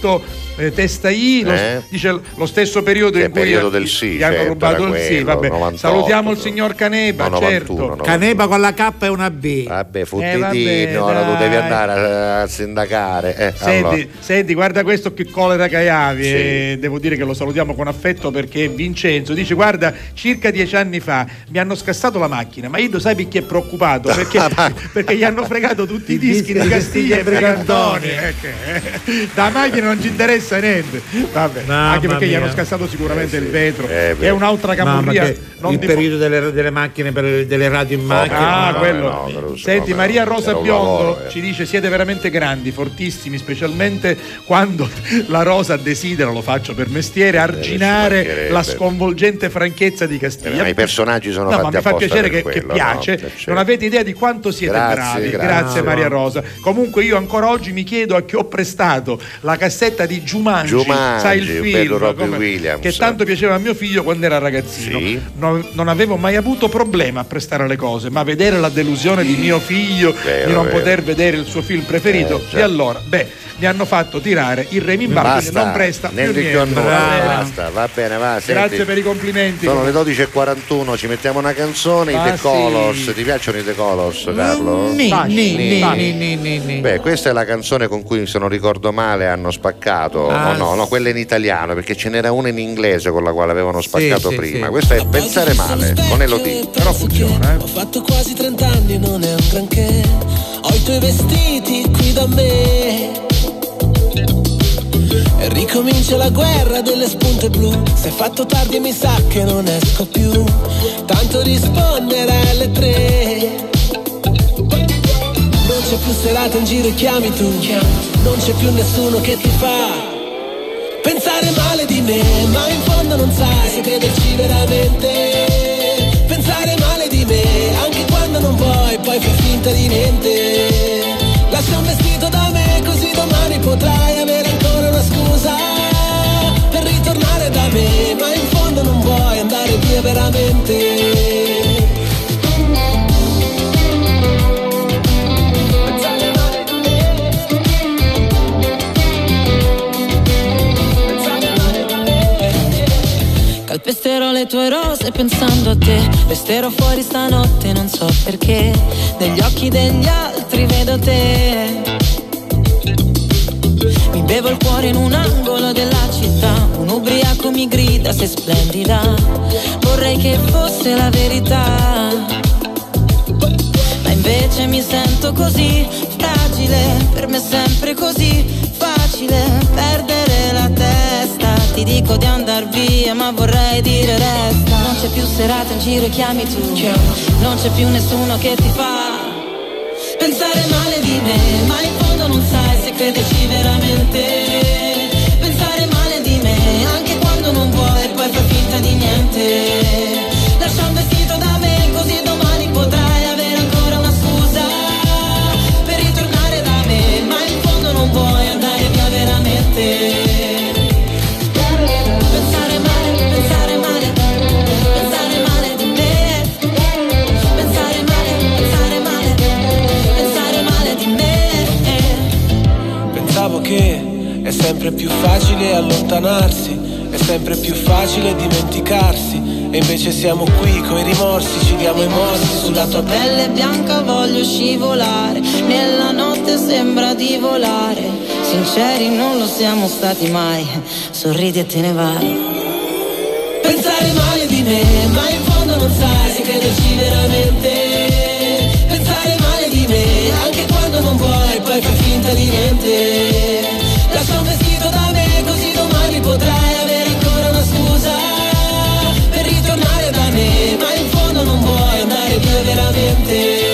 Speaker 4: effetto eh, testa I, lo,
Speaker 3: Eh?
Speaker 4: dice lo stesso periodo
Speaker 3: Che
Speaker 4: in cui
Speaker 3: periodo
Speaker 4: gli-
Speaker 3: del sì,
Speaker 4: gli hanno
Speaker 3: certo,
Speaker 4: rubato
Speaker 3: era
Speaker 4: il sì.
Speaker 3: quello,
Speaker 4: Vabbè.
Speaker 3: novantotto,
Speaker 4: Salutiamo il signor Caneba,
Speaker 3: no,
Speaker 4: certo.
Speaker 3: novantuno,
Speaker 11: Caneba con la K e una B.
Speaker 3: Vabbè,
Speaker 4: Eh,
Speaker 3: fottitino,
Speaker 4: vabbè,
Speaker 3: ora tu
Speaker 4: dai.
Speaker 3: devi andare a, a sindacare. Eh,
Speaker 4: Senti,
Speaker 3: allora.
Speaker 4: senti, guarda questo che collera che hai,
Speaker 3: Sì.
Speaker 4: e devo dire che lo salutiamo con affetto perché Vincenzo dice: guarda, circa dieci anni fa mi hanno scassato la macchina, ma io lo sai perché è preoccupato? Perché, perché gli hanno fregato tutti i dischi di Castiglia e Brigantoni. Eh, che- Da macchina non ci interessa niente. Vabbè,
Speaker 11: Mamma
Speaker 4: anche perché gli
Speaker 11: mia.
Speaker 4: hanno scassato sicuramente
Speaker 3: Eh, sì.
Speaker 4: il vetro.
Speaker 3: Eh, beh.
Speaker 4: è un'altra
Speaker 11: Mamma,
Speaker 4: camurria.
Speaker 11: che
Speaker 4: non
Speaker 11: il
Speaker 4: di-
Speaker 11: periodo delle, delle macchine per, delle radio in macchina.
Speaker 4: Ah,
Speaker 3: no,
Speaker 4: quello.
Speaker 3: no, Caruso,
Speaker 4: Senti,
Speaker 3: no,
Speaker 4: Maria
Speaker 3: però
Speaker 4: Rosa
Speaker 3: era un
Speaker 4: Biondo
Speaker 3: lavoro, eh.
Speaker 4: ci dice: siete veramente grandi, fortissimi, specialmente quando la Rosa desidera, lo faccio per mestiere, arginare
Speaker 3: mancherebbe.
Speaker 4: la sconvolgente franchezza di Castiglia.
Speaker 3: Eh, ma i personaggi sono
Speaker 4: No, ma
Speaker 3: fatti
Speaker 4: mi fa
Speaker 3: apposta
Speaker 4: piacere
Speaker 3: per
Speaker 4: che, che
Speaker 3: quello,
Speaker 4: piace.
Speaker 3: no? Certo.
Speaker 4: Non avete idea di quanto siete
Speaker 3: Grazie,
Speaker 4: bravi.
Speaker 3: grazie.
Speaker 4: Grazie,
Speaker 3: No.
Speaker 4: Maria Rosa. Comunque io ancora oggi mi chiedo a chi ho prestato la cassetta di Jumanji,
Speaker 3: Jumanji,
Speaker 4: sai il
Speaker 3: bello
Speaker 4: film
Speaker 3: Robbie
Speaker 4: come-
Speaker 3: Williams.
Speaker 4: che tanto piaceva a mio figlio quando era ragazzino.
Speaker 3: Sì.
Speaker 4: Non, non avevo mai avuto problema a prestare le cose, ma vedere la delusione di mio figlio
Speaker 3: Vero,
Speaker 4: di non
Speaker 3: vero.
Speaker 4: poter vedere il suo film preferito,
Speaker 3: Eh, certo.
Speaker 4: e allora, beh, mi hanno fatto tirare il remi in barca, quindi non presta più
Speaker 3: niente più a
Speaker 4: niente.
Speaker 3: noi,
Speaker 4: Va bene.
Speaker 3: basta, va bene, va. Senti,
Speaker 4: Grazie per i complimenti.
Speaker 3: sono le dodici e quarantuno, ci mettiamo una canzone,
Speaker 4: Ah,
Speaker 3: i The
Speaker 4: sì.
Speaker 3: Colors. Ti piacciono i The Colors, Carlo?
Speaker 11: Ni,
Speaker 4: Fasci,
Speaker 11: ni, ni,
Speaker 4: fasci.
Speaker 11: ni, ni, ni.
Speaker 3: Beh, questa è la canzone con cui, se non ricordo male, hanno spaccato.
Speaker 11: Ah,
Speaker 3: no, no, no,
Speaker 11: sì.
Speaker 3: quella in italiano, perché ce n'era una in inglese con la quale avevano spaccato
Speaker 11: sì,
Speaker 3: prima.
Speaker 11: sì.
Speaker 3: Questa è Pensare male, con Elodie.
Speaker 4: Però funziona,
Speaker 8: Ho fatto quasi trent'anni, non è un granché. Ho i tuoi vestiti qui da me. E ricomincia la guerra delle spunte blu. Se è fatto tardi mi sa che non esco più. Tanto rispondere alle tre. Non c'è più serata in giro e chiami tu. Non c'è più nessuno che ti fa pensare male di me, ma in fondo non sai se crederci veramente. Pensare male di me, anche quando non vuoi, poi fai finta di niente. Lascia un vestito da me, così domani potrai avere ancora una scusa per ritornare da me, ma in fondo non vuoi andare via veramente.
Speaker 5: Calpesterò le tue rose pensando a te. Resterò fuori stanotte, non so perché. Negli occhi degli altri vedo te. Mi bevo il cuore in un angolo della città. Un ubriaco mi grida, sei splendida. Vorrei che fosse la verità, ma invece mi sento così fragile. Per me è sempre così facile perdere la testa. Ti dico di andar via, ma vorrei dire resta. Non c'è più serata in giro e chiami tu. Non c'è più nessuno che ti fa pensare male di me, ma in fondo non sai se crederci veramente. Pensare male di me, anche quando non vuoi, poi fai finta di niente. Lascia un vestito da me, così domani potrai avere ancora una scusa per ritornare da me, ma in fondo non vuoi andare via veramente. Pensare male, pensare male, pensare male di me. Pensare male, pensare male, pensare male di me.
Speaker 8: Pensavo che è sempre più facile allontanarsi, è sempre più facile dimenticarsi. E invece siamo qui coi rimorsi, ci diamo i morsi sulla tua pelle.
Speaker 5: Pelle bianca voglio scivolare, nella notte sembra di volare. Sinceri non lo siamo stati mai, sorridi e te ne vai.
Speaker 8: Pensare male di me, ma in fondo non sai se crederci veramente. Pensare male di me, anche quando non vuoi, poi fai finta di niente. Lascia un vestito da me, così domani potrai avere ancora una scusa per ritornare da me, ma in fondo non vuoi andare via veramente.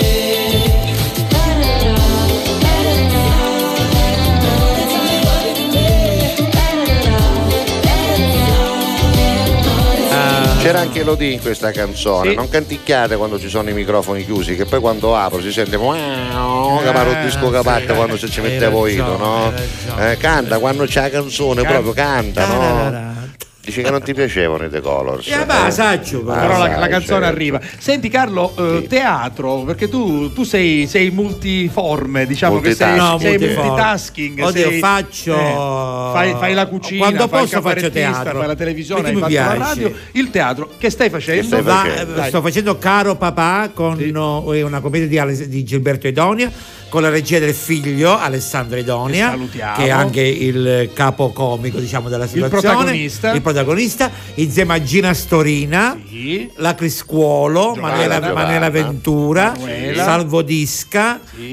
Speaker 3: C'era anche Elodie in questa canzone.
Speaker 4: Sì.
Speaker 3: Non canticchiate quando ci sono i microfoni chiusi, che poi quando apro si sente wow, caparo il disco capatta quando se ci
Speaker 11: Hai
Speaker 3: mettevo
Speaker 11: ragione,
Speaker 3: io, no?
Speaker 11: hai ragione.
Speaker 3: Eh, canta quando c'è la canzone,
Speaker 4: Can-
Speaker 3: proprio canta, no? Dice che non ti piacevano i The Colors.
Speaker 11: Eh, ma saggio,
Speaker 3: Ah,
Speaker 4: però la,
Speaker 3: sai,
Speaker 4: la canzone
Speaker 3: certo.
Speaker 4: arriva. Senti Carlo, eh,
Speaker 3: Sì.
Speaker 4: teatro, perché tu, tu sei, sei multiforme, diciamo che sei,
Speaker 11: No,
Speaker 4: sei
Speaker 11: multiforme.
Speaker 4: multitasking.
Speaker 11: Oddio,
Speaker 4: sei-
Speaker 11: faccio-
Speaker 4: eh, fai, fai la cucina,
Speaker 11: Quando
Speaker 4: fai il
Speaker 11: posso faccio
Speaker 4: cabarettista,
Speaker 11: teatro.
Speaker 4: fai la televisione,
Speaker 11: Perché
Speaker 4: hai
Speaker 11: mi
Speaker 4: fatto la
Speaker 11: piace.
Speaker 4: radio, il teatro. Che stai facendo?
Speaker 3: Che stai
Speaker 11: Va-
Speaker 3: facendo?
Speaker 4: Dai.
Speaker 11: sto facendo Caro Papà con
Speaker 4: Sì.
Speaker 11: no, è una commedia di, Ale- di Gilberto Edonia con la regia del figlio Alessandro Edonia,
Speaker 4: Che salutiamo.
Speaker 11: che è anche il capo comico, diciamo, della situazione,
Speaker 4: protagonista.
Speaker 11: il protagonista, insieme a Gina Storina,
Speaker 4: Sì.
Speaker 11: la Criscuolo,
Speaker 4: Giovanna.
Speaker 11: Manela,
Speaker 3: Giovanna.
Speaker 11: Manela Ventura,
Speaker 4: Manuela.
Speaker 11: Salvo Disca,
Speaker 4: Sì.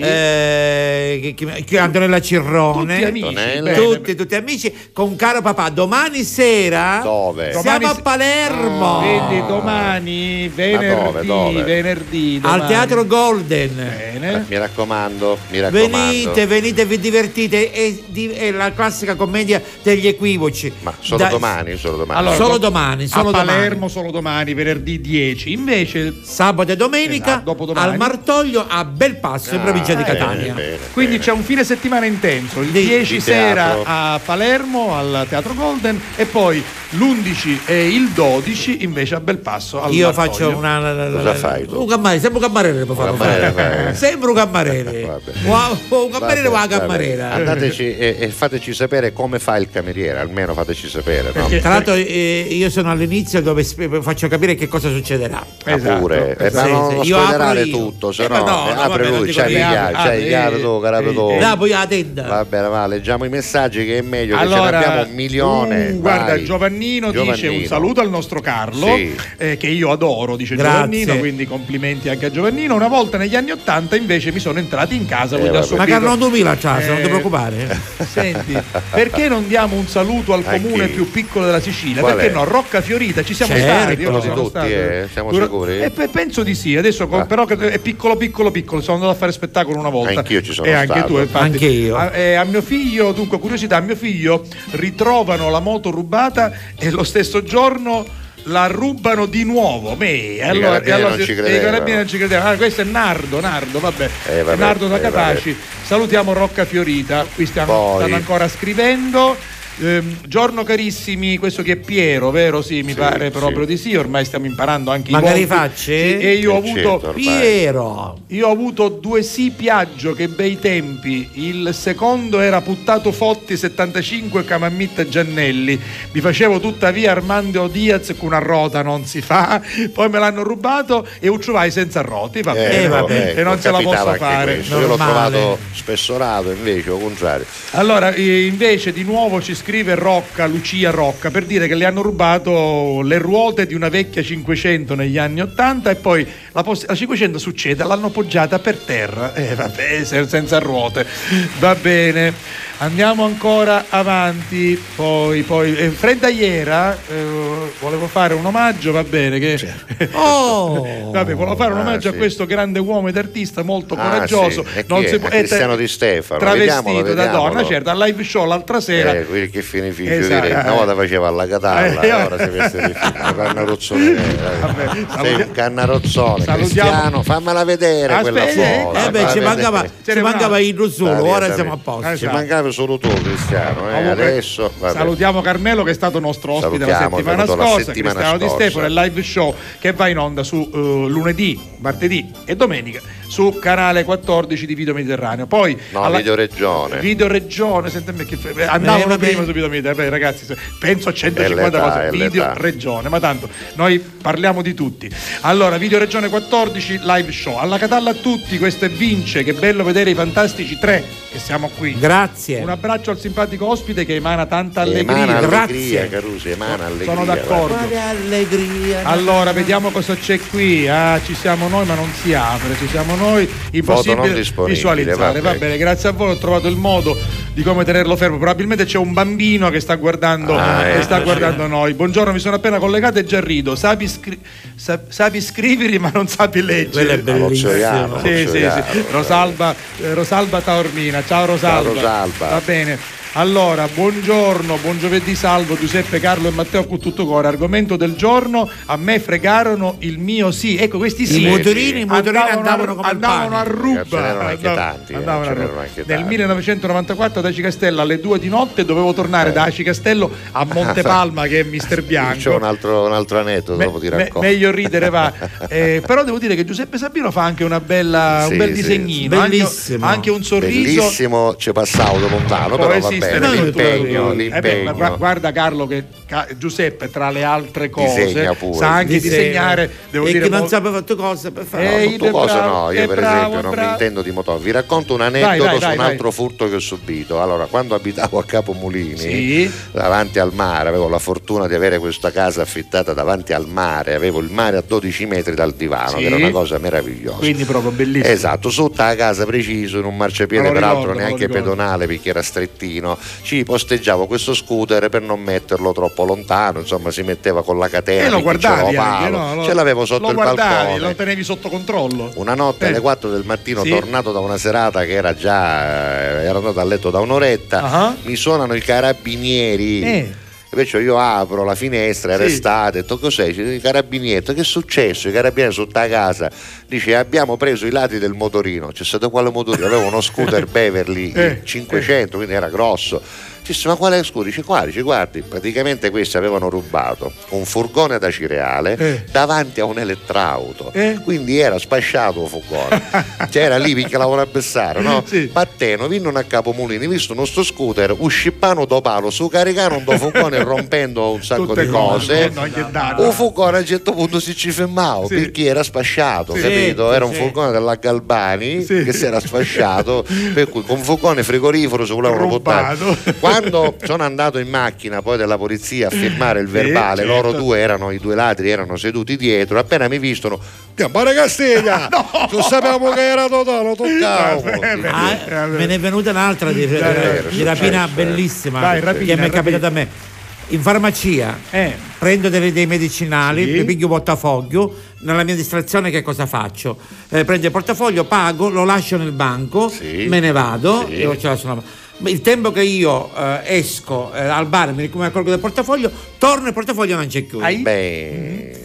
Speaker 11: eh, che- che- che- Antonella Cirrone,
Speaker 4: Tutti amici.
Speaker 3: Antonella.
Speaker 4: bene.
Speaker 11: tutti, tutti amici con Caro Papà. Domani sera
Speaker 3: Dove?
Speaker 11: siamo
Speaker 4: Domani
Speaker 11: a
Speaker 4: se-
Speaker 11: Palermo.
Speaker 4: Quindi domani, venerdì,
Speaker 3: dove, dove?
Speaker 4: venerdì
Speaker 11: Al
Speaker 4: domani.
Speaker 11: Teatro Golden.
Speaker 4: Bene.
Speaker 3: Mi raccomando, mi raccomando.
Speaker 11: Venite, venite, vi divertite. È, di- è la classica commedia degli equivoci.
Speaker 3: Ma solo
Speaker 11: Da-
Speaker 3: domani, solo domani.
Speaker 4: Allora,
Speaker 11: Solo
Speaker 4: com-
Speaker 11: domani, solo
Speaker 4: a
Speaker 11: domani.
Speaker 4: Palermo solo domani, venerdì dieci. Invece
Speaker 11: Sabato e domenica
Speaker 4: Esatto, dopodomani.
Speaker 11: al Martoglio a Belpasso, in
Speaker 3: Ah,
Speaker 11: provincia di
Speaker 3: bene,
Speaker 11: Catania.
Speaker 3: bene,
Speaker 4: quindi
Speaker 3: bene.
Speaker 4: c'è un fine settimana intenso, il
Speaker 11: Di-
Speaker 4: dieci
Speaker 3: di
Speaker 4: sera
Speaker 3: teatro.
Speaker 4: a Palermo al Teatro Golden e poi l'undici e il dodici invece a Belpasso al
Speaker 11: Io
Speaker 4: Martoglio.
Speaker 11: faccio una.
Speaker 3: Cosa fai tu?
Speaker 11: Un cammarere, sempre un cammarere per farlo
Speaker 3: cammarere
Speaker 11: fare.
Speaker 3: fai.
Speaker 11: Sempre un cammarere.
Speaker 3: Vabbè.
Speaker 11: Wow, un cammarere o una
Speaker 3: Vabbè, vabbè.
Speaker 11: cammarera.
Speaker 3: Andateci e, e fateci sapere come fa il cameriere, almeno fateci sapere, no?
Speaker 11: Tra l'altro eh, io sono all'inizio dove sp- faccio capire che cosa succederà.
Speaker 3: Ah,
Speaker 4: Esatto.
Speaker 3: pure, eh, ma
Speaker 11: Sì,
Speaker 3: non,
Speaker 11: sì,
Speaker 3: non
Speaker 11: io apro
Speaker 3: spoilerare
Speaker 11: io.
Speaker 3: tutto, se
Speaker 11: Eh,
Speaker 3: no,
Speaker 11: ma no,
Speaker 3: eh,
Speaker 11: no,
Speaker 3: apre
Speaker 11: vabbè, non
Speaker 3: lui,
Speaker 11: dico
Speaker 3: c'hai
Speaker 11: niente.
Speaker 3: chiaro,
Speaker 4: Apri,
Speaker 3: c'hai
Speaker 4: apri,
Speaker 3: chiaro tu, carato
Speaker 4: eh,
Speaker 3: tu.
Speaker 4: eh.
Speaker 11: Da poi la tenda.
Speaker 3: Va bene, va, leggiamo i messaggi che è meglio che
Speaker 4: Allora,
Speaker 3: ce ne abbiamo un milione.
Speaker 4: uh, guarda,
Speaker 3: vai.
Speaker 4: Giovannino, dice
Speaker 3: Giovannino.
Speaker 4: un saluto al nostro Carlo,
Speaker 3: Sì.
Speaker 4: eh, che io adoro, dice
Speaker 11: Grazie.
Speaker 4: Giovannino, quindi complimenti anche a Giovannino. Una volta negli anni Ottanta invece mi sono entrati in casa,
Speaker 3: Eh,
Speaker 4: quindi ha
Speaker 3: vabbè.
Speaker 11: Ma
Speaker 4: subito-
Speaker 11: Carlo duemila a casa, non
Speaker 4: Eh,
Speaker 11: ti preoccupare.
Speaker 4: Senti, perché non diamo un saluto al
Speaker 3: A
Speaker 4: comune
Speaker 3: chi?
Speaker 4: più piccolo della Sicilia?
Speaker 3: Qual
Speaker 4: perché
Speaker 3: è?
Speaker 4: no? Rocca Fiorita, ci siamo
Speaker 11: Certo.
Speaker 4: stati. io
Speaker 3: Piccolo
Speaker 4: ci
Speaker 3: di
Speaker 4: sono
Speaker 3: tutti,
Speaker 4: stato.
Speaker 3: eh? Siamo
Speaker 4: Dura-
Speaker 3: sicuri?
Speaker 4: eh, pe- penso di sì, adesso con-
Speaker 3: Ah.
Speaker 4: però che è piccolo piccolo piccolo, sono andato a fare spettacolo una volta.
Speaker 3: Anch'io ci sono
Speaker 4: E anche
Speaker 3: stato.
Speaker 4: tu, infatti.
Speaker 11: Anche io.
Speaker 4: A, eh, a mio figlio, dunque, curiosità, a mio figlio ritrovano la moto rubata e lo stesso giorno la rubano di nuovo. Me. E allora,
Speaker 3: carabinieri
Speaker 4: e allora
Speaker 3: non
Speaker 4: si-
Speaker 3: ci
Speaker 4: e i
Speaker 3: credevano.
Speaker 4: carabinieri non ci credevano. Ah, questo è Nardo, Nardo, vabbè.
Speaker 3: Eh, vabbè,
Speaker 4: È Nardo da
Speaker 3: eh,
Speaker 4: Capaci. Salutiamo Rocca Fiorita. Qui stiamo,
Speaker 3: Poi-
Speaker 4: stanno ancora scrivendo. Ehm, giorno carissimi, questo che è Piero, vero? Sì, mi
Speaker 3: Sì,
Speaker 4: pare proprio
Speaker 3: sì.
Speaker 4: di sì, ormai stiamo imparando anche
Speaker 11: Magari
Speaker 4: i volti.
Speaker 11: facce?
Speaker 4: Sì, e io ho
Speaker 3: Che
Speaker 4: avuto
Speaker 3: c'entra ormai?
Speaker 11: Piero.
Speaker 4: io ho avuto due sì Piaggio, che bei tempi. Il secondo era Puttato Fotti settantacinque Camammitta Giannelli. Mi facevo tuttavia Armando Diaz con una rota, non si fa. Poi me l'hanno rubato e uccuvai senza roti, vabbè,
Speaker 3: Eh,
Speaker 11: vabbè,
Speaker 4: e non
Speaker 3: ecco,
Speaker 4: ce la
Speaker 3: capitava
Speaker 4: posso
Speaker 3: anche
Speaker 4: fare.
Speaker 3: questo. Io l'ho
Speaker 11: Normale.
Speaker 3: trovato spessorato invece, o contrario.
Speaker 4: Allora, eh, invece di nuovo ci scrive Rocca, Lucia Rocca, per dire che le hanno rubato le ruote di una vecchia cinquecento negli anni ottanta e poi la, pos- la cinquecento succede, l'hanno poggiata per terra. Eh vabbè, se- senza ruote. Va bene. Andiamo ancora avanti. Poi, poi eh, Fredda Iera, eh, volevo fare un omaggio, va bene. Che...
Speaker 11: Oh!
Speaker 4: Vabbè, volevo fare un
Speaker 3: Ah,
Speaker 4: omaggio
Speaker 3: sì.
Speaker 4: a questo grande uomo ed artista molto
Speaker 3: Ah,
Speaker 4: coraggioso.
Speaker 3: sì. E chi è?
Speaker 4: può-
Speaker 3: A Cristiano
Speaker 4: eh,
Speaker 3: Di Stefano.
Speaker 4: travestito
Speaker 3: Vediamolo,
Speaker 4: da
Speaker 3: vediamolo.
Speaker 4: donna, certo, al live show l'altra sera.
Speaker 3: Eh, quelli che fineficio
Speaker 4: Esatto.
Speaker 3: direi. Una volta faceva alla Catalla,
Speaker 4: Eh,
Speaker 3: ora si veste di film. Cannarozzone.
Speaker 4: Vabbè,
Speaker 3: Sei
Speaker 4: saluti-
Speaker 3: un cannarozzone,
Speaker 4: salutiamo-
Speaker 3: Cristiano, fammela vedere
Speaker 4: Aspetta,
Speaker 3: quella
Speaker 4: eh,
Speaker 3: foto.
Speaker 11: Eh beh,
Speaker 3: fammela
Speaker 11: ci
Speaker 3: vedere.
Speaker 11: mancava,
Speaker 4: Ce
Speaker 11: ci
Speaker 4: ne
Speaker 11: mancava
Speaker 4: va.
Speaker 11: il solo,
Speaker 3: Dai,
Speaker 11: ora
Speaker 3: dai,
Speaker 11: siamo a
Speaker 3: dai.
Speaker 11: posto.
Speaker 3: Ci
Speaker 4: Esatto.
Speaker 3: mancava solo tu, Cristiano. Eh?
Speaker 4: Comunque,
Speaker 3: Adesso vabbè.
Speaker 4: salutiamo Carmelo che è stato nostro ospite la
Speaker 3: Salutiamo,
Speaker 4: settimana
Speaker 3: è venuto la
Speaker 4: scorsa,
Speaker 3: settimana
Speaker 4: Cristiano Di
Speaker 3: scorsa.
Speaker 4: Stefano, il live show che va in onda su eh, lunedì, martedì e domenica su canale quattordici di Video Mediterraneo. Poi
Speaker 3: No,
Speaker 4: alla-
Speaker 3: Video Regione.
Speaker 4: Video Regione, senti me che eh, andavano
Speaker 11: Eh, vabbè.
Speaker 4: prima su Video Mediterraneo, beh, ragazzi, se- penso a centocinquanta
Speaker 3: È l'età,
Speaker 4: cose.
Speaker 3: è
Speaker 4: Video
Speaker 3: l'età.
Speaker 4: Regione, ma tanto noi parliamo di tutti. Allora, Video Regione quattordici live show. Alla Catalla a tutti, questo è Vince, che bello vedere i Fantastici tre che siamo qui.
Speaker 11: Grazie.
Speaker 4: Un abbraccio al simpatico ospite che emana tanta allegria.
Speaker 3: Emana allegria,
Speaker 11: Grazie.
Speaker 3: Carusi, emana allegria.
Speaker 4: Sono d'accordo.
Speaker 11: Quale allegria.
Speaker 4: Allora, vediamo cosa c'è qui. Ah, ci siamo noi, ma non si apre. Ci siamo noi.
Speaker 3: non
Speaker 4: Impossibile
Speaker 3: disponibile,
Speaker 4: visualizzare. Va
Speaker 3: vabbè.
Speaker 4: bene, grazie a voi. Ho trovato il modo di come tenerlo fermo. Probabilmente c'è un bambino che sta guardando,
Speaker 3: Ah,
Speaker 4: che
Speaker 3: ecco,
Speaker 4: sta
Speaker 3: sì.
Speaker 4: guardando noi. Buongiorno, mi sono appena collegato e già rido. Sapi, scri- sa- sapi scrivere, ma non sapi leggere.
Speaker 11: Quello è bellissimo.
Speaker 4: Sì, sì, sì.
Speaker 3: Rosalba.
Speaker 4: Rosalba, eh, Rosalba Taormina. Ciao Rosalba.
Speaker 3: Ciao, Rosalba.
Speaker 4: Va bene. Allora, buongiorno, buon giovedì, salvo Giuseppe, Carlo e Matteo con tutto cuore. Argomento del giorno: a me fregarono il mio sì. Ecco, questi sì.
Speaker 11: I motorini, i motorini andavano, andavano come
Speaker 4: andavano a ruba.
Speaker 3: Ce n'erano anche tanti.
Speaker 4: Andavano
Speaker 3: eh,
Speaker 4: a ruba. Anche Nel tanti. millenovecentonovantaquattro ad Aci Castello alle due di notte dovevo tornare eh. da Aci Castello a Montepalma che è mister Bianco.
Speaker 3: C'è un altro, un altro aneddoto,
Speaker 4: me,
Speaker 3: dopo ti racconto.
Speaker 4: Me, meglio ridere va. eh, però devo dire che Giuseppe Sabino fa anche una bella,
Speaker 3: sì,
Speaker 4: un bel
Speaker 3: sì,
Speaker 4: disegnino,
Speaker 11: bellissimo.
Speaker 4: Anche, anche un sorriso.
Speaker 3: Bellissimo, ci passavo da lontano, però va bene. L'impegno, l'impegno.
Speaker 4: Eh beh, ma guarda Carlo che Giuseppe tra le altre cose
Speaker 3: pure,
Speaker 4: sa anche
Speaker 11: disegna.
Speaker 4: disegnare, devo
Speaker 11: e
Speaker 4: dire
Speaker 11: che non
Speaker 4: mo-
Speaker 11: sapeva fatto cose per fare.
Speaker 3: No, fatto cose no, io per
Speaker 4: bravo,
Speaker 3: esempio non
Speaker 4: bravo.
Speaker 3: mi intendo di motori. Vi racconto un aneddoto
Speaker 4: vai, vai,
Speaker 3: su
Speaker 4: vai,
Speaker 3: un
Speaker 4: vai.
Speaker 3: altro furto che ho subito. Allora, quando abitavo a Capomulini,
Speaker 4: sì.
Speaker 3: davanti al mare, avevo la fortuna di avere questa casa affittata davanti al mare, avevo il mare a dodici metri dal divano,
Speaker 4: sì.
Speaker 3: che era una cosa meravigliosa.
Speaker 4: Quindi proprio bellissimo.
Speaker 3: Esatto, sotto la casa preciso, in un marciapiede, peraltro neanche pedonale perché era strettino, ci posteggiavo questo scooter per non metterlo troppo lontano, insomma si metteva con la catena,
Speaker 4: e lo guardavi
Speaker 3: palo,
Speaker 4: anche, no? Lo,
Speaker 3: ce l'avevo sotto
Speaker 4: lo
Speaker 3: il
Speaker 4: guardavi,
Speaker 3: balcone,
Speaker 4: lo tenevi sotto controllo.
Speaker 3: Una notte
Speaker 4: eh.
Speaker 3: alle quattro del mattino,
Speaker 4: sì.
Speaker 3: tornato da una serata che era già, era andato a letto da un'oretta, uh-huh. mi suonano i carabinieri.
Speaker 4: Eh.
Speaker 3: Invece io apro la finestra, era
Speaker 4: sì.
Speaker 3: estate, ho detto cos'è? I carabinieri, che è successo? I carabinieri sotto la casa, dice abbiamo preso i lati del motorino. C'è stato quale motorino? Avevo uno scooter Beverly
Speaker 4: eh.
Speaker 3: cinquecento, quindi era grosso. Dice, ma quale scooter? Dice qua, dice guardi, praticamente questi avevano rubato un furgone da cireale
Speaker 4: eh.
Speaker 3: davanti a un elettrauto,
Speaker 4: eh.
Speaker 3: quindi era spasciato il furgone. C'era lì perché lavora a Bessaro, no?
Speaker 4: Sì.
Speaker 3: Patteno, vinno a Capomulini, visto uno sto scooter, uscippano do palo, su caricano un do furgone rompendo un sacco
Speaker 4: tutte
Speaker 3: di cose.
Speaker 4: No, no,
Speaker 3: un furgone a un certo punto si ci fermava
Speaker 4: sì.
Speaker 3: perché era spasciato,
Speaker 4: sì.
Speaker 3: capito? Era un
Speaker 4: sì.
Speaker 3: furgone della Galbani
Speaker 4: sì.
Speaker 3: che si era sfasciato, per cui con furgone frigorifero si volevano portare. Quando sono andato in macchina poi della polizia a firmare il verbale,
Speaker 4: sì, certo.
Speaker 3: loro due erano, i due ladri erano seduti dietro, appena mi vistono Campana Castiglia, no! Non sapevamo che era totale, toccavo.
Speaker 11: Ah, me ne è venuta un'altra di,
Speaker 3: vero,
Speaker 11: di rapina bellissima.
Speaker 4: Dai, rapina,
Speaker 11: che mi è capitata a me. In farmacia
Speaker 4: eh.
Speaker 11: prendo dei, dei medicinali,
Speaker 4: sì.
Speaker 11: mi piglio un portafoglio, nella mia distrazione che cosa faccio? Eh, prendo il portafoglio, pago, lo lascio nel banco,
Speaker 3: sì.
Speaker 11: me ne vado,
Speaker 3: sì.
Speaker 11: io ce la sono. Il tempo che io eh, esco eh, al bar, mi accorgo del portafoglio, torno e il portafoglio non c'è più.
Speaker 3: Beh.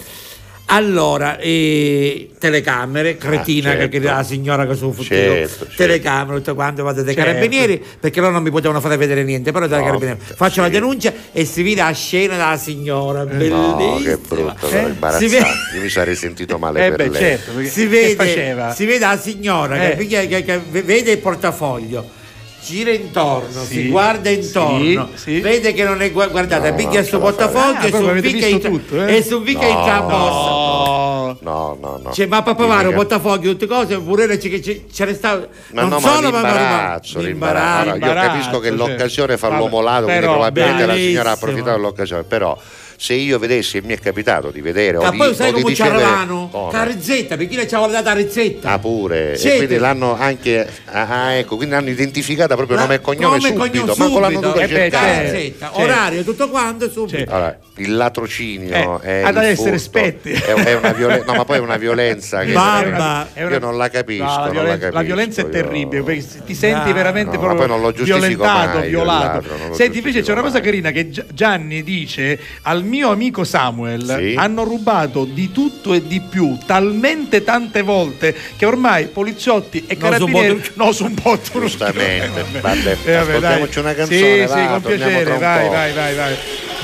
Speaker 11: Allora, eh, telecamere, cretina,
Speaker 3: ah, certo.
Speaker 11: che la signora che sono fottuto,
Speaker 3: certo,
Speaker 11: telecamere, tutto quanto, vado dai
Speaker 4: certo.
Speaker 11: carabinieri, perché loro non mi potevano fare vedere niente, però dai
Speaker 3: no,
Speaker 11: carabinieri faccio
Speaker 3: sì.
Speaker 11: la denuncia e si vede la scena della signora, bellissima.
Speaker 3: No, che brutto,
Speaker 11: eh?
Speaker 3: imbarazzante. Io mi sarei sentito male
Speaker 4: eh
Speaker 3: per
Speaker 4: beh,
Speaker 3: lei.
Speaker 4: certo,
Speaker 11: si, vede, si vede la signora
Speaker 4: eh.
Speaker 11: che, che, che, che vede il portafoglio, gira intorno,
Speaker 4: sì.
Speaker 11: si guarda intorno,
Speaker 4: sì, sì.
Speaker 11: vede che non è guardate,
Speaker 3: no,
Speaker 11: piglia sto portafoglio
Speaker 4: ah,
Speaker 11: e su
Speaker 4: visto
Speaker 11: in
Speaker 4: tutto, eh?
Speaker 11: e su che entra a bossa.
Speaker 3: No, no, no, no.
Speaker 11: Cioè, ma papà un portafoglio, tutte cose, pure c'è, c'è, c'è restava.
Speaker 3: Ma
Speaker 11: non
Speaker 3: no,
Speaker 11: solo
Speaker 3: ma l'imbarazzo,
Speaker 11: ma,
Speaker 3: l'imbarazzo. Allora, io capisco che l'occasione fa l'uomo ladro, quindi probabilmente la signora ha approfittato dell'occasione, però se io vedessi, e mi è capitato di vedere
Speaker 11: ma
Speaker 3: o
Speaker 11: poi
Speaker 3: di,
Speaker 11: sai
Speaker 3: o
Speaker 11: come
Speaker 3: di
Speaker 11: c'era
Speaker 3: ricevere
Speaker 11: Rano? La rizzetta, perché lei ci aveva dato la rizzetta.
Speaker 3: Ah pure,
Speaker 11: Siete.
Speaker 3: e quindi l'hanno anche ah, ecco, quindi hanno identificata proprio
Speaker 11: la,
Speaker 3: nome e cognome
Speaker 11: nome
Speaker 3: subito,
Speaker 11: cognome
Speaker 3: ma con l'hanno
Speaker 11: subito.
Speaker 3: dovuto
Speaker 11: Eh
Speaker 3: cercare.
Speaker 11: rizzetta, orario, tutto quanto subito.
Speaker 3: Certo. Allora, il latrocinio
Speaker 4: eh,
Speaker 3: è
Speaker 4: ad
Speaker 3: il
Speaker 4: essere
Speaker 3: furto,
Speaker 4: spetti.
Speaker 3: È, è una violenza, no, ma poi è una violenza che
Speaker 11: Babba.
Speaker 3: è una, io non la capisco,
Speaker 4: no, la,
Speaker 3: non
Speaker 4: violenza,
Speaker 3: la, capisco
Speaker 4: la violenza è
Speaker 3: io.
Speaker 4: terribile perché ti senti
Speaker 11: no,
Speaker 4: veramente
Speaker 3: no,
Speaker 4: proprio
Speaker 3: ma poi non lo giustifico
Speaker 4: violentato,
Speaker 3: mai,
Speaker 4: violato.
Speaker 3: Ladro,
Speaker 4: Senti, invece c'è una cosa
Speaker 3: mai.
Speaker 4: carina che Gianni dice al mio amico Samuel,
Speaker 3: sì?
Speaker 4: hanno rubato di tutto e di più talmente tante volte che ormai poliziotti e
Speaker 11: No,
Speaker 4: carabinieri non sono un po'
Speaker 3: giustamente. Vabbè,
Speaker 4: eh, vabbè,
Speaker 3: ascoltiamoci una canzone,
Speaker 4: sì,
Speaker 3: va,
Speaker 4: sì, con
Speaker 3: torniamo
Speaker 4: piacere,
Speaker 3: tra un
Speaker 4: vai,
Speaker 3: po'.
Speaker 4: vai, vai, vai.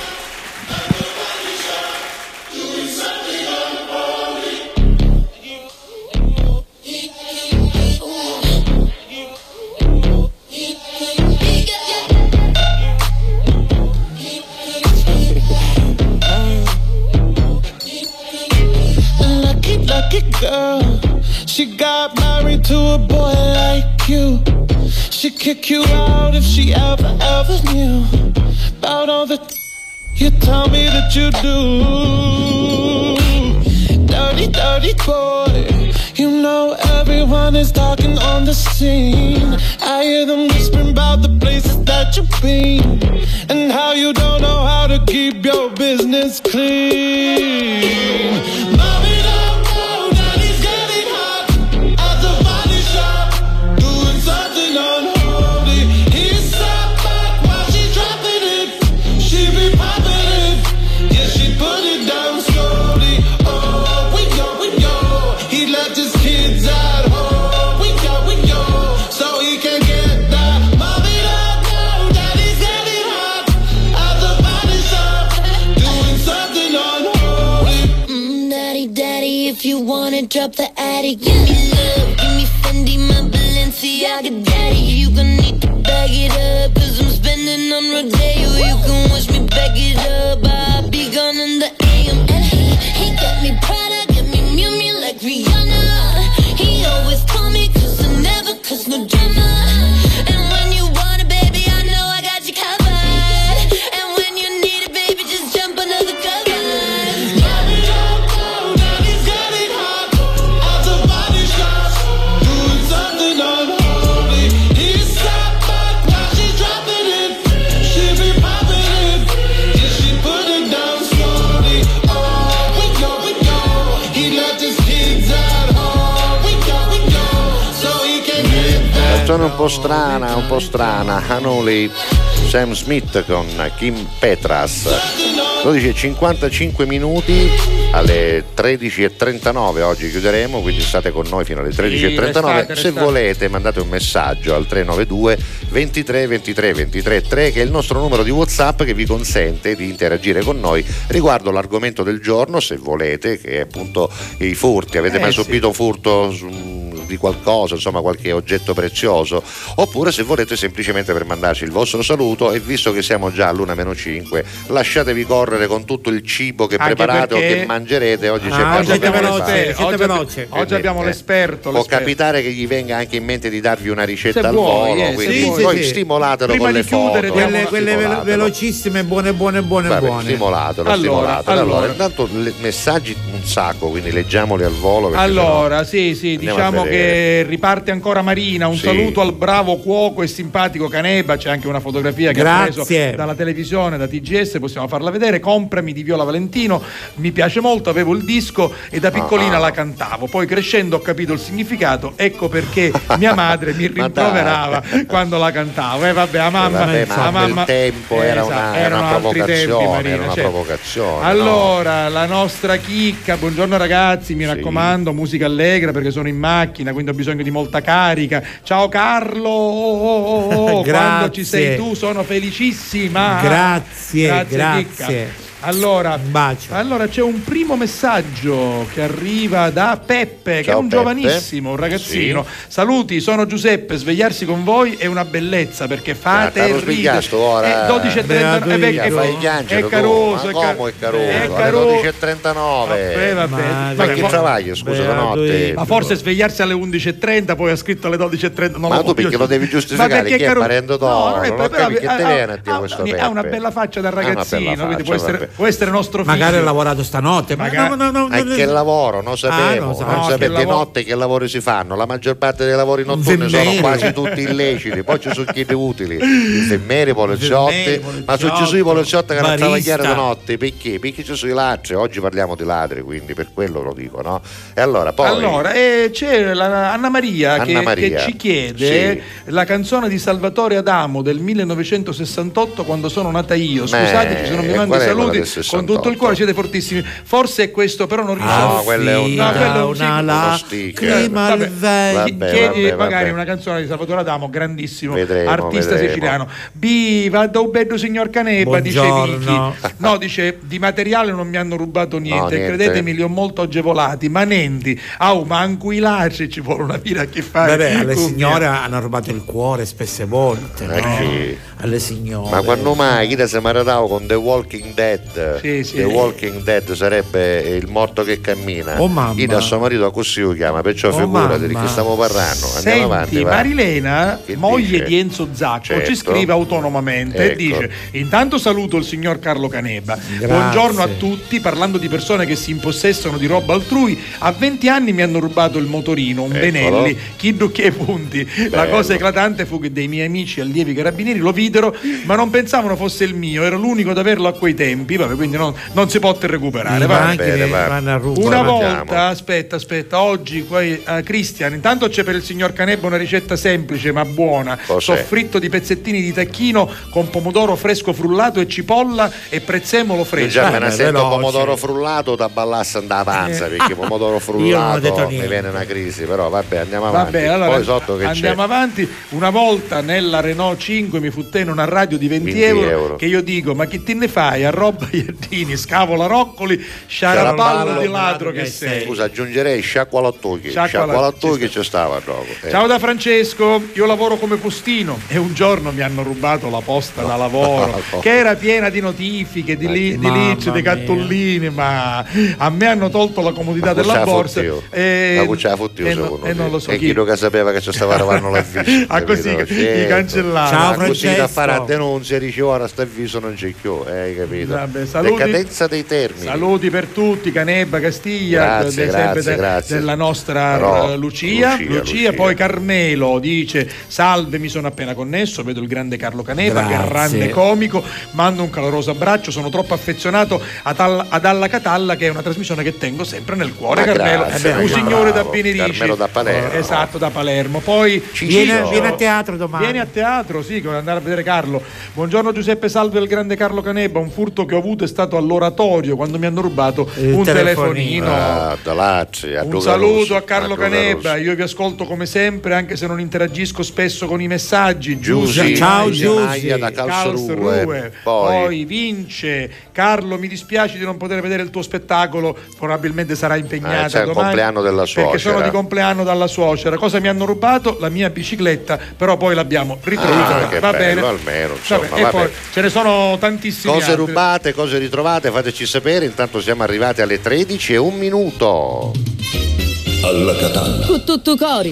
Speaker 15: Lucky girl, she got married to a boy like you. She'd kick you out if she ever, ever knew about all the you tell me that you do. Dirty, dirty boy, you know everyone is talking on the scene. I hear them whispering about the places that you've been and how you don't know how to keep your business clean. Mommy,
Speaker 5: drop the attic. Give me love, give me Fendi, my Balenciaga daddy. You gon' need to bag it up, cause I'm spending on Rodeo. You can wish me back it up, I'll be gone in the A M. And he, he got me Prada, got me Miu Miu like Rihanna. He always call me cause I never cause no drama. And when you want it, baby, I know I got you covered. And when you need it, baby, just jump under the covers.
Speaker 3: Canzone un po' strana, un po' strana. Hanoli, Sam Smith con Kim Petras. dodici e cinquantacinque minuti, alle tredici e trentanove oggi chiuderemo, quindi state con noi fino alle tredici e trentanove.
Speaker 11: Restate,
Speaker 3: Se
Speaker 11: restate.
Speaker 3: volete mandate un messaggio al tre nove due ventitré ventitré ventitré tre, che è il nostro numero di WhatsApp che vi consente di interagire con noi riguardo l'argomento del giorno, se volete, che è appunto i furti. Avete
Speaker 11: Eh,
Speaker 3: mai
Speaker 11: sì.
Speaker 3: subito un furto su- di qualcosa, insomma qualche oggetto prezioso, oppure se volete semplicemente per mandarci il vostro saluto, e visto che siamo già all'una meno cinque lasciatevi correre con tutto il cibo che
Speaker 4: Anche
Speaker 3: preparate o
Speaker 4: perché-
Speaker 3: che mangerete. Oggi c'è
Speaker 11: Ah,
Speaker 3: Carlo
Speaker 11: oggi abbiamo
Speaker 3: Campari.
Speaker 11: veloce, siete
Speaker 4: oggi,
Speaker 11: veloce.
Speaker 4: oggi
Speaker 3: Quindi,
Speaker 4: abbiamo
Speaker 3: eh,
Speaker 4: l'esperto,
Speaker 3: può
Speaker 4: l'esperto.
Speaker 3: capitare che gli venga anche in mente di darvi una ricetta
Speaker 4: Se
Speaker 3: al
Speaker 4: vuoi,
Speaker 3: volo,
Speaker 4: eh, se
Speaker 3: quindi
Speaker 11: vuoi.
Speaker 3: poi
Speaker 11: Sì, sì.
Speaker 3: stimolatelo
Speaker 4: Prima
Speaker 3: con
Speaker 4: di
Speaker 3: le
Speaker 4: chiudere,
Speaker 3: foto,
Speaker 11: Quelle, quelle velo-
Speaker 3: stimolatelo.
Speaker 11: velocissime, buone, buone, buone,
Speaker 3: Vabbè,
Speaker 11: buone.
Speaker 3: stimolatelo,
Speaker 4: Allora,
Speaker 3: stimolatelo. Allora,
Speaker 4: allora.
Speaker 3: intanto le- messaggi un sacco, quindi leggiamoli al volo. perché
Speaker 4: Allora,
Speaker 3: sennò
Speaker 4: sì, sì,
Speaker 3: andiamo
Speaker 4: diciamo
Speaker 3: a vedere.
Speaker 4: che riparte ancora Marina. Un
Speaker 3: Sì.
Speaker 4: saluto al bravo cuoco e simpatico Caneba. C'è anche una fotografia che ha preso
Speaker 11: Grazie.
Speaker 4: dalla televisione, da T G S, possiamo farla vedere. Comprami di Viola Valentino, mi piace molto, avevo il disco e da piccolina
Speaker 3: Ah.
Speaker 4: la cantavo. Poi crescendo ho capito il significato, ecco perché mia madre mi
Speaker 3: Ma dai.
Speaker 4: rimproverava quando la cantavo. E vabbè, a mamma,
Speaker 3: Vabbè, ma
Speaker 4: a
Speaker 3: a quel
Speaker 4: mamma-
Speaker 3: tempo era
Speaker 4: esatto,
Speaker 3: una- era
Speaker 4: erano
Speaker 3: una
Speaker 4: altri tempi,
Speaker 3: provocazione,
Speaker 4: Marina,
Speaker 3: era una
Speaker 4: certo.
Speaker 3: provocazione,
Speaker 4: Allora, la nostra chicca, buongiorno ragazzi, mi raccomando, musica allegra perché sono in macchina, quindi ho bisogno di molta carica. Ciao Carlo, oh, oh, oh, oh,
Speaker 11: Grazie.
Speaker 4: quando ci sei tu sono felicissima.
Speaker 11: Grazie, grazie.
Speaker 4: chicca. Allora,
Speaker 11: Un bacio.
Speaker 4: allora c'è un primo messaggio che arriva da Peppe, che
Speaker 3: Ciao,
Speaker 4: è un
Speaker 3: Peppe.
Speaker 4: giovanissimo, un ragazzino.
Speaker 3: Sì.
Speaker 4: Saluti, sono Giuseppe, svegliarsi con voi è una bellezza perché
Speaker 3: Ah,
Speaker 4: fate
Speaker 3: t'hanno
Speaker 4: ridere.
Speaker 3: svegliato ora.
Speaker 4: È dodici e trenta,
Speaker 11: Beato
Speaker 4: eh, beh,
Speaker 11: io.
Speaker 4: è,
Speaker 3: Fai piangere
Speaker 4: è
Speaker 3: tu,
Speaker 4: caroso,
Speaker 3: ma
Speaker 4: è ca-
Speaker 3: come è caroso?
Speaker 4: è
Speaker 3: Alle
Speaker 4: caroso.
Speaker 3: dodici e trentanove.
Speaker 4: Vabbè, vabbè.
Speaker 11: Ma
Speaker 3: Ma
Speaker 4: Vabbè,
Speaker 3: chi
Speaker 4: mo-
Speaker 3: travaglia, scusa, la
Speaker 11: Beato
Speaker 3: notte?
Speaker 11: io.
Speaker 4: ma forse svegliarsi alle undici e trenta, poi ha scritto alle dodici e trenta. Non
Speaker 3: Ma
Speaker 4: lo
Speaker 3: tu
Speaker 4: voglio-
Speaker 3: perché lo devi giustificare?
Speaker 4: Ma perché
Speaker 3: Chi è
Speaker 4: caro-
Speaker 3: parente
Speaker 4: No,
Speaker 3: d'oro?
Speaker 4: non è
Speaker 3: Non ho
Speaker 4: però-
Speaker 3: capito, che
Speaker 4: ha-
Speaker 3: te
Speaker 4: ha-
Speaker 3: viene a te
Speaker 4: ha-
Speaker 3: questo
Speaker 4: ha una
Speaker 3: Peppe?
Speaker 4: bella faccia da
Speaker 3: Ha una
Speaker 4: ragazzino,
Speaker 3: bella
Speaker 4: quindi
Speaker 3: faccia,
Speaker 4: può essere,
Speaker 3: vabbè.
Speaker 4: può essere nostro figlio.
Speaker 11: Magari ha lavorato stanotte, ma
Speaker 4: Magari-
Speaker 11: no, no, no,
Speaker 3: Ma
Speaker 11: no,
Speaker 3: che lavoro, non sapevo,
Speaker 11: Ah, non
Speaker 3: non,
Speaker 11: so.
Speaker 4: No,
Speaker 3: sapevo
Speaker 4: che
Speaker 3: di
Speaker 4: lavoro-
Speaker 3: notte che lavori si fanno, la maggior parte dei lavori notturni
Speaker 11: Infermieri.
Speaker 3: sono quasi tutti illeciti, poi ci sono chi di utili, infermieri, poliziotti,
Speaker 11: Infermieri,
Speaker 3: ma sono ci sono i poliziotti che non
Speaker 11: barista.
Speaker 3: travagliare di notte, perché? Perché ci sono i ladri, oggi parliamo di ladri, quindi per quello lo dico, no? E allora poi
Speaker 4: Allora, eh, c'è la- Anna Maria,
Speaker 3: Anna
Speaker 4: che,
Speaker 3: Maria.
Speaker 4: che ci chiede la canzone di Salvatore Adamo del millenovecentosessantotto, Quando sono nata io. Scusateci se non mi
Speaker 3: e
Speaker 4: mando
Speaker 3: qual
Speaker 4: i
Speaker 3: è quella
Speaker 4: saluti
Speaker 3: del
Speaker 4: con
Speaker 3: sessantotto?
Speaker 4: tutto il cuore, siete fortissimi. Forse è questo, però non riusciamo.
Speaker 3: No, quello è un-
Speaker 4: No, quello è un
Speaker 11: una
Speaker 4: sì-
Speaker 11: la
Speaker 3: uno sticker.
Speaker 11: clima
Speaker 4: Vabbè,
Speaker 11: al vento.
Speaker 4: chi-
Speaker 3: Vabbè,
Speaker 4: chiedi
Speaker 3: vabbè,
Speaker 4: magari
Speaker 3: vabbè.
Speaker 4: una canzone di Salvatore Adamo, grandissimo
Speaker 3: Vedremo,
Speaker 4: artista
Speaker 3: vedremo.
Speaker 4: siciliano. Viva do bello signor Canepa, dice
Speaker 11: Buongiorno.
Speaker 4: Vicky. No, dice di materiale non mi hanno rubato niente,
Speaker 3: niente.
Speaker 4: credetemi, li ho molto agevolati. Ma Nendi, au, ma anche i lasci ci vuole una vita che fare.
Speaker 11: Vabbè, alle
Speaker 4: Cumbia.
Speaker 11: signore hanno rubato il cuore spesse volte,
Speaker 3: Eh,
Speaker 11: no?
Speaker 3: sì.
Speaker 11: Alle signore.
Speaker 3: Ma quando mai chi da si maritava con The Walking Dead?
Speaker 4: Sì, sì.
Speaker 3: The Walking Dead sarebbe il morto che cammina.
Speaker 11: Oh, mamma.
Speaker 3: Chi da suo marito così lo chiama, perciò
Speaker 11: Oh,
Speaker 3: figurati di
Speaker 11: mamma.
Speaker 3: chi stiamo parlando. Andiamo
Speaker 4: Senti,
Speaker 3: avanti. va.
Speaker 4: Marilena,
Speaker 3: Che
Speaker 4: moglie
Speaker 3: dice?
Speaker 4: di Enzo Zacco,
Speaker 3: Certo.
Speaker 4: ci scrive autonomamente e
Speaker 3: Ecco.
Speaker 4: dice: intanto saluto il signor Carlo Caneba.
Speaker 11: Grazie.
Speaker 4: Buongiorno a tutti, parlando di persone che si impossessano di roba altrui. A venti anni mi hanno rubato il motorino, un
Speaker 3: Eccolo.
Speaker 4: Benelli, chi ducchi ai punti. La
Speaker 3: Bello.
Speaker 4: cosa eclatante fu che dei miei amici allievi carabinieri lo videro, ma non pensavano fosse il mio, ero l'unico ad averlo a quei tempi. Vabbè, quindi non, non si può recuperare.
Speaker 11: I
Speaker 4: va.
Speaker 11: macchine
Speaker 3: bene, va.
Speaker 11: vanno a rubare.
Speaker 4: Una
Speaker 3: Poi mangiamo.
Speaker 4: volta, aspetta, aspetta, oggi poi, eh, Cristian, intanto c'è per il signor Canebba una ricetta semplice ma buona:
Speaker 3: Cos'è?
Speaker 4: soffritto di pezzettini di tacchino con pomodoro fresco frullato e cipolla e prezzemolo
Speaker 3: Io
Speaker 4: fresco.
Speaker 3: già me
Speaker 11: Vabbè,
Speaker 3: ne sento
Speaker 11: veloce.
Speaker 3: pomodoro frullato da ballasse da panza,
Speaker 4: Eh.
Speaker 3: perché pomodoro
Speaker 11: Io non ho detto
Speaker 3: frullato mi
Speaker 11: niente.
Speaker 3: viene una crisi, però vabbè, andiamo avanti.
Speaker 4: Vabbè, allora
Speaker 3: Poi sotto che
Speaker 4: andiamo
Speaker 3: c'è?
Speaker 4: avanti. Una volta nella Renault cinque mi fu te in una radio di venti,
Speaker 3: venti
Speaker 4: euro,
Speaker 3: euro.
Speaker 4: che io dico: ma che te ne fai a roba Bagliardini, Scavola Roccoli, Sciaraballo di ladro che sei.
Speaker 3: Scusa, aggiungerei Sciacqualattucchi. Sciacqualattucchi ci stava proprio. Eh.
Speaker 4: Ciao da Francesco, io lavoro come postino e un giorno mi hanno rubato la posta da lavoro che era piena di notifiche, di, li, di lic, di cartollini, ma a me hanno tolto la comodità della borsa e,
Speaker 3: la cuccia fottio,
Speaker 4: e, no, e non lo so
Speaker 3: e
Speaker 4: chi
Speaker 3: chi che sapeva che ci stava arrivando l'avviso
Speaker 4: ah così che cancellare.
Speaker 11: Ciao
Speaker 3: Francesco, così da fare a
Speaker 11: Francesco.
Speaker 3: denunzia dice ora sta avviso non c'è più, eh, hai capito?
Speaker 4: Vabbè, saluti,
Speaker 3: decadenza dei termini.
Speaker 4: Saluti per tutti, Canebba, Castiglia,
Speaker 3: grazie,
Speaker 4: de,
Speaker 3: grazie,
Speaker 4: de,
Speaker 3: grazie.
Speaker 4: della nostra
Speaker 3: Però,
Speaker 4: uh, Lucia.
Speaker 3: Lucia,
Speaker 4: Lucia,
Speaker 3: Lucia.
Speaker 4: Poi Carmelo dice salve, mi sono appena connesso, vedo il grande Carlo Caneva,
Speaker 11: Grazie.
Speaker 4: grande comico, mando un caloroso abbraccio, sono troppo affezionato a tal, ad Alla Catalla, che è una trasmissione che tengo sempre nel cuore.
Speaker 3: Ma
Speaker 4: Carmelo,
Speaker 3: grazie,
Speaker 4: un
Speaker 3: ma
Speaker 4: signore da
Speaker 3: bravo.
Speaker 4: Benerici.
Speaker 3: Carmelo da Palermo.
Speaker 4: Eh, esatto, da Palermo. Poi
Speaker 11: Viene, viene a teatro domani.
Speaker 4: Vieni a teatro, sì, che andare a vedere Carlo. Buongiorno Giuseppe, salve il grande Carlo Canebba. Un furto che ho avuto è stato all'oratorio quando mi hanno rubato
Speaker 11: Il
Speaker 4: un
Speaker 11: telefonino.
Speaker 4: telefonino.
Speaker 3: Ah, da Lazio, a
Speaker 4: Un
Speaker 3: Duca
Speaker 4: saluto
Speaker 3: Rossi,
Speaker 4: a Carlo
Speaker 3: Duca
Speaker 4: Canebba,
Speaker 3: Rossi.
Speaker 4: io vi ascolto come sempre, anche se non interagisco spesso con i messaggi.
Speaker 3: Giussi,
Speaker 11: Ciao,
Speaker 3: Maglia,
Speaker 11: Giussi.
Speaker 3: Maglia da Calsrue.
Speaker 4: Calsrue.
Speaker 3: Poi,
Speaker 4: Poi vince. Carlo, mi dispiace di non poter vedere il tuo spettacolo, probabilmente sarà impegnata
Speaker 3: Eh, c'è il
Speaker 4: domani,
Speaker 3: compleanno della
Speaker 4: perché sono
Speaker 3: suocera.
Speaker 4: di compleanno dalla suocera. Cosa mi hanno rubato? La mia bicicletta, però poi l'abbiamo ritrovata.
Speaker 3: Ah, che
Speaker 4: Va
Speaker 3: bello,
Speaker 4: bene.
Speaker 3: almeno, insomma,
Speaker 4: Vabbè, e
Speaker 3: vabbè.
Speaker 4: poi ce ne sono tantissime
Speaker 3: cose
Speaker 4: altre.
Speaker 3: rubate, cose ritrovate, fateci sapere. Intanto siamo arrivati alle tredici e un minuto.
Speaker 6: Alla Catalla.
Speaker 1: Cu tutto cori.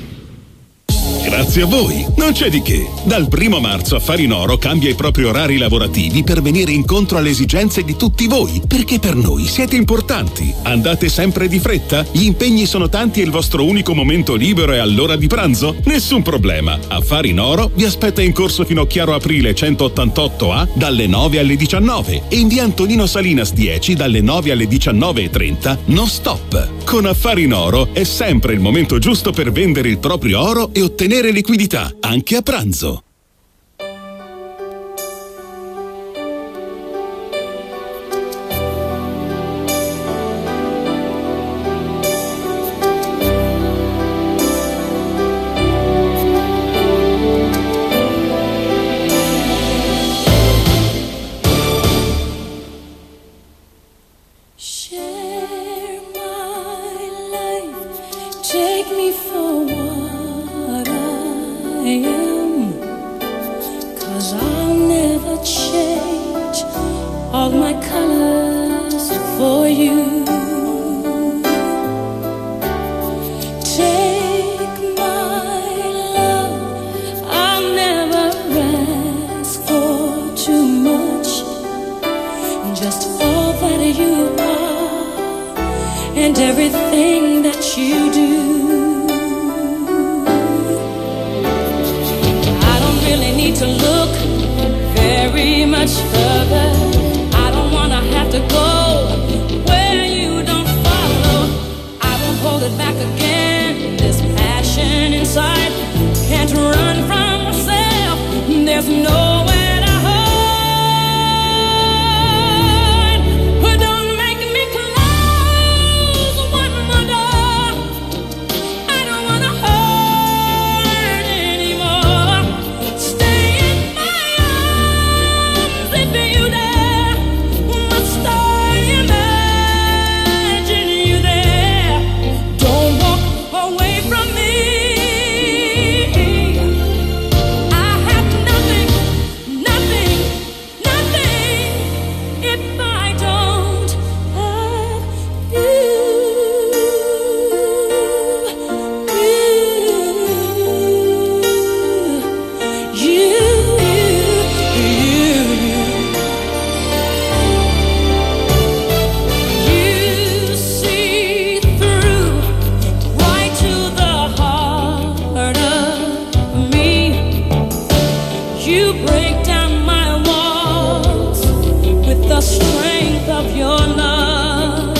Speaker 9: Grazie a voi, non c'è di che. Dal primo marzo Affari in Oro cambia i propri orari lavorativi per venire incontro alle esigenze di tutti voi, perché per noi siete importanti. Andate sempre di fretta? Gli impegni sono tanti e il vostro unico momento libero è all'ora di pranzo? Nessun problema. Affari in Oro vi aspetta in corso Finocchiaro Aprile centottantotto A dalle nove alle diciannove e in via Antonino Salinas dieci dalle nove alle diciannove e trenta, non stop. Con Affari in Oro è sempre il momento giusto per vendere il proprio oro e ottenere liquidità, anche a pranzo.
Speaker 5: Share my life, take me for what I am, 'cause I'll never change all my colors for you. Take my love, I'll never ask for too much, just all that you are and everything that you do. I don't really need to look very much further. I don't wanna have to go where you don't follow. I won't hold it back again. This passion inside can't run from myself. There's nowhere to hide. But don't make me close one more door. I don't wanna hurt anymore. Stay in my arms if you dare. Must I imagine you there? Don't walk away from me. I have nothing, nothing, nothing if I don't have you, you, you. You see through right to the heart of me. You break down my walls with the strength of your love.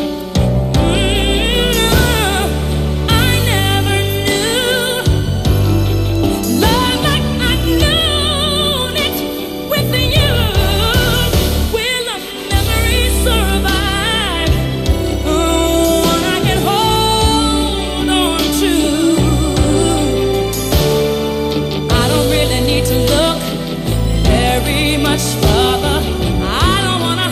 Speaker 5: Mm, I never knew love like I known it with you. Will a memory survive? Oh, one I can hold on to. I don't really need to look very much further. I don't wanna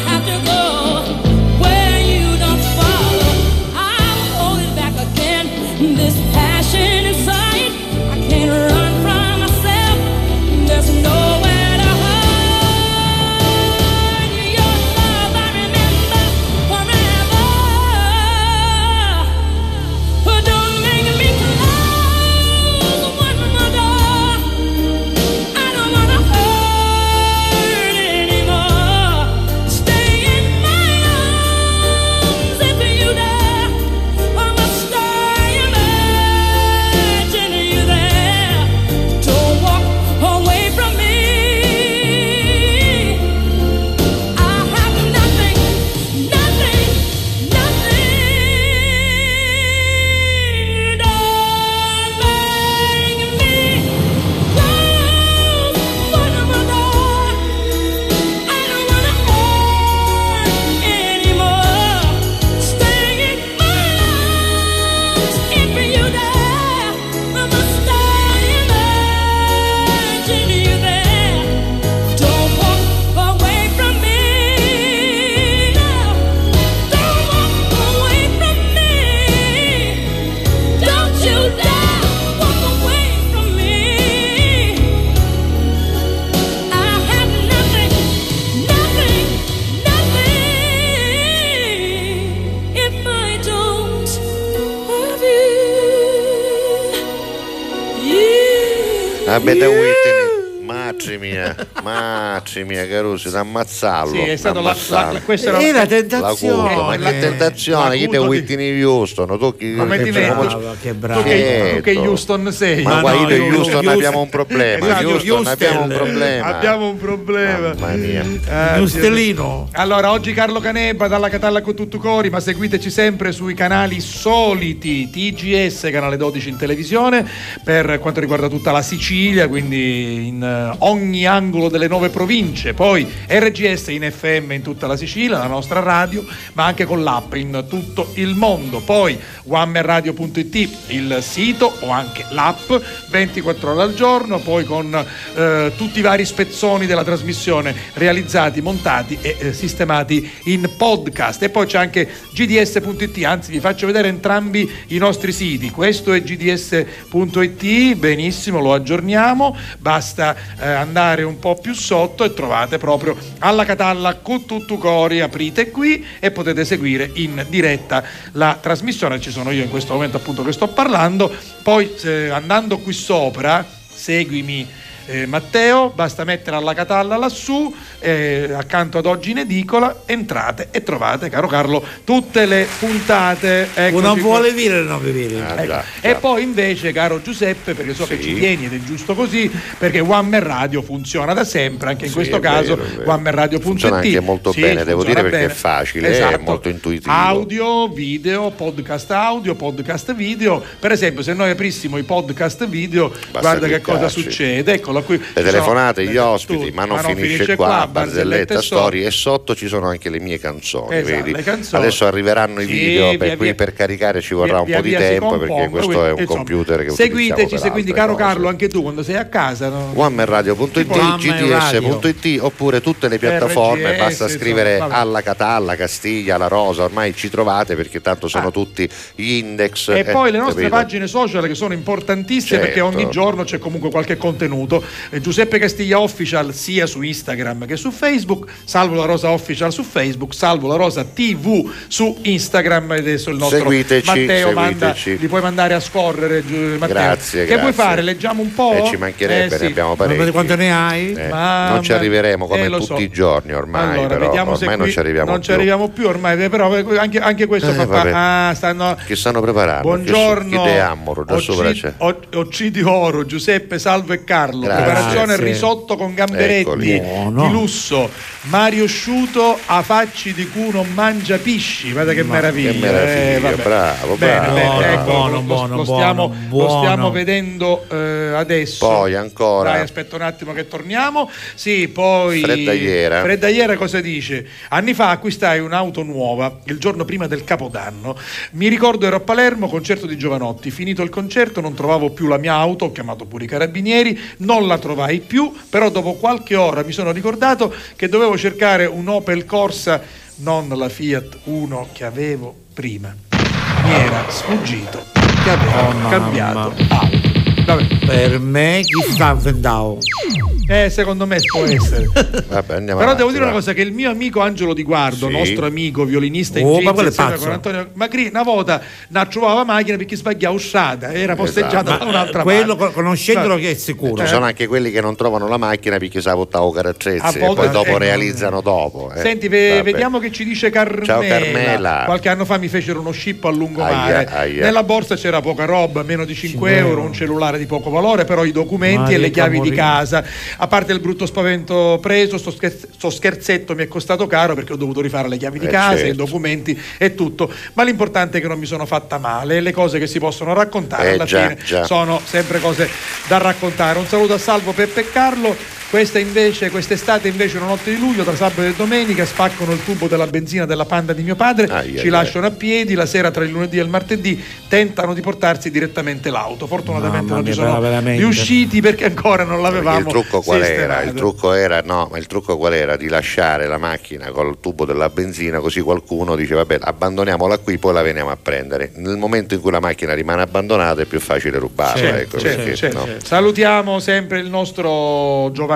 Speaker 3: Vabbè, da Whitney. Macci mia, macci mia, Carusi, da ammazzarlo.
Speaker 4: Sì, è stato la, la, la, questa
Speaker 11: era,
Speaker 4: era
Speaker 11: la tentazione.
Speaker 3: La ma che tentazione, chi è Whitney Houston? Tu chi,
Speaker 4: come ti
Speaker 3: che
Speaker 4: metti?
Speaker 3: bravo,
Speaker 11: che bravo.
Speaker 4: Tu che, tu che Houston sei?
Speaker 3: Ma, ma qua
Speaker 11: no,
Speaker 3: io e
Speaker 11: io,
Speaker 3: Houston
Speaker 11: io,
Speaker 3: abbiamo un problema.
Speaker 4: Esatto,
Speaker 3: Houston,
Speaker 11: Houston,
Speaker 3: abbiamo un problema.
Speaker 4: Abbiamo un problema.
Speaker 3: Mamma mia.
Speaker 4: Eh,
Speaker 11: Giustellino.
Speaker 4: Allora, oggi Carlo Canebba dalla Catalla con tutto cori, ma seguiteci sempre sui canali soliti, T G S, canale dodici in televisione, per quanto riguarda tutta la Sicilia, quindi in ogni angolo delle nove province, poi R G S in F M in tutta la Sicilia, la nostra radio, ma anche con l'app in tutto il mondo, poi wammerradio punto it il sito o anche l'app ventiquattro ore al giorno, poi con eh, tutti i vari spezzoni della trasmissione realizzati, montati e eh, sistemati in podcast, e poi c'è anche G D S punto it, anzi vi faccio vedere entrambi i nostri siti, questo è G D S punto it, benissimo, lo aggiorniamo, basta eh, andare un po' più sotto e trovate proprio alla Catalla con tutto cori, aprite qui e potete seguire in diretta la trasmissione, ci sono io in questo momento appunto che sto parlando, poi eh, andando qui sopra, seguimi Eh, Matteo, basta mettere alla Catalla lassù, eh, accanto ad Oggi in Edicola, entrate e trovate, caro Carlo, tutte le puntate.
Speaker 11: Eccoci, non vuole dire non vivere.
Speaker 3: Ah,
Speaker 4: ecco.
Speaker 3: già,
Speaker 4: E
Speaker 3: già.
Speaker 4: poi invece, caro Giuseppe, perché so
Speaker 3: sì.
Speaker 4: che ci tieni ed è giusto così, perché One Man Radio funziona da sempre, anche in
Speaker 3: Sì,
Speaker 4: questo
Speaker 3: è
Speaker 4: caso
Speaker 3: vero, è vero.
Speaker 4: one man radio punto it
Speaker 3: Funziona anche molto
Speaker 4: sì,
Speaker 3: bene, devo dire,
Speaker 4: funziona
Speaker 3: perché
Speaker 4: bene.
Speaker 3: è facile,
Speaker 4: Esatto.
Speaker 3: è molto intuitivo.
Speaker 4: Audio, video, podcast audio, podcast video. Per esempio, se noi aprissimo i podcast video,
Speaker 3: Basta
Speaker 4: guarda che cosa
Speaker 3: cliccarci.
Speaker 4: succede. Eccolo qui.
Speaker 3: Le telefonate, gli ospiti,
Speaker 4: Tutto,
Speaker 3: ma non finisce qua, barzelletta
Speaker 4: e
Speaker 3: storie, e sotto ci sono anche le mie canzoni,
Speaker 4: Esatto,
Speaker 3: vedi?
Speaker 4: le canzoni.
Speaker 3: Adesso arriveranno i
Speaker 4: Sì,
Speaker 3: video,
Speaker 4: via
Speaker 3: per cui
Speaker 4: via-
Speaker 3: per caricare ci vorrà
Speaker 4: via
Speaker 3: un po' di
Speaker 4: via si
Speaker 3: tempo, perché
Speaker 4: compongono,
Speaker 3: questo è un
Speaker 4: insomma,
Speaker 3: computer che
Speaker 4: seguiteci,
Speaker 3: utilizziamo per
Speaker 4: quindi
Speaker 3: altre
Speaker 4: caro
Speaker 3: cose.
Speaker 4: Carlo, anche tu quando sei a casa, no?
Speaker 3: wammerradio punto it, G D S punto it oppure tutte le piattaforme,
Speaker 4: R G S,
Speaker 3: basta
Speaker 4: insomma,
Speaker 3: scrivere
Speaker 4: vabbè.
Speaker 3: alla Catalla, Castiglia, La Rosa, ormai ci trovate perché tanto sono
Speaker 4: Ah.
Speaker 3: tutti gli index.
Speaker 4: E
Speaker 3: eh,
Speaker 4: poi le nostre
Speaker 3: capito?
Speaker 4: pagine social che sono importantissime,
Speaker 3: Certo.
Speaker 4: perché ogni giorno c'è comunque qualche contenuto. Eh, Giuseppe Castiglia Official sia su Instagram che su Facebook, Salvo la Rosa Official su Facebook, Salvo la Rosa tivù su Instagram, ed adesso il nostro
Speaker 3: Seguiteci,
Speaker 4: Matteo manda,
Speaker 3: seguiteci.
Speaker 4: li puoi mandare a scorrere, Giu- Matteo.
Speaker 3: Grazie,
Speaker 4: che
Speaker 3: grazie.
Speaker 4: puoi fare? Leggiamo un po'?
Speaker 3: Eh, ci mancherebbe,
Speaker 4: Eh, sì.
Speaker 3: ne abbiamo parecchi.
Speaker 11: Quanto ne hai?
Speaker 3: Eh,
Speaker 4: Mamma-
Speaker 3: non ci arriveremo come
Speaker 4: eh, lo
Speaker 3: tutti
Speaker 4: so.
Speaker 3: i giorni ormai,
Speaker 4: Allora,
Speaker 3: però
Speaker 4: vediamo se
Speaker 3: ormai non
Speaker 4: qui
Speaker 3: ci arriviamo
Speaker 4: non
Speaker 3: più.
Speaker 4: ci arriviamo più ormai, eh, però anche, anche questo
Speaker 3: Eh,
Speaker 4: fa
Speaker 3: vabbè.
Speaker 4: fa- ah, stanno
Speaker 3: Che stanno preparando?
Speaker 4: Buongiorno,
Speaker 3: Che, che amoro, da sopra c'è.
Speaker 4: Ocidi Oro, Giuseppe, Salvo e Carlo.
Speaker 3: Grazie.
Speaker 4: Preparazione
Speaker 11: Sì.
Speaker 4: risotto con gamberetti
Speaker 3: Eccoli.
Speaker 11: Buono.
Speaker 4: di lusso. Mario Sciuto a facci di cui non mangia pisci. Guarda che meraviglia.
Speaker 3: che meraviglia,
Speaker 4: Eh, vabbè.
Speaker 3: bravo,
Speaker 4: Bene,
Speaker 3: bravo,
Speaker 4: bene,
Speaker 3: bravo.
Speaker 4: ecco,
Speaker 11: Buono,
Speaker 4: lo,
Speaker 11: buono,
Speaker 4: lo
Speaker 11: buono,
Speaker 4: stiamo, lo
Speaker 11: buono.
Speaker 4: stiamo vedendo eh, adesso.
Speaker 3: Poi ancora.
Speaker 4: Dai, aspetta un attimo che torniamo. Sì, poi
Speaker 3: Freddaiera.
Speaker 4: Freddaiera cosa dice? Anni fa acquistai un'auto nuova il giorno prima del Capodanno. Mi ricordo ero a Palermo, concerto di Giovanotti. Finito il concerto non trovavo più la mia auto, ho chiamato pure i carabinieri, non la trovai più, però dopo qualche ora mi sono ricordato che dovevo cercare un Opel Corsa, non la Fiat Uno che avevo prima. Mi era sfuggito che avevo
Speaker 11: Oh, mamma.
Speaker 4: cambiato auto. Vabbè.
Speaker 11: Per me chi sta vendendo?
Speaker 4: Eh, secondo me può essere.
Speaker 3: Vabbè, andiamo
Speaker 4: Però
Speaker 3: avanti,
Speaker 4: devo dire
Speaker 3: va.
Speaker 4: una cosa, che il mio amico Angelo Di Guardo,
Speaker 3: Sì.
Speaker 4: nostro amico violinista in
Speaker 11: Oh, ma
Speaker 4: jeans,
Speaker 11: quello è
Speaker 4: insieme
Speaker 11: pazzo.
Speaker 4: con Antonio Magri, una volta non trovava la macchina perché sbagliava uscita, era posteggiata
Speaker 3: Esatto.
Speaker 4: da un'altra
Speaker 11: Quello
Speaker 4: parte.
Speaker 11: conoscendolo che è sicuro.
Speaker 3: Ci sono anche quelli che non trovano la macchina perché sa portare caracezze
Speaker 4: A
Speaker 3: e
Speaker 4: volte-
Speaker 3: poi dopo
Speaker 4: eh,
Speaker 3: realizzano dopo. eh.
Speaker 4: Senti, ve-
Speaker 3: Vabbè.
Speaker 4: vediamo che ci dice Carmela.
Speaker 3: Ciao, Carmela.
Speaker 4: Qualche anno fa mi fecero uno scippo a lungomare.
Speaker 3: Aia, aia.
Speaker 4: Nella borsa c'era poca roba, meno di cinque
Speaker 11: Cinque
Speaker 4: euro,
Speaker 11: euro.
Speaker 4: un cellulare di poco valore, però i documenti e le
Speaker 11: Maria
Speaker 4: chiavi di
Speaker 11: Camorri.
Speaker 4: casa. A parte il brutto spavento preso, sto, scherz- sto scherzetto mi è costato caro perché ho dovuto rifare le chiavi di
Speaker 3: Eh,
Speaker 4: casa,
Speaker 3: certo.
Speaker 4: i documenti e tutto. Ma l'importante è che non mi sono fatta male. Le cose che si possono raccontare
Speaker 3: Eh,
Speaker 4: alla
Speaker 3: già,
Speaker 4: fine
Speaker 3: già.
Speaker 4: sono sempre cose da raccontare. Un saluto a Salvo, Peppe e Carlo. Questa invece, quest'estate invece una notte di luglio, tra sabato e domenica, spaccano il tubo della benzina della Panda di mio padre,
Speaker 3: Ai,
Speaker 4: ci
Speaker 3: ai,
Speaker 4: lasciano a piedi, la sera tra il lunedì e il martedì tentano di portarsi direttamente l'auto. Fortunatamente
Speaker 11: Mamma
Speaker 4: non ci
Speaker 11: mia,
Speaker 4: sono
Speaker 11: veramente.
Speaker 4: riusciti perché ancora non l'avevamo
Speaker 3: Il trucco qual era?
Speaker 4: sistemato.
Speaker 3: Il trucco era no, ma il trucco qual era? Di lasciare la macchina col tubo della benzina, così qualcuno dice vabbè, abbandoniamola qui, poi la veniamo a prendere. Nel momento in cui la macchina rimane abbandonata è più facile rubarla,
Speaker 4: Certo,
Speaker 3: ecco,
Speaker 4: certo,
Speaker 3: perché,
Speaker 4: certo,
Speaker 3: no?
Speaker 4: certo. Salutiamo sempre il nostro Giovanni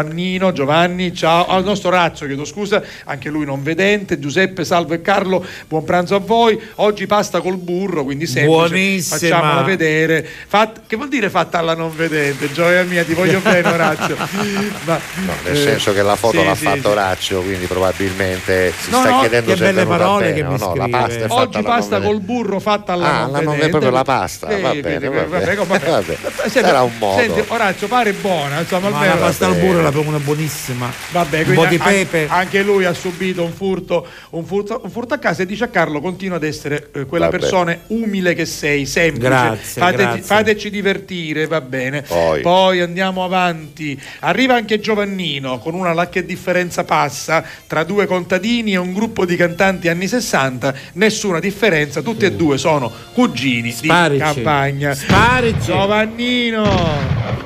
Speaker 4: Giovannino, Giovanni, ciao, al nostro Razzo, chiedo scusa, anche lui non vedente, Giuseppe, Salvo e Carlo, buon pranzo a voi. Oggi pasta col burro, quindi semplice,
Speaker 11: buonissima,
Speaker 4: facciamola vedere. Fat, che vuol dire fatta alla non vedente? Gioia mia, ti voglio bene, Orazio. Ma,
Speaker 3: no, nel
Speaker 4: eh,
Speaker 3: senso che la foto
Speaker 4: sì,
Speaker 3: l'ha
Speaker 4: sì,
Speaker 3: fatto
Speaker 4: sì.
Speaker 3: Orazio, quindi probabilmente si
Speaker 4: No,
Speaker 3: sta
Speaker 4: no,
Speaker 3: chiedendo
Speaker 11: che
Speaker 3: se è
Speaker 11: belle
Speaker 3: venuta
Speaker 11: parole
Speaker 3: bene
Speaker 11: che
Speaker 3: o
Speaker 11: mi
Speaker 3: no. La
Speaker 11: scrive.
Speaker 3: pasta è fatta
Speaker 4: Oggi
Speaker 3: alla
Speaker 4: pasta
Speaker 3: non
Speaker 4: col burro fatta alla
Speaker 3: Ah,
Speaker 4: non
Speaker 3: la non
Speaker 4: vedente.
Speaker 3: proprio la pasta,
Speaker 4: Sì,
Speaker 3: va
Speaker 4: quindi,
Speaker 3: bene, va
Speaker 4: vabbè,
Speaker 3: bene.
Speaker 4: come-
Speaker 3: Vabbè.
Speaker 4: Senti,
Speaker 3: Era un modo.
Speaker 4: Senti, Orazio, pare buona, insomma,
Speaker 11: Ma
Speaker 4: almeno
Speaker 11: la pasta al
Speaker 3: bene.
Speaker 11: burro è la- una buonissima.
Speaker 4: Vabbè,
Speaker 11: un
Speaker 4: quindi
Speaker 11: po' di
Speaker 4: an-
Speaker 11: pepe.
Speaker 4: anche lui ha subito un furto, un furto, un furto a casa e dice a Carlo: continua ad essere eh, quella
Speaker 3: Vabbè.
Speaker 4: persona umile che sei, semplice.
Speaker 11: Grazie,
Speaker 4: Fateci,
Speaker 11: grazie.
Speaker 4: fateci divertire, va bene.
Speaker 3: Poi.
Speaker 4: Poi andiamo avanti. Arriva anche Giovannino con una la che differenza passa tra due contadini e un gruppo di cantanti anni sessanta. Nessuna differenza, tutti e due sono cugini
Speaker 11: Sparici.
Speaker 4: di campagna.
Speaker 11: Sparici.
Speaker 4: Giovannino.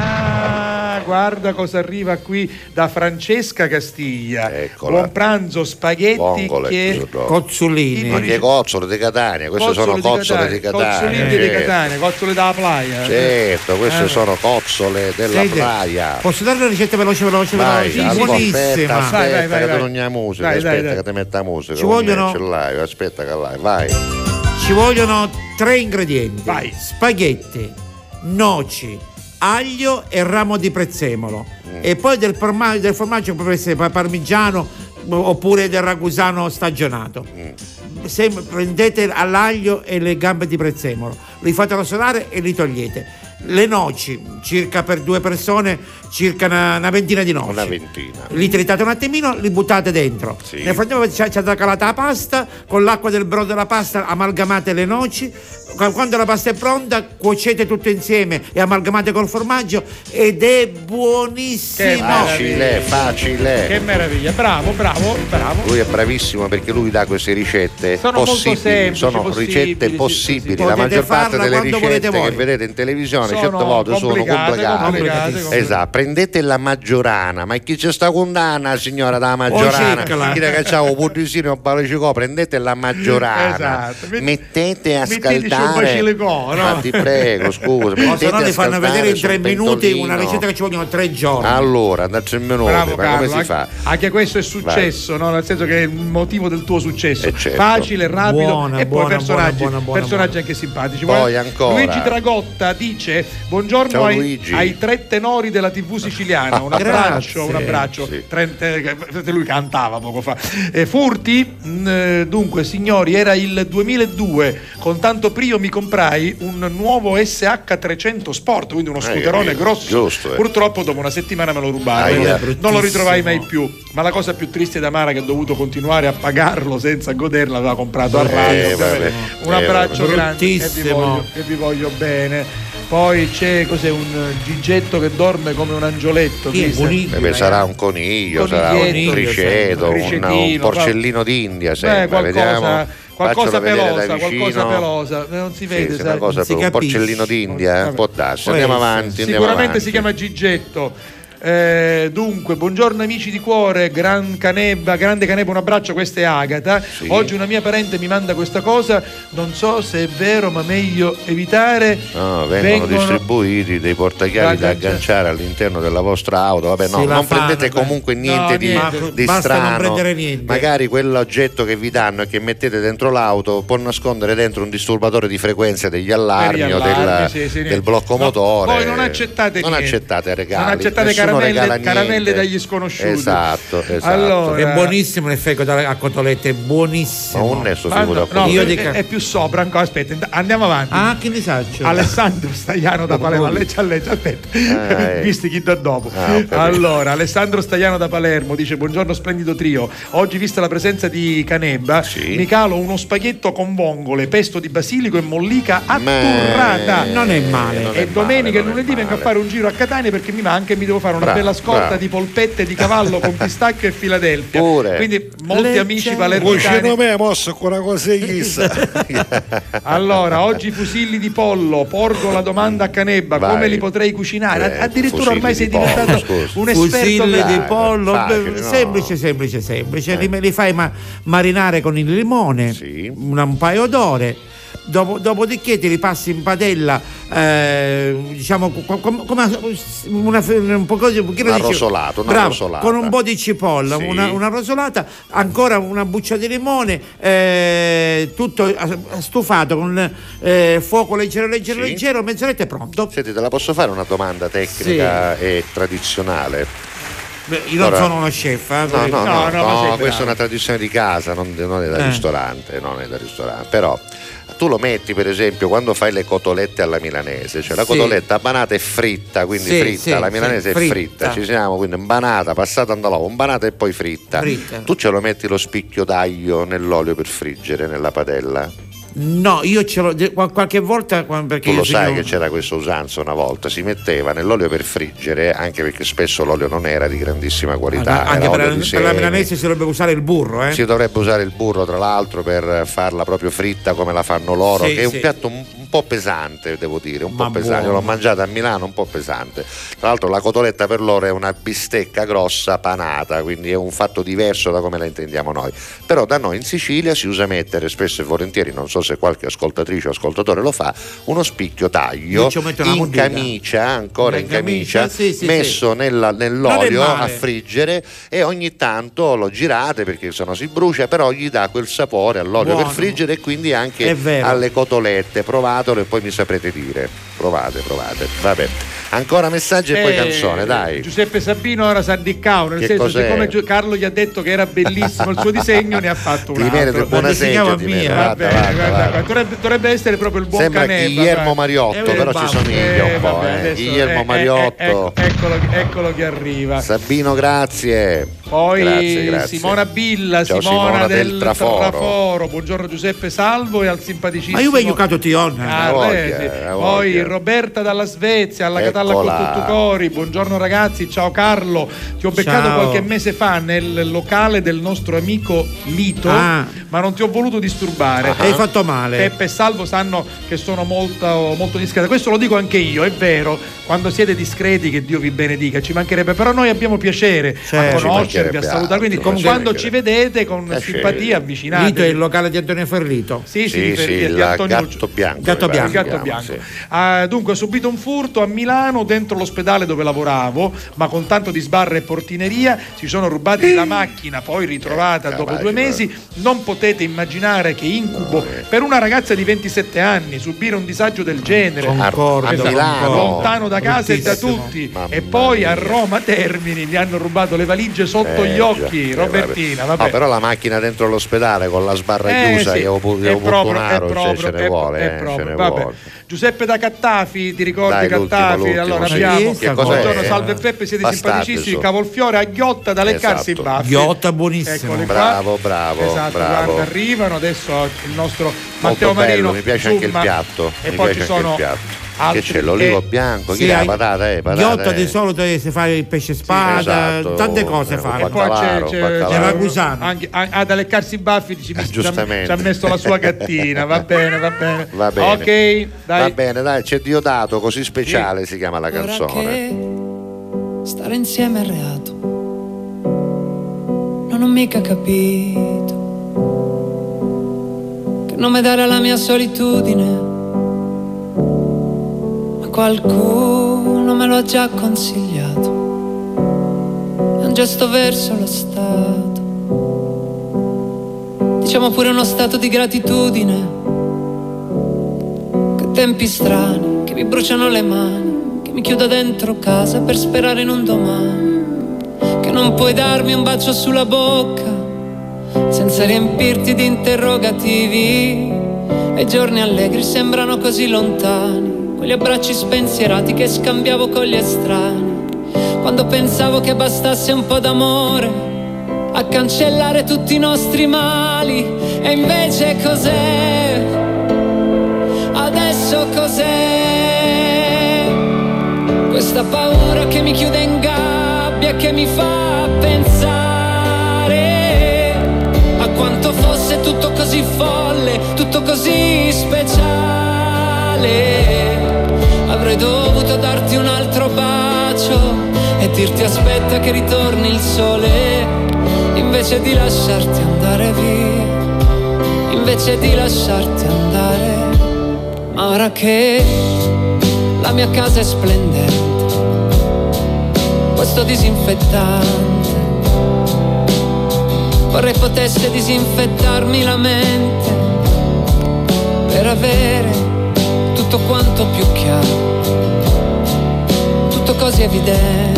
Speaker 4: Ah, guarda cosa arriva qui da Francesca Castiglia.
Speaker 3: Eccola.
Speaker 4: Buon pranzo, spaghetti
Speaker 3: Vongole,
Speaker 4: che
Speaker 3: no.
Speaker 11: Cozzolini.
Speaker 3: Ma che cozzole di Catania, queste sono cozzole di Catania.
Speaker 4: Cozzolini di
Speaker 3: certo.
Speaker 4: Catania, cozzole dalla playa.
Speaker 3: Certo, queste
Speaker 4: Eh.
Speaker 3: sono cozzole della
Speaker 11: Senti,
Speaker 3: playa.
Speaker 11: posso dare una ricetta veloce, veloce,
Speaker 3: Vai,
Speaker 11: veloce?
Speaker 3: aspetta,
Speaker 11: Buonissima.
Speaker 3: aspetta, aspetta
Speaker 4: Vai, vai, vai,
Speaker 3: che
Speaker 4: vai.
Speaker 3: tu non hai musica,
Speaker 4: Dai, dai,
Speaker 3: aspetta
Speaker 4: dai.
Speaker 3: che ti metta musica.
Speaker 11: Ci
Speaker 3: con me
Speaker 11: vogliono-
Speaker 3: ce l'hai, aspetta che l'hai, vai.
Speaker 11: Ci vogliono tre ingredienti:
Speaker 4: Vai.
Speaker 11: spaghetti, noci, aglio e ramo di prezzemolo. E poi del formaggio, del formaggio può essere pa- parmigiano oppure del ragusano stagionato. Se prendete all'aglio e le gambe di prezzemolo, li fate rosolare e li togliete. Le noci, circa per due persone, circa una, una ventina di noci.
Speaker 3: Una ventina.
Speaker 11: Li tritate un attimino, li buttate dentro.
Speaker 3: Sì.
Speaker 11: Nel frattempo c'è, c'è da calata la pasta, con l'acqua del brodo della pasta amalgamate le noci. Qu- Quando la pasta è pronta, cuocete tutto insieme e amalgamate col formaggio ed è buonissimo.
Speaker 3: Facile, facile.
Speaker 4: Che meraviglia, bravo, bravo, bravo.
Speaker 3: Lui è bravissimo perché lui dà queste ricette
Speaker 4: Sono molto
Speaker 3: possibili,
Speaker 4: semplici,
Speaker 3: sono
Speaker 4: possibili,
Speaker 3: ricette
Speaker 4: sì, sì,
Speaker 3: possibili.
Speaker 11: sì.
Speaker 3: La
Speaker 11: Potete
Speaker 3: maggior parte
Speaker 11: farla
Speaker 3: delle
Speaker 11: quando volete
Speaker 3: ricette che
Speaker 11: voi.
Speaker 3: vedete in televisione
Speaker 4: Sono
Speaker 3: certe volte sono
Speaker 4: complicate,
Speaker 3: complicate.
Speaker 4: complicate, complicate.
Speaker 3: Esatto, prendete la maggiorana, ma chi c'è sta condanna signora da maggiorana?
Speaker 11: cercala.
Speaker 3: Chi che c'ha un puddicino o balicico, prendete la maggiorana,
Speaker 4: Esatto. Met-
Speaker 3: mettete a
Speaker 4: metteteci un
Speaker 3: scaldare.
Speaker 4: basilicò, no?
Speaker 3: Ma ti prego, scusa,
Speaker 11: O se
Speaker 3: mettete
Speaker 11: no
Speaker 3: a
Speaker 11: li fanno
Speaker 3: scaldare
Speaker 11: vedere in
Speaker 3: sul
Speaker 11: tre minuti una
Speaker 3: pentolino.
Speaker 11: ricetta che ci vogliono tre giorni.
Speaker 3: Allora, da tre minuti,
Speaker 4: Bravo
Speaker 3: ma
Speaker 4: Carlo,
Speaker 3: come si
Speaker 4: anche-
Speaker 3: fa?
Speaker 4: Anche questo è successo, no? Nel senso che è il motivo del tuo successo.
Speaker 3: Eh, certo.
Speaker 4: Facile, rapido
Speaker 11: Buona,
Speaker 4: e poi
Speaker 11: buona,
Speaker 4: personaggi,
Speaker 11: buona, buona, buona,
Speaker 4: personaggi
Speaker 11: buona.
Speaker 4: anche simpatici.
Speaker 3: Poi
Speaker 4: Guarda,
Speaker 3: ancora.
Speaker 4: Luigi Dragotta dice: buongiorno
Speaker 3: Ciao,
Speaker 4: ai,
Speaker 3: Luigi.
Speaker 4: ai tre tenori della tivù siciliana. Un abbraccio, un
Speaker 11: Grazie.
Speaker 4: abbraccio.
Speaker 3: Sì.
Speaker 4: Trente- lui cantava poco fa. Eh, furti, mh, eh, dunque, signori, era il duemiladue. Con tanto prio mi comprai un nuovo S H trecento Sport, quindi uno
Speaker 3: Eh,
Speaker 4: scooterone
Speaker 3: eh,
Speaker 4: grosso.
Speaker 3: giusto, eh.
Speaker 4: Purtroppo dopo una settimana me lo rubarono.
Speaker 3: Aia.
Speaker 4: Non lo ritrovai mai più. Ma la cosa più triste ed amara è che ho dovuto continuare a pagarlo senza goderlo, l'aveva comprato a radio.
Speaker 3: Eh,
Speaker 4: ovviamente.
Speaker 3: vabbè.
Speaker 4: Un
Speaker 3: Eh,
Speaker 4: abbraccio
Speaker 11: vabbè.
Speaker 4: grande e vi,
Speaker 11: Bruttissimo.
Speaker 4: voglio, e vi voglio bene. Poi c'è cos'è un gigetto che dorme come un angioletto.
Speaker 11: Chi è?
Speaker 4: Cristian?
Speaker 11: Bonito.
Speaker 3: Eh beh, sarà un coniglio, sarà un
Speaker 4: Coniglietto,
Speaker 3: criceto,
Speaker 4: un
Speaker 3: un,
Speaker 4: cricetino,
Speaker 3: un porcellino d'India, sempre.
Speaker 4: Beh, qualcosa,
Speaker 3: Vediamo.
Speaker 4: qualcosa
Speaker 3: Faccelo vedere
Speaker 4: pelosa,
Speaker 3: da vicino.
Speaker 4: qualcosa pelosa, non si
Speaker 3: Sì,
Speaker 4: vede,
Speaker 3: sì,
Speaker 4: sai?
Speaker 3: una cosa
Speaker 11: Non si
Speaker 3: per un
Speaker 11: capisce.
Speaker 3: porcellino d'India, eh,
Speaker 4: Vabbè.
Speaker 3: può darsi.
Speaker 11: Può
Speaker 3: Andiamo
Speaker 11: essere.
Speaker 3: avanti, andiamo
Speaker 4: Sicuramente
Speaker 3: avanti.
Speaker 4: si chiama Gigetto. Eh, dunque, buongiorno amici di cuore, gran Canebba, grande Canebba, un abbraccio, questa è Agata.
Speaker 3: Sì.
Speaker 4: Oggi una mia parente mi manda questa cosa, non so se è vero, ma meglio evitare.
Speaker 3: No, vengono, distribuiti dei portachiavi da
Speaker 4: agganciare.
Speaker 3: agganciare all'interno della vostra auto. Vabbè, no,
Speaker 11: Sì, la
Speaker 3: non
Speaker 11: fanno,
Speaker 3: prendete
Speaker 11: beh.
Speaker 3: comunque niente
Speaker 4: No,
Speaker 3: di,
Speaker 4: niente.
Speaker 3: di
Speaker 11: Basta non
Speaker 3: strano.
Speaker 11: prendere niente.
Speaker 3: Magari quell'oggetto che vi danno e che mettete dentro l'auto può nascondere dentro un disturbatore di frequenza degli allarmi,
Speaker 4: Per gli
Speaker 3: o del,
Speaker 4: allarmi, sì, sì,
Speaker 3: del
Speaker 4: niente.
Speaker 3: blocco
Speaker 4: No,
Speaker 3: motore.
Speaker 4: poi non accettate
Speaker 3: non
Speaker 4: niente.
Speaker 3: accettate regali.
Speaker 4: Non accettate
Speaker 3: Nessuno
Speaker 4: caramelle-
Speaker 3: regala niente.
Speaker 4: caramelle dagli sconosciuti.
Speaker 3: Esatto, esatto.
Speaker 4: Allora,
Speaker 11: È buonissimo l'effetto a cotolette, è
Speaker 3: Ma
Speaker 11: buonissimo.
Speaker 3: un nesso
Speaker 4: Ma
Speaker 3: figura
Speaker 4: no, no,
Speaker 11: Io
Speaker 4: è,
Speaker 11: dico-
Speaker 4: è più sopra ancora. Aspetta, int- andiamo avanti.
Speaker 11: Ah, che ne saccio?
Speaker 4: Alessandro Stagliano da Palermo, legge a legge, aspetta,
Speaker 3: Ah, eh.
Speaker 4: visti chi da dopo.
Speaker 3: Ah, ho capito.
Speaker 4: Allora, Alessandro Stagliano da Palermo dice: buongiorno splendido trio, oggi vista la presenza di Canebba
Speaker 3: Sì.
Speaker 4: mi calo uno spaghetto con vongole, pesto di basilico e mollica atturrata.
Speaker 3: Ma-
Speaker 11: Non è male.
Speaker 3: non è
Speaker 4: E domenica e
Speaker 3: male, non è
Speaker 4: lunedì vengo a
Speaker 3: male.
Speaker 4: fare un giro a Catania perché mi manca e mi devo fare una
Speaker 3: Bravo,
Speaker 4: bella scorta
Speaker 3: bravo.
Speaker 4: di polpette di cavallo con pistacchio e Filadelfia.
Speaker 3: Pure.
Speaker 4: Quindi molti
Speaker 11: Legge.
Speaker 4: amici
Speaker 7: Cucino
Speaker 4: palermitani.
Speaker 7: me mosso con una cosa chissà.
Speaker 4: Allora, oggi fusilli di pollo, porgo la domanda a Canebba,
Speaker 3: Vai.
Speaker 4: come li potrei cucinare?
Speaker 3: Eh,
Speaker 4: Addirittura
Speaker 3: fusilli
Speaker 4: ormai sei
Speaker 3: di pollo,
Speaker 4: diventato
Speaker 3: scusa.
Speaker 4: un esperto.
Speaker 11: Fusilli
Speaker 4: per-
Speaker 11: di
Speaker 3: Dai,
Speaker 11: pollo,
Speaker 3: facile,
Speaker 11: beh,
Speaker 3: no?
Speaker 11: semplice, semplice, semplice.
Speaker 3: Eh.
Speaker 11: Li, li fai ma- marinare con il limone,
Speaker 3: Sì.
Speaker 11: una- un paio d'ore. dopo, dopodiché ti ripassi in padella, eh, diciamo com, come una, un po' così, un
Speaker 3: una rosolata, una
Speaker 11: bravo,
Speaker 3: rosolata.
Speaker 11: con un po' di cipolla,
Speaker 3: sì.
Speaker 11: una, una rosolata, ancora una buccia di limone, eh, tutto stufato con eh, fuoco leggero leggero
Speaker 3: sì.
Speaker 11: leggero, mezz'oretta è pronto.
Speaker 3: Senti, te la posso fare una domanda tecnica sì. e tradizionale?
Speaker 11: Beh, io non Ora, sono uno chef, eh?
Speaker 3: no, no, no, no, no, no questa è una tradizione di casa, non, non è da eh. ristorante, non è da ristorante, però tu lo metti per esempio quando fai le cotolette alla milanese, cioè la sì. cotoletta banata e fritta, quindi sì, fritta, sì, la milanese sì, è fritta. fritta, ci siamo, quindi banata, passata andalò, banata e poi fritta. fritta. Tu ce lo metti lo spicchio d'aglio nell'olio per friggere nella padella?
Speaker 11: No, io ce l'ho qualche volta perché
Speaker 3: tu lo
Speaker 11: io
Speaker 3: sai
Speaker 11: sono...
Speaker 3: che c'era questa usanza una volta, si metteva nell'olio per friggere, anche perché spesso l'olio non era di grandissima qualità,
Speaker 11: ah, anche
Speaker 3: era
Speaker 11: per,
Speaker 3: olio
Speaker 11: la,
Speaker 3: di
Speaker 11: per la milanese si dovrebbe usare il burro, eh?
Speaker 3: Si dovrebbe usare il burro tra l'altro per farla proprio fritta come la fanno loro, sì, che è un sì. piatto un, un po' pesante, devo dire, un Ma po' pesante, buono. L'ho mangiata a Milano, un po' pesante. Tra l'altro la cotoletta per loro è una bistecca grossa panata, quindi è un fatto diverso da come la intendiamo noi. Però da noi in Sicilia si usa mettere spesso e volentieri, non so se qualche ascoltatore o ascoltatore lo fa, uno spicchio d'aglio in camicia, ancora in camicia, camicia sì, sì, messo sì. Nella, nell'olio a friggere, e ogni tanto lo girate perché sennò si brucia, però gli dà quel sapore all'olio Buono. per friggere e quindi anche alle cotolette. Provatelo e poi mi saprete dire. Provate, provate. Vabbè. Ancora messaggi e eh, poi canzone, dai.
Speaker 4: Giuseppe Sabino ora si addicava, nel che senso cos'è? Siccome Carlo gli ha detto che era bellissimo il suo disegno, ne ha fatto un altro.
Speaker 3: Merita, buona seggio,
Speaker 4: mia. Va bene, guarda, guarda. Dovrebbe, dovrebbe essere proprio il buon
Speaker 3: Sembra
Speaker 4: Caneva.
Speaker 3: Guillermo Mariotto, eh, però ci somiglia un po'. Eh. Guillermo eh, Mariotto. Eh, ecco,
Speaker 4: eccolo, eccolo che arriva.
Speaker 3: Sabino, grazie.
Speaker 4: Poi
Speaker 3: grazie, grazie.
Speaker 4: Simona Billa,
Speaker 3: Ciao,
Speaker 4: Simona,
Speaker 3: Simona
Speaker 4: del,
Speaker 3: del Traforo.
Speaker 4: Traforo. Buongiorno Giuseppe Salvo e al simpaticissimo.
Speaker 11: Ma io ho giocato Tion.
Speaker 4: Ah, voglia, sì. Poi Roberta dalla Svezia, alla Catalla con Tuttucori. Buongiorno ragazzi, ciao Carlo. Ti ho beccato ciao. qualche mese fa nel locale del nostro amico Lito, ah. ma non ti ho voluto disturbare.
Speaker 11: Ah. Hai fatto male.
Speaker 4: Peppe e Salvo sanno che sono molto, molto discreta. Questo lo dico anche io, è vero. Quando siete discreti, che Dio vi benedica, ci mancherebbe, però noi abbiamo piacere certo. a conoscervi, a salutare, quindi con, quando ci vedete con eh, simpatia avvicinate.
Speaker 11: Lito è il locale di Antonio Ferrito.
Speaker 4: Sì,
Speaker 3: sì,
Speaker 4: sì,
Speaker 3: sì
Speaker 4: di,
Speaker 3: di
Speaker 4: Antonio
Speaker 3: Gatto Bianco.
Speaker 11: Gatto Bianco.
Speaker 4: Gatto Bianco. Sì. Uh, dunque ho subito un furto a Milano dentro l'ospedale dove lavoravo, ma con tanto di sbarra e portineria si sono rubati la macchina, poi ritrovata eh, dopo capace, due mesi. Non potete immaginare che incubo no, eh. per una ragazza di ventisette anni subire un disagio del genere.
Speaker 11: Concordo,
Speaker 3: a Milano,
Speaker 4: lontano da casa e da tutti. Mamma e poi mia. a Roma Termini mi hanno rubato le valigie sotto
Speaker 3: eh,
Speaker 4: gli occhi.
Speaker 3: già,
Speaker 4: Robertina, vabbè.
Speaker 3: No, però la macchina dentro l'ospedale con la sbarra
Speaker 4: eh,
Speaker 3: chiusa
Speaker 4: sì,
Speaker 3: che ho potuto opportunare, cioè, ce ne vuole,
Speaker 4: è
Speaker 3: eh,
Speaker 4: proprio,
Speaker 3: ce ne
Speaker 4: vabbè.
Speaker 3: vuole.
Speaker 4: Giuseppe da Cattafi, ti ricordi
Speaker 3: Dai,
Speaker 4: Cattafi?
Speaker 3: l'ultimo,
Speaker 4: allora
Speaker 3: l'ultimo,
Speaker 4: abbiamo
Speaker 3: sì.
Speaker 4: buongiorno, salve Peppe, siete
Speaker 3: Bastardo,
Speaker 4: simpaticissimi, cavolfiore a ghiotta da leccarsi
Speaker 3: esatto.
Speaker 4: i baffi.
Speaker 11: Ghiotta buonissimo.
Speaker 4: Eccoli
Speaker 3: bravo,
Speaker 4: qua.
Speaker 3: bravo,
Speaker 4: esatto,
Speaker 3: bravo.
Speaker 4: Guarda, arrivano adesso il nostro
Speaker 3: Matteo
Speaker 4: Molto
Speaker 3: Marino.
Speaker 4: Marino.
Speaker 3: Mi piace anche il piatto.
Speaker 4: E
Speaker 3: mi
Speaker 4: poi
Speaker 3: piace
Speaker 4: ci sono
Speaker 3: anche il piatto. Che c'è l'olivo
Speaker 4: che...
Speaker 3: bianco,
Speaker 11: sì,
Speaker 3: chi è la patata? Eh, patata
Speaker 11: Ghiotta
Speaker 3: eh.
Speaker 11: di solito si fa il pesce spada,
Speaker 3: sì, esatto.
Speaker 11: tante cose
Speaker 3: eh,
Speaker 11: fa.
Speaker 4: E poi c'è, c'è, c'è
Speaker 11: ragusano.
Speaker 4: Anche a da leccarsi i baffi ci,
Speaker 3: ah,
Speaker 4: ci, ci ha messo la sua gattina. Va bene, va bene.
Speaker 3: Va bene.
Speaker 4: Ok, dai.
Speaker 3: Va bene, dai, c'è Diodato, così speciale
Speaker 4: sì.
Speaker 3: si chiama la
Speaker 16: Ora
Speaker 3: canzone.
Speaker 16: Che stare insieme è reato. Non ho mica capito che nome dare alla mia solitudine. Qualcuno me lo ha già consigliato, è un gesto verso lo Stato, diciamo pure uno stato di gratitudine. Che tempi strani, che mi bruciano le mani, che mi chiudo dentro casa per sperare in un domani, che non puoi darmi un bacio sulla bocca senza riempirti di interrogativi, e i giorni allegri sembrano così lontani, quegli abbracci spensierati che scambiavo con gli estranei, quando pensavo che bastasse un po' d'amore a cancellare tutti i nostri mali. E invece cos'è? Adesso cos'è? Questa paura che mi chiude in gabbia, che mi fa pensare a quanto fosse tutto così folle, tutto così speciale. Avrei dovuto darti un altro bacio e dirti aspetta che ritorni il sole, invece di lasciarti andare via, invece di lasciarti andare Ma ora che la mia casa è splendente, questo disinfettante vorrei potesse disinfettarmi la mente per avere tutto quanto più chiaro, tutto così evidente,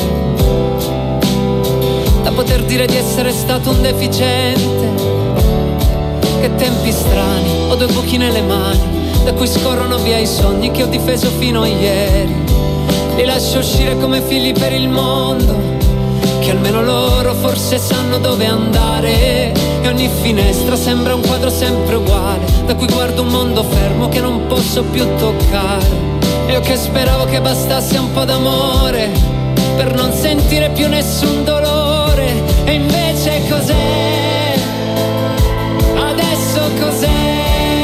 Speaker 16: da poter dire di essere stato un deficiente. Che tempi strani, ho due buchi nelle mani da cui scorrono via i sogni che ho difeso fino a ieri. Li lascio uscire come figli per il mondo, che almeno loro forse sanno dove andare. E ogni finestra sembra un quadro sempre uguale, da cui guardo un mondo fermo che non posso più toccare. E io che speravo che bastasse un po' d'amore per non sentire più nessun dolore. E invece cos'è? Adesso cos'è?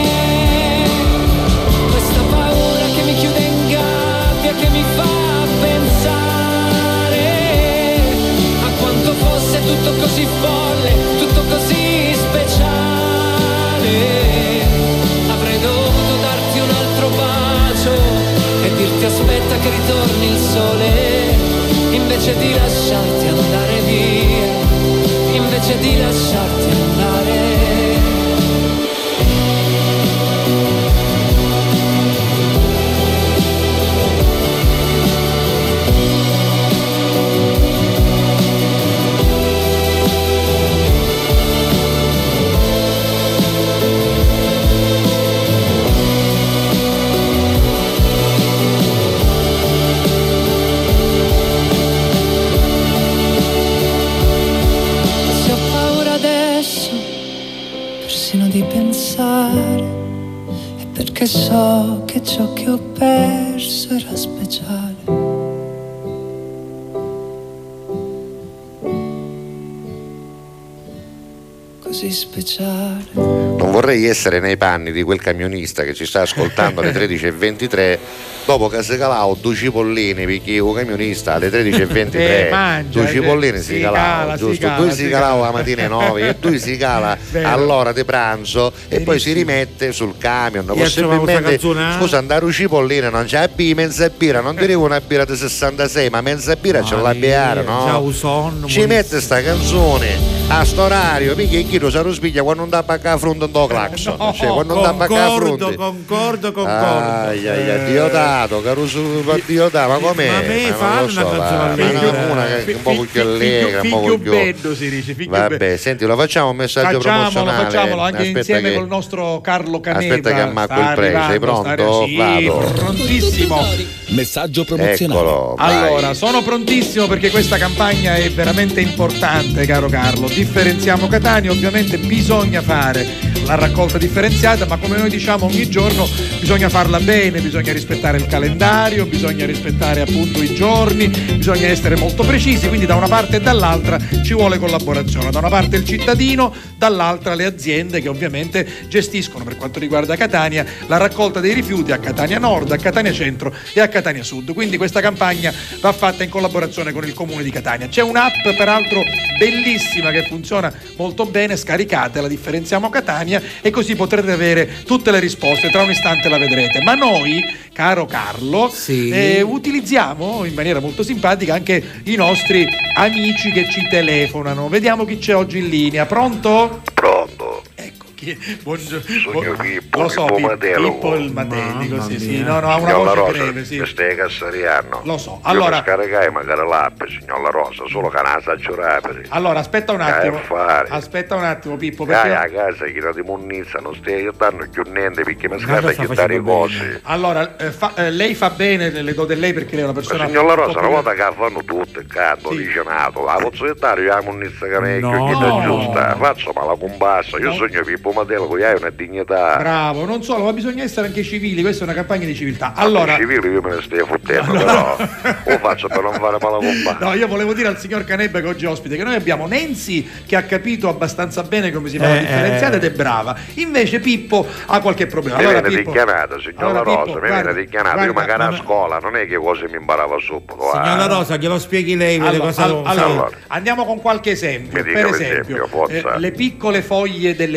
Speaker 16: Questa paura che mi chiude in gabbia, che mi fa pensare a quanto fosse tutto così folle, tutto così speciale. Avrei dovuto darti un altro bacio e dirti aspetta che ritorni il sole, invece di lasciarti andare via, invece di lasciarti andare. Di pensare, è perché so che ciò che ho perso era speciale. Così speciale.
Speaker 3: Non vorrei essere nei panni di quel camionista che ci sta ascoltando alle tredici e ventitré dopo che si calava due cipollini, perché un camionista alle tredici e ventitré
Speaker 4: eh, mangia,
Speaker 3: due cipollini
Speaker 4: eh,
Speaker 3: si,
Speaker 4: si
Speaker 3: calava,
Speaker 4: cala,
Speaker 3: giusto?
Speaker 4: si cala,
Speaker 3: due
Speaker 4: si
Speaker 3: si calava
Speaker 4: cala.
Speaker 3: la mattina alle nove e due si cala all'ora di pranzo e poi si rimette sul camion.
Speaker 11: Io
Speaker 3: Possibilmente,
Speaker 11: canzone,
Speaker 3: scusa, andare un cipollino non c'è B, mezza birra, non ti dico una birra di sessantasei, ma mezza birra ce la beare, no?
Speaker 11: Sonno,
Speaker 3: ci mette sta canzone a sto orario, perché chi lo sa lo spiglia quando non dà pacca a fronte un do clacson,
Speaker 11: no,
Speaker 3: cioè quando non dà pacca a
Speaker 11: concordo,
Speaker 3: fronte.
Speaker 11: concordo, concordo.
Speaker 3: Ai ai ai, Dio dato, caro su Dio dato, ma com'è?
Speaker 11: Ma me
Speaker 3: Ma
Speaker 11: fa
Speaker 3: non lo
Speaker 11: una
Speaker 3: so,
Speaker 11: canzone
Speaker 3: ma
Speaker 11: allegra.
Speaker 3: no, una che un po' più allegra, un po'
Speaker 4: Figlio
Speaker 3: più.
Speaker 4: bello si dice, figlio
Speaker 3: Vabbè,
Speaker 4: bello.
Speaker 3: senti, lo facciamo un messaggio
Speaker 4: Facciamolo,
Speaker 3: promozionale.
Speaker 4: facciamolo anche
Speaker 3: Aspetta
Speaker 4: insieme
Speaker 3: che-
Speaker 4: col nostro Carlo Caneva.
Speaker 3: Aspetta che ammacco
Speaker 4: Sta
Speaker 3: il pre, sei
Speaker 4: arrivando, sta
Speaker 3: pronto?
Speaker 4: arri- sì,
Speaker 3: Vado.
Speaker 4: prontissimo.
Speaker 9: Messaggio promozionale.
Speaker 3: Eccolo, vai.
Speaker 4: Allora, sono prontissimo perché questa campagna è veramente importante, caro Carlo. Differenziamo Catania, ovviamente bisogna fare la raccolta differenziata, ma come noi diciamo ogni giorno bisogna farla bene, bisogna rispettare il calendario, bisogna rispettare appunto i giorni, bisogna essere molto precisi, quindi da una parte e dall'altra ci vuole collaborazione, da una parte il cittadino, dall'altra le aziende che ovviamente gestiscono per quanto riguarda Catania la raccolta dei rifiuti a Catania Nord, a Catania Centro e a Catania Sud. Quindi questa campagna va fatta in collaborazione con il comune di Catania. C'è un'app peraltro bellissima che funziona molto bene, scaricatela, differenziamo Catania e così potrete avere tutte le risposte, tra un istante la vedrete. Ma noi, caro Carlo,
Speaker 11: Sì.
Speaker 4: eh, utilizziamo in maniera molto simpatica anche i nostri amici che ci telefonano. Vediamo chi c'è oggi in linea. Pronto?
Speaker 12: Pronto.
Speaker 4: Ecco chi. Buongiorno.
Speaker 12: Sogno Pippo,
Speaker 4: Lo so,
Speaker 12: Pippo
Speaker 4: Pippo,
Speaker 12: Matelo.
Speaker 4: Pippo il Matelico,
Speaker 11: Mamma
Speaker 4: sì, sì.
Speaker 11: mia.
Speaker 4: No, no, ha una
Speaker 12: Signor La
Speaker 4: voce
Speaker 12: Rosa,
Speaker 4: breve, sì.
Speaker 12: mi stai cassariano.
Speaker 4: Lo so.
Speaker 12: Io
Speaker 4: Allora,
Speaker 12: mi scaricai magari l'app, signor La Rosa, solo che non la saggio rapidi.
Speaker 4: allora aspetta un attimo.
Speaker 12: Che fare?
Speaker 4: Aspetta un attimo, Pippo,
Speaker 12: Dai
Speaker 4: perché
Speaker 12: a casa, chi la di monnizza, non stai aiutando più niente perché mi
Speaker 11: Guarda,
Speaker 12: scatta
Speaker 11: sta
Speaker 12: chiudere i
Speaker 11: facendo
Speaker 12: cose.
Speaker 4: allora eh, fa- eh, lei fa bene, le do del lei perché lei è una
Speaker 12: Ma
Speaker 4: persona
Speaker 12: signor La
Speaker 4: un po'
Speaker 12: Rosa, una
Speaker 4: più-
Speaker 12: volta che fanno tutto il canto,
Speaker 4: Sì.
Speaker 12: dice nato, la posso aiutare io la monnizza che ne
Speaker 11: No.
Speaker 12: chi è giusta, faccio ma la compassa, io
Speaker 4: No.
Speaker 12: sogno Pippo Matelo, che hai una dignità.
Speaker 4: Bravo, non solo, ma bisogna essere anche civili, questa è una campagna di civiltà. Allora,
Speaker 12: I civili io me ne stai fottendo, però lo faccio per non fare male compassa.
Speaker 4: no, io volevo dire al signor Canebba che oggi è ospite che noi abbiamo Nancy che ha capito abbastanza bene come si fa la
Speaker 11: Eh,
Speaker 4: differenziata
Speaker 11: eh.
Speaker 4: ed è brava. Invece Pippo ha qualche problema.
Speaker 12: Mi
Speaker 4: Allora,
Speaker 12: viene
Speaker 4: Pippo,
Speaker 12: richiamato, signor
Speaker 4: allora,
Speaker 12: La Rosa,
Speaker 4: Pippo,
Speaker 12: mi
Speaker 4: guarda,
Speaker 12: viene richiamato, io
Speaker 4: guarda,
Speaker 12: magari a
Speaker 11: ma-
Speaker 12: scuola non è che cose mi imparavo subito.
Speaker 11: Signor La
Speaker 12: ah.
Speaker 11: Rosa, glielo spieghi lei, vede
Speaker 4: Allora,
Speaker 11: cosa
Speaker 4: al-
Speaker 11: lo-
Speaker 4: allora,
Speaker 12: Allora.
Speaker 4: andiamo con qualche esempio.
Speaker 12: Mi dica
Speaker 4: Per
Speaker 12: un
Speaker 4: esempio,
Speaker 12: esempio, forza.
Speaker 4: eh, le piccole foglie delle piante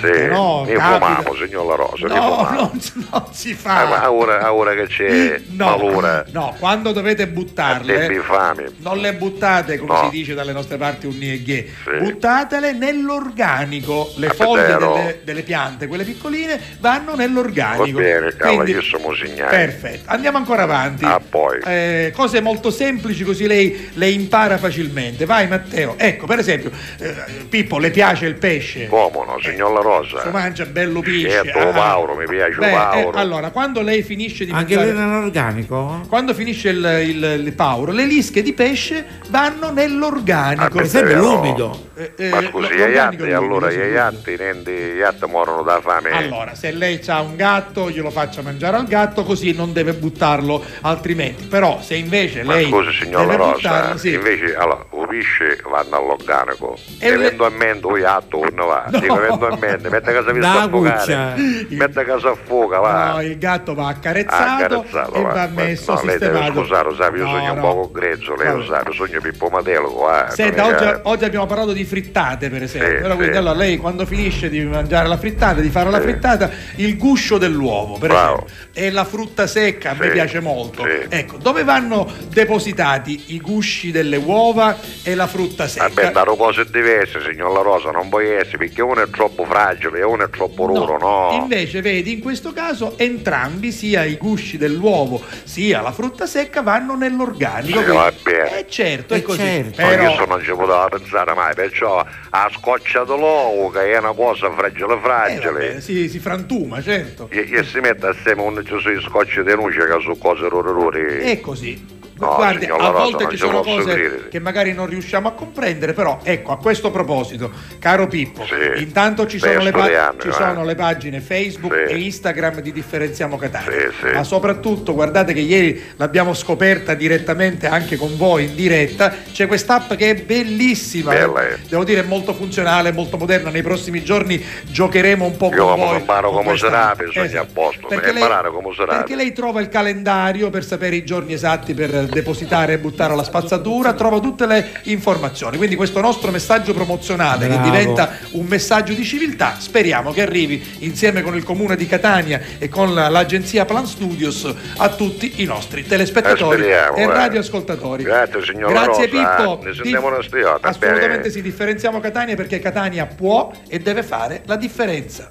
Speaker 4: piante,
Speaker 3: sì,
Speaker 4: no?
Speaker 3: ne fumiamo, signor La Rosa, ne
Speaker 4: No,
Speaker 3: fumiamo.
Speaker 4: non, non si fa.
Speaker 3: Eh, ma ora, ora che c'è
Speaker 4: No,
Speaker 3: malura,
Speaker 4: no, quando dovete
Speaker 3: a tempi
Speaker 4: buttarle,
Speaker 3: fame.
Speaker 4: non le buttate come
Speaker 3: No.
Speaker 4: si dice dalle nostre parti un nieghe,
Speaker 3: Sì.
Speaker 4: buttatele nell'organico. Le
Speaker 3: Ah,
Speaker 4: foglie
Speaker 3: vero.
Speaker 4: delle, delle piante, quelle piccoline, vanno nell'organico.
Speaker 3: Va bene, cavolo,
Speaker 4: Quindi-
Speaker 3: io sono segnale.
Speaker 4: Perfetto, andiamo ancora avanti.
Speaker 3: Ah, poi.
Speaker 4: Eh, cose molto semplici così lei le impara facilmente. Vai Matteo. Ecco, per esempio, eh, Pippo, le piace il pesce?
Speaker 3: Come no, signor La Rosa?
Speaker 4: Si mangia bello pesce.
Speaker 3: Certo,
Speaker 4: Ah.
Speaker 3: Paolo, mi piace
Speaker 4: Beh,
Speaker 3: Paolo.
Speaker 4: eh, allora, quando lei finisce di
Speaker 11: Anche
Speaker 4: mangiare
Speaker 11: lì nell'organico?
Speaker 4: quando finisce il, il, il pauro, le lische di pesce vanno nell'organico.
Speaker 3: Per esempio
Speaker 11: l'umido.
Speaker 4: Eh, eh,
Speaker 3: Ma scusi, gli
Speaker 4: l'organico
Speaker 3: iatti,
Speaker 4: è
Speaker 3: allora
Speaker 4: l'umido,
Speaker 3: gli
Speaker 4: sì.
Speaker 3: iatti, rendi, gli iatti morono da fame.
Speaker 4: Allora, se lei ha un gatto, glielo faccia mangiare al gatto, così non deve buttarlo altrimenti. Però, se invece
Speaker 3: Ma
Speaker 4: lei
Speaker 3: scusi signor La
Speaker 4: deve
Speaker 3: Rosa,
Speaker 4: buttarlo, sì.
Speaker 3: invece allora, i pesci vanno all'organico.
Speaker 4: E
Speaker 3: E
Speaker 4: le-
Speaker 3: vendo a mente o iatto non va.
Speaker 4: No.
Speaker 3: Dico vendo a mente, mette a casa vi
Speaker 11: Da
Speaker 3: sta a
Speaker 11: cuccia.
Speaker 3: affogare. Mette a casa a fuoco, va.
Speaker 4: No, il gatto va accarezzato,
Speaker 3: Ah, accarezzato,
Speaker 4: e
Speaker 3: va.
Speaker 4: va messo
Speaker 3: No, lei deve
Speaker 4: sistemato.
Speaker 3: scusare, lo sai, io
Speaker 4: No,
Speaker 3: sogno un
Speaker 4: no.
Speaker 3: poco grezzo, lei lo
Speaker 4: Vabbè.
Speaker 3: sa, sogno Pippo Matelo, eh.
Speaker 4: Senta,
Speaker 3: non è
Speaker 4: oggi,
Speaker 3: che-
Speaker 4: oggi abbiamo parlato di frittate, per esempio.
Speaker 3: Sì,
Speaker 4: Però quindi
Speaker 3: sì.
Speaker 4: allora lei quando finisce di mangiare la frittata, di fare la
Speaker 3: Sì.
Speaker 4: frittata, il guscio dell'uovo, per
Speaker 3: Bravo.
Speaker 4: esempio, e la frutta secca, a me
Speaker 3: Sì,
Speaker 4: piace molto.
Speaker 3: sì.
Speaker 4: Ecco, dove vanno depositati i gusci delle uova e la frutta secca?
Speaker 3: Vabbè, dato cose diverse, signor La Rosa, non può essere, perché uno è troppo fragile e uno è troppo duro, no?
Speaker 4: Invece, vedi, in questo caso entrambi, sia i gusci dell'uovo sia la frutta secca, vanno nell'organico.
Speaker 3: Sì,
Speaker 4: quindi-
Speaker 3: va bene.
Speaker 4: Eh certo, è
Speaker 11: Eh,
Speaker 4: così.
Speaker 11: certo.
Speaker 3: No,
Speaker 4: Però-
Speaker 3: io non ci potevo pensare mai, perciò ha scocciato l'uovo, che è una cosa fragile
Speaker 4: eh,
Speaker 3: fragile.
Speaker 4: vabbè, si, si frantuma, certo.
Speaker 3: E, e si mette assieme un ci sono i scocci di nuce che su cose rururi.
Speaker 4: È così.
Speaker 3: No,
Speaker 4: Guardi,
Speaker 3: signor
Speaker 4: a
Speaker 3: La Rosa,
Speaker 4: volte
Speaker 3: non
Speaker 4: ci
Speaker 3: ci
Speaker 4: sono
Speaker 3: posso
Speaker 4: cose
Speaker 3: credere.
Speaker 4: che magari non riusciamo a comprendere, però ecco, a questo proposito, caro Pippo,
Speaker 3: Sì.
Speaker 4: intanto ci,
Speaker 3: Beh,
Speaker 4: sono le, pa-
Speaker 3: studiando,
Speaker 4: ci
Speaker 3: eh.
Speaker 4: sono le pagine Facebook
Speaker 3: Sì.
Speaker 4: e Instagram di Differenziamo Catania,
Speaker 3: Sì, sì.
Speaker 4: ma soprattutto guardate che ieri l'abbiamo scoperta direttamente anche con voi in diretta, c'è quest'app che è bellissima,
Speaker 3: Bella, eh.
Speaker 4: devo dire molto funzionale, molto moderna, nei prossimi giorni giocheremo un po'
Speaker 3: Io
Speaker 4: con
Speaker 3: come
Speaker 4: voi.
Speaker 3: imparo
Speaker 4: con
Speaker 3: come
Speaker 4: questa-
Speaker 3: sarà, bisogna
Speaker 4: Esatto.
Speaker 3: a posto,
Speaker 4: Perché
Speaker 3: per
Speaker 4: lei-
Speaker 3: imparare come sarà.
Speaker 4: perché lei trova il calendario per sapere i giorni esatti per depositare e buttare alla spazzatura, trova tutte le informazioni. Quindi questo nostro messaggio promozionale
Speaker 11: Bravo.
Speaker 4: che diventa un messaggio di civiltà, speriamo che arrivi insieme con il comune di Catania e con la- l'agenzia Plan Studios a tutti i nostri telespettatori
Speaker 3: Eh, speriamo,
Speaker 4: e
Speaker 3: eh.
Speaker 4: radioascoltatori.
Speaker 3: Grazie signor
Speaker 4: Grazie
Speaker 3: La Rosa,
Speaker 4: Pippo.
Speaker 3: ne sentiamo una striotta,
Speaker 4: Assolutamente
Speaker 3: bene.
Speaker 4: sì, differenziamo Catania perché Catania può e deve fare la differenza.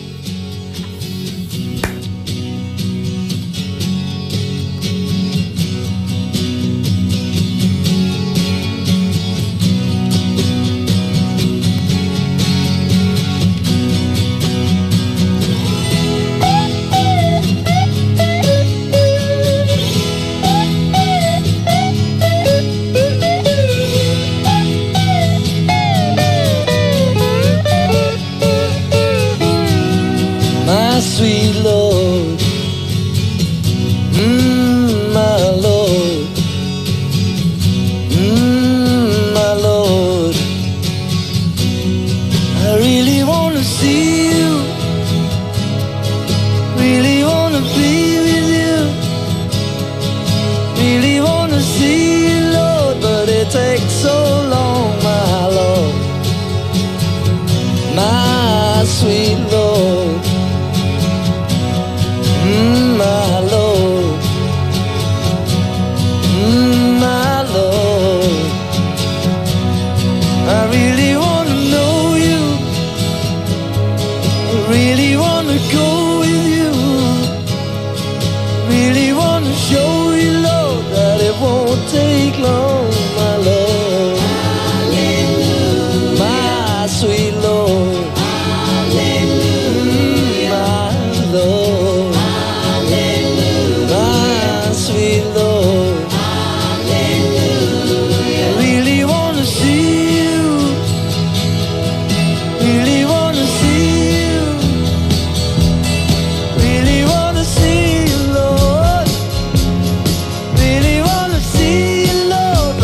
Speaker 15: My sweet Lord, mm, my Lord, mm, my Lord. I really want to see you, really want to be with you, really want to see you, Lord, but it takes so long, my Lord, my sweet Lord. Mm, my Lord, mm, my Lord, I really want to know you, I really want to go with you, really want to show you, Lord, that it won't take long, my Lord, my sweet Lord, mm, my Lord. My sweet Lord, I really want to see you, really want to see you, really want to see you, Lord, really want to see you, Lord,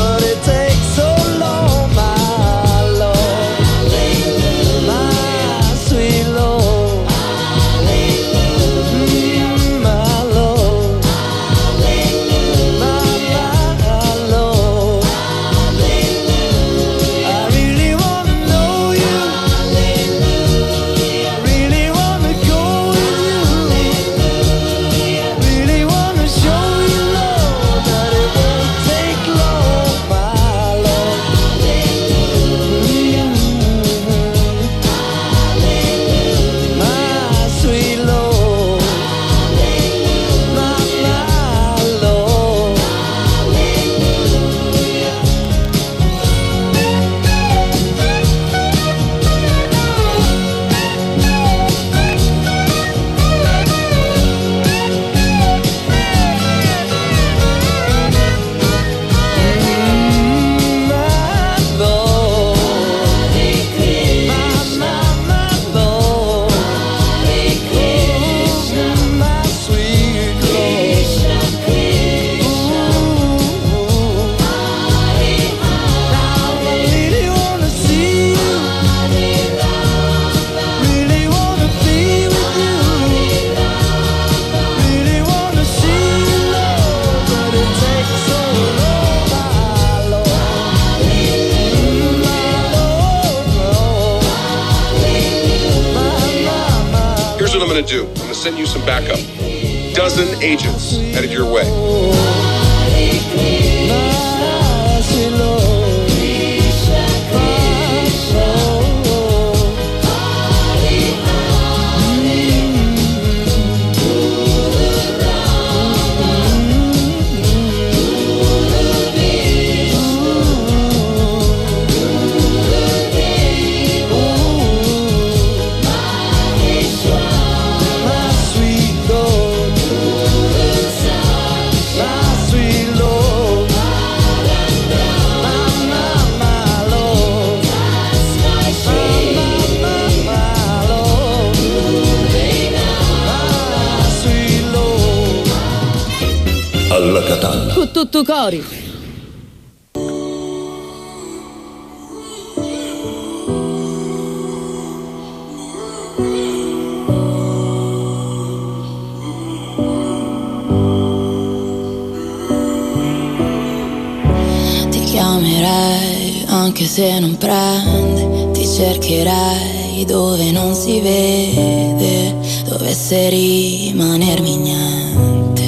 Speaker 17: going to do? I'm going to send you some backup. Dozen agents headed your way.
Speaker 6: Alla Catalla.
Speaker 1: Cu tutto cori.
Speaker 5: Ti chiamerei anche se non prende, ti cercherei dove non si vede, dovesse rimanermi niente.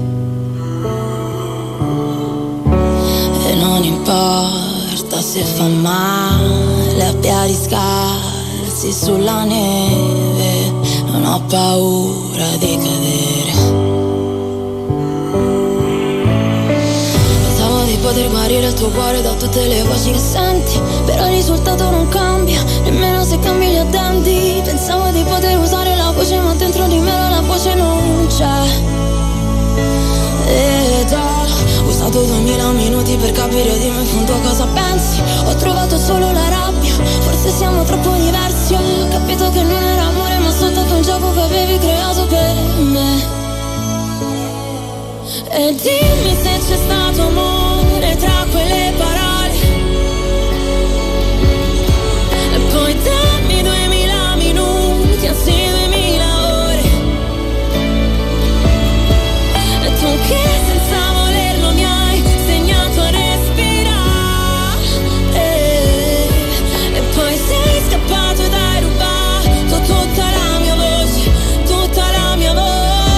Speaker 5: E non importa se fa male a piedi scalzi sulla neve, non ho paura di cadere. Poter guarire il tuo cuore da tutte le voci che senti, però il risultato non cambia, nemmeno se cambi gli addenti. Pensavo di poter usare la voce, ma dentro di me la voce non c'è. Ed ho usato duemila minuti per capire di me in fondo cosa pensi. Ho trovato solo la rabbia, forse siamo troppo diversi. Ho capito che non era amore, ma soltanto un gioco che avevi creato per me. E dimmi se c'è stato amore tra quelle parole, e poi dammi duemila minuti, anzi duemila ore. E tu che senza volerlo mi hai insegnato a respirare, e poi sei scappato ed hai rubato tutta la mia voce, tutta la mia voce.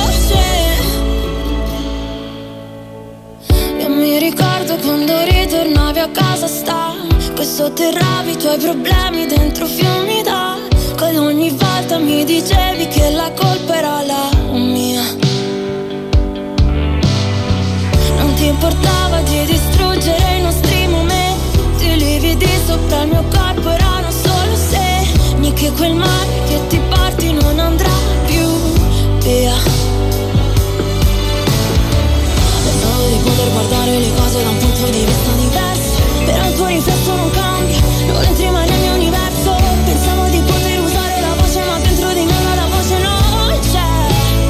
Speaker 5: Mi ricordo quando ritornavi a casa stanco e sotterravi i tuoi problemi dentro fiumi d'acqua, ed ogni volta mi dicevi che la colpa era la mia. Non ti importava di distruggere i nostri momenti, i lividi sopra il mio corpo erano solo segni che quel mare che ti porti non andrà più via. Di poter guardare le cose da un punto di vista diverso, però il tuo riflesso non cambia, non entri mai nel mio universo. Pensavo di poter usare la voce, ma dentro di me la voce non c'è.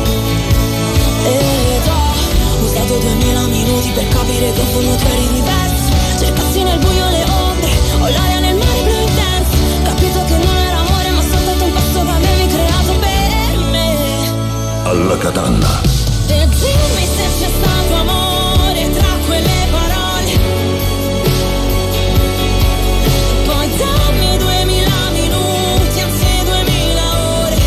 Speaker 5: Ed ho usato duemila minuti per capire che in fondo tu eri diverso. Cercassi nel buio le ombre, ho l'aria nel mare blu intenso. Capito che non era amore, ma soltanto un passo che avevi creato per me.
Speaker 6: Alla Catalla.
Speaker 5: E dimmi se c'è stato amore tra quelle parole, e poi dammi duemila minuti, anzi duemila ore.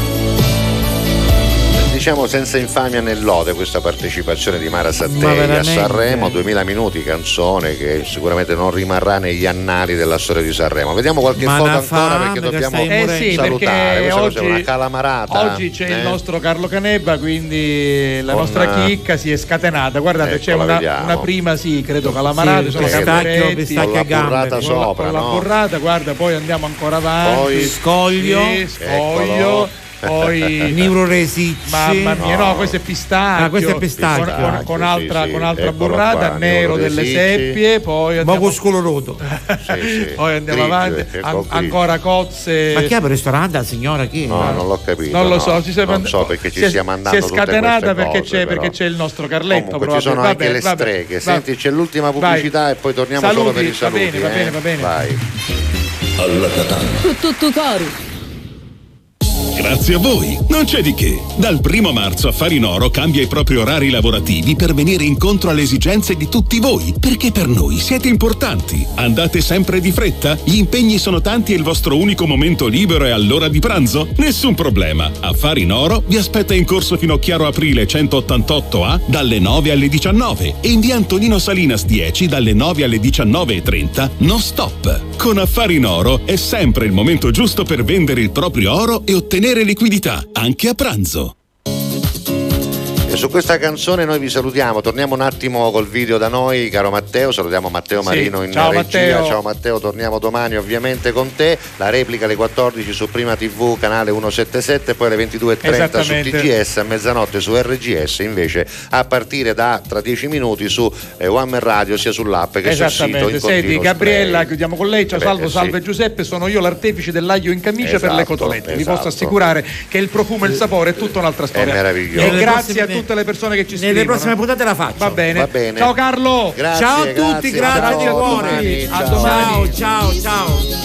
Speaker 3: Diciamo senza infamia né lode questa partecipazione di Mara Sattei a
Speaker 11: veramente?
Speaker 3: Sanremo, duemila minuti, canzone che sicuramente non rimarrà negli annali della storia di Sanremo. Vediamo qualche
Speaker 11: Ma
Speaker 3: foto
Speaker 11: una
Speaker 3: ancora
Speaker 11: fame
Speaker 3: perché
Speaker 11: che
Speaker 3: dobbiamo
Speaker 11: stai
Speaker 4: Eh sì,
Speaker 3: salutare.
Speaker 4: perché
Speaker 3: Questa
Speaker 4: oggi,
Speaker 3: è una calamarata.
Speaker 4: oggi c'è
Speaker 3: eh?
Speaker 4: il nostro Carlo Canebba, quindi la
Speaker 3: Con,
Speaker 4: nostra chicca si è scatenata. Guardate,
Speaker 3: ecco,
Speaker 4: c'è
Speaker 3: la
Speaker 4: una,
Speaker 3: vediamo.
Speaker 4: una prima, sì, credo calamarata,
Speaker 11: Sì,
Speaker 4: sono
Speaker 11: pistacchio,
Speaker 4: gamberetti,
Speaker 11: pistacchio
Speaker 3: con la
Speaker 11: e gamberi.
Speaker 3: burrata
Speaker 4: con,
Speaker 3: sopra,
Speaker 4: con la
Speaker 3: no?
Speaker 4: burrata, guarda, poi andiamo ancora avanti.
Speaker 3: Poi
Speaker 11: Scoglio.
Speaker 4: Sì, scoglio. Poi
Speaker 11: Neuroresicci.
Speaker 4: mamma mia, no,
Speaker 3: No.
Speaker 4: questo è pistacchio.
Speaker 11: Ah, questo è pistacchio.
Speaker 4: Con, con- con altra,
Speaker 3: Sì, sì,
Speaker 4: con altra
Speaker 3: eccolo
Speaker 4: burrata,
Speaker 3: qua,
Speaker 4: nero delle
Speaker 3: neuroresicci.
Speaker 4: seppie, poi andiamo,
Speaker 11: Mocoscolo roto.
Speaker 3: Sì, sì.
Speaker 4: poi andiamo
Speaker 3: Grigio,
Speaker 4: avanti,
Speaker 3: ecco,
Speaker 4: an-
Speaker 3: grigio.
Speaker 4: ancora cozze.
Speaker 11: Ma chi ha per ristorante la signora? Chi?
Speaker 3: No, non l'ho capito.
Speaker 4: Non lo
Speaker 3: no.
Speaker 4: so, ci siamo
Speaker 3: non
Speaker 4: and-
Speaker 3: so perché ci
Speaker 4: si è-
Speaker 3: stia mandando
Speaker 4: si è
Speaker 3: tutte
Speaker 4: scatenata
Speaker 3: queste
Speaker 4: perché,
Speaker 3: cose,
Speaker 4: c'è,
Speaker 3: però.
Speaker 4: perché c'è il nostro Carletto.
Speaker 3: Comunque ci sono
Speaker 4: proprio.
Speaker 3: anche
Speaker 4: Vabbè,
Speaker 3: le
Speaker 4: vabbè,
Speaker 3: streghe.
Speaker 4: vabbè.
Speaker 3: Senti, c'è l'ultima pubblicità
Speaker 4: Vai.
Speaker 3: e poi torniamo
Speaker 4: Saluti,
Speaker 3: solo per i
Speaker 4: va
Speaker 3: saluti.
Speaker 4: bene, va
Speaker 3: eh?
Speaker 4: bene, va bene.
Speaker 3: Vai.
Speaker 6: Alla Catalla.
Speaker 1: Cu tutto cori.
Speaker 9: Grazie a voi, non c'è di che. Dal primo marzo Affari in Oro cambia i propri orari lavorativi per venire incontro alle esigenze di tutti voi, perché per noi siete importanti. Andate sempre di fretta? Gli impegni sono tanti e il vostro unico momento libero è all'ora di pranzo? Nessun problema. Affari in Oro vi aspetta in corso Finocchiaro Aprile centottantotto A dalle nove alle diciannove e in via Antonino Salinas dieci dalle nove alle diciannove e trenta non stop. Con Affari in Oro è sempre il momento giusto per vendere il proprio oro e ottenere liquidità, anche a pranzo.
Speaker 3: E su questa canzone noi vi salutiamo, torniamo un attimo col video da noi, caro Matteo, salutiamo Matteo Marino
Speaker 4: sì,
Speaker 3: in
Speaker 4: ciao
Speaker 3: regia,
Speaker 4: Matteo.
Speaker 3: Ciao Matteo, torniamo domani ovviamente con te, la replica alle quattordici su Prima tivù canale centosettantasette, poi alle ventidue e trenta su T G S, a mezzanotte su R G S, invece a partire da tra dieci minuti su eh, One Man Radio, sia sull'app che sul sito. In
Speaker 4: Senti Gabriella,
Speaker 3: spray.
Speaker 4: chiudiamo con lei, ciao. Beh, Salvo, salve sì. Giuseppe, sono io l'artefice dell'aglio in camicia
Speaker 3: esatto,
Speaker 4: per le cotolette,
Speaker 3: esatto.
Speaker 4: vi posso assicurare che il profumo e il sapore è tutta un'altra storia.
Speaker 3: È meraviglioso.
Speaker 4: E grazie a tutte le persone che ci scrivono.
Speaker 11: Nelle prossime puntate la faccio.
Speaker 4: Va bene.
Speaker 3: Va bene.
Speaker 4: Ciao Carlo.
Speaker 3: Grazie,
Speaker 11: ciao a tutti,
Speaker 3: grazie,
Speaker 11: grazie di
Speaker 3: ciao,
Speaker 11: cuore.
Speaker 3: a
Speaker 11: A
Speaker 3: domani.
Speaker 11: domani. Ciao, ciao, ciao.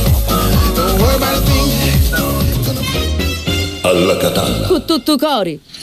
Speaker 6: Alla Catalla.
Speaker 1: Con tutto cori.